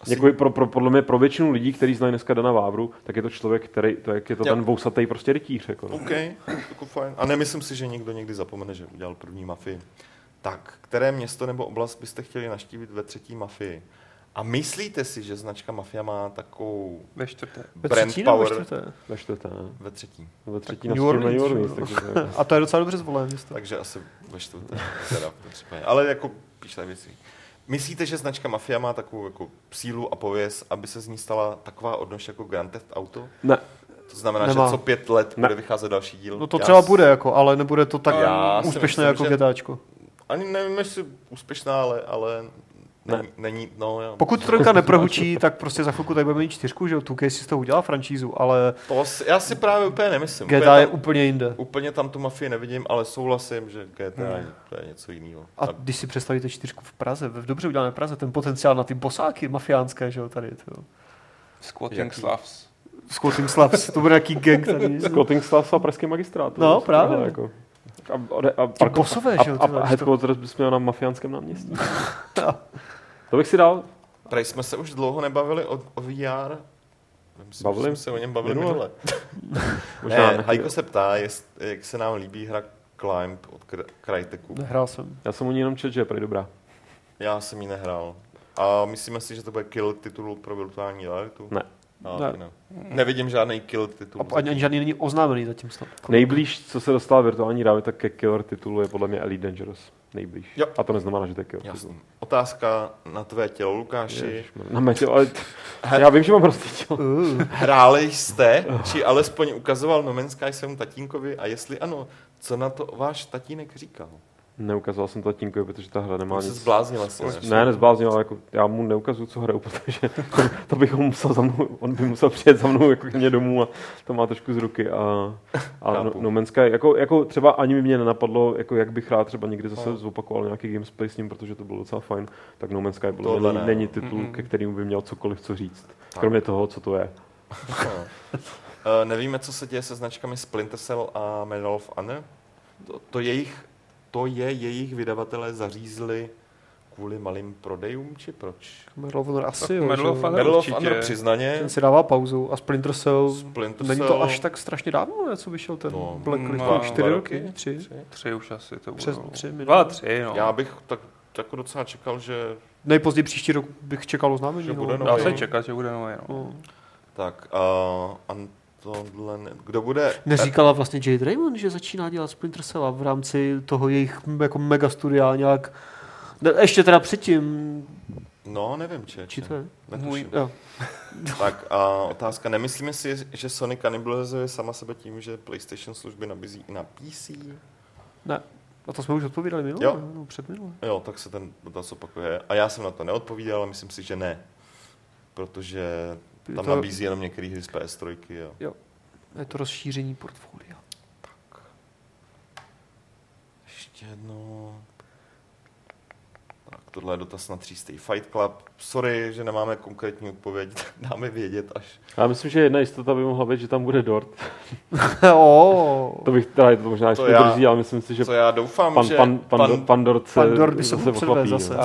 podle mě pro většinu lidí, kteří znají dneska Dana Vávru, tak je to člověk, který je to ten vousatý prostě rytíř. Jako, no. Jako fajn. A nemyslím si, že někdo někdy zapomene, že udělal první mafii. Tak, které město nebo oblast byste chtěli navštívit ve třetí mafii? A myslíte si, že značka Mafia má takovou ve čtvrté brand power? Ve čtvrté. Ve třetí. Ve třetí na New Orleans. A to je docela dobře zvolené město. Takže asi ve čtvrté. Teda, ale jako píšle věci. Myslíte, že značka Mafia má takovou jako sílu a pověst, aby se z ní stala taková odnož jako Grand Theft Auto? Ne. To znamená, že co 5 let bude vycházet další díl? No to třeba bude, jako, ale nebude to tak úspěšné jako GTAčko. Ani nevím, jestli úspěšná, ale není. No, pokud trojka neprohučí, tak prostě za chvilku tady budeme mít 4, že jo, 2K si z toho udělá franšízu, ale... Já si právě úplně nemyslím. GTA je úplně jinde. Úplně tam tu mafii nevidím, ale souhlasím, že GTA to je něco jiného. A když si představíte 4 v Praze, v dobře udělané Praze, ten potenciál na ty bosáky mafiánské, že jo, tady. Squatting Slavs. Squatting Slavs, to bude nějaký gang tady. Squatting Slavs a pražský magistrát. No, právě. Jako. Ty bosové, že jo? A headquarters bys měl na mafiánském náměstí. To bych si dal. Prej jsme se už dlouho nebavili o VR. Jsme se o něm bavili minule. Ne, Hajko se ptá, jak se nám líbí hra Climb od Cryteku. Nehrál jsem. Já jsem o ní jenom četl, že je prej dobrá. Já jsem ji nehrál. A myslíme si, že to bude kill titul pro virtuální realitu? Ne. Ne. Nevidím žádný kill titul. A ani žádný není oznámený zatím snad. Nejblíž, co se dostala virtuální realita ke killer titulu, je podle mě Elite Dangerous. Nejblíž. Jo. A to neznamená, že to je killer titul. titul. Otázka na tvé tělo, Lukáši. Na mé tělo, ale já vím, že mám prostě tělo. Hráli jste, či alespoň ukazoval No Man's Sky svému tatínkovi a jestli ano, co na to váš tatínek říkal? Neukazoval jsem tatínkovi, protože ta hra nemá nic. Se zbláznil asi. Ne, nezbláznil, ale jako já mu neukazuju, co hraju, protože to bych ho musel za mnou, on by musel přijet za mnou jako k mě domů a to má trošku z ruky. A No Man's Sky, jako třeba ani mě nenapadlo, jako jak bych rád třeba někdy zase zopakoval nějaký gameplay s ním, protože to bylo docela fajn, tak No Man's Sky není titul, ke kterému by měl cokoliv co říct, kromě toho, co to je. Nevíme, co se děje se značkami Splinter Cell a Medal of Honor. To je jejich vydavatelé zařízli kvůli malým prodejům, či proč? Medal of Honor asi, jo. Medal of Honor přiznaně. Ten si dává pauzu a Splinter Cell není to až tak strašně dávno, co vyšel ten Blacklist? 4 roky? 3 už asi to přes budou. 3 no. Já bych tak jako docela čekal, že... Nejpozději příští rok bych čekal oznámení. Dá se čekat, že bude nový. Tak kdo bude... Neříkala vlastně Jade Raymond, že začíná dělat Splinter Cell v rámci toho jejich jako megastudia nějak... Ještě teda předtím... No, nevím, či to je? Tak a otázka. Nemyslíme si, že Sony kanibalizuje sama sebe tím, že PlayStation služby nabízí i na PC? Ne. A to jsme už odpovídali minule? Předminule. Jo, tak se ten dotaz opakuje. A já jsem na to neodpovídal, ale myslím si, že ne. Protože tam nabízí jenom některé hry z PS3. Jo. Je to rozšíření portfolia. Tak. Ještě jedno. tohle je dotaz na třístý Fight Club. Sorry, že nemáme konkrétní odpověď, dáme vědět až. Já myslím, že jedna jistota by mohla být, že tam bude dort. To bych teda, to možná ještě drží, ale myslím si, že to já doufám, že pan Dort se pan Dort by se ochlapí. zase.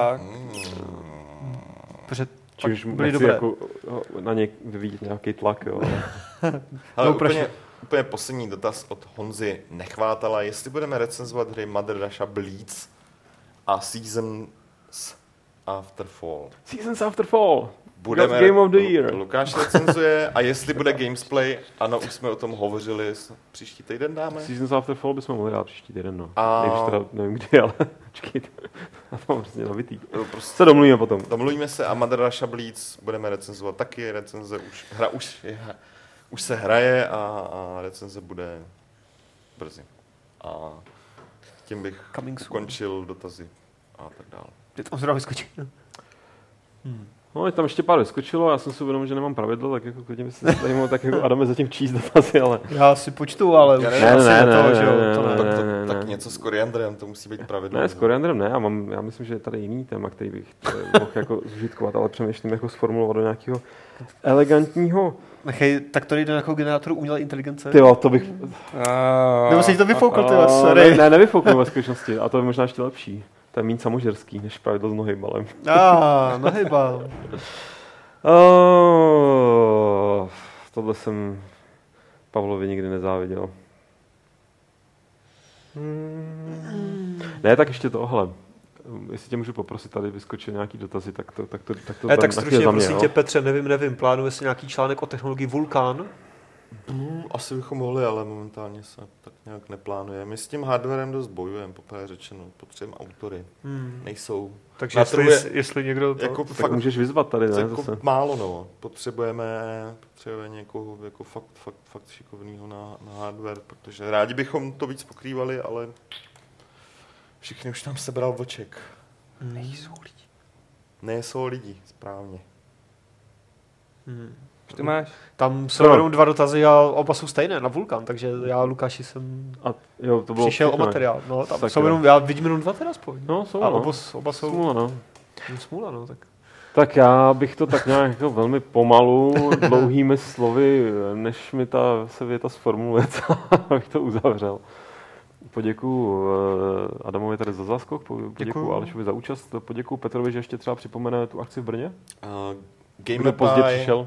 Čiž nechci jako na ně vyvíjet nějaký tlak. Jo. Ale úplně poslední dotaz od Honzy Nechvátala. Jestli budeme recenzovat hry Mother Russia Bleeds a Seasons After Fall. Seasons After Fall. Budeme Game of the Year. Lukáš recenzuje a jestli bude Gamesplay, ano, už jsme o tom hovořili, příští týden dáme. Seasons After Fall bychom mohli dát příští týden, no. A... Nejvíc teda nevím kdy, ale počkejte. Já to mám prostě nabitý. Prostě se domluvíme potom. Domluvíme se a Mother Russia Bleeds budeme recenzovat taky. Recenze už se hraje a recenze bude brzy. A tím bych ukončil dotazy a tak dále. Ty tam zrovna vyskočí. No, je tam ještě pár vyskočilo, já jsem si uvědomil, že nemám pravidlo, tak jako klidně by se zajímalo, tak jako Adame zatím číst dotazy, ale... Já si počtu, ale už Tak něco s koriandrem, to musí být pravidlo. Ne, s koriandrem ne, já myslím, že je tady jiný téma, který bych mohl jako zužitkovat, ale přemýšlím jako sformulovat do nějakého elegantního... Nechej, tak to jde jako generátor umělé inteligence. Tyjo, to bych... Nebo si to vyfoukl, tyjo, sorry. Ne, nevyfouknu ve skutečnosti, a to je možná ještě lepší. To je méně samožerský, než pravidlo s nohejbalem. Nohejbal. Tohle jsem Pavlovi nikdy nezáviděl. Ne, tak ještě tohle. Jestli tě můžu poprosit, tady vyskočit nějaký dotazy, tak to tak stručně, prosím tě, Petře, nevím, plánuje si nějaký článek o technologii Vulkan? Asi bychom mohli, ale momentálně se tak nějak neplánuje. My s tím hardwarem dost bojujeme, poprvé řečeno. Potřebujeme autory. Nejsou. Takže jestli někdo to... Jako fakt můžeš vyzvat tady, ne? Jako málo, no. Potřebujeme někoho jako fakt šikovného na hardware, protože rádi bychom to víc pokrývali, ale všichni už tam sebral voček. Nejsou lidi, správně. Ty máš? Tam jsou jenom 2 dotazy a oba jsou stejné na Vulkan, takže já Lukáši jsem to bylo přišel o materiál. No, tam jsou jenom, já vidím jenom 2 teda aspoň. No, jsou, a oba jsou... Smůla, no. Smůla, no, tak. Tak já bych to tak nějak jako velmi pomalu, dlouhými slovy, než mi se věta sformuluje, abych to uzavřel. Poděkuju Adamovi tady za záskok, poděkuju Alešovi za účast, poděkuju Petrovi, že ještě třeba připomene tu akci v Brně. Game pozdě přišel.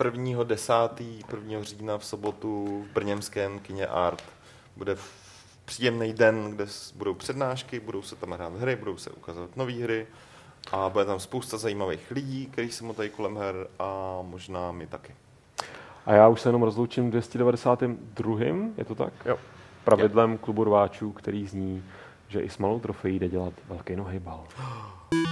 1. října v sobotu v brněnském kině Art. Bude příjemný den, kde budou přednášky, budou se tam hrát hry, budou se ukazovat nové hry a bude tam spousta zajímavých lidí, kteří se motají kolem her a možná my taky. A já už se jenom rozloučím 292. Je to tak? Jo. Pravidlem klubu rváčů, který zní, že i s malou trofejí jde dělat velký nohejbal.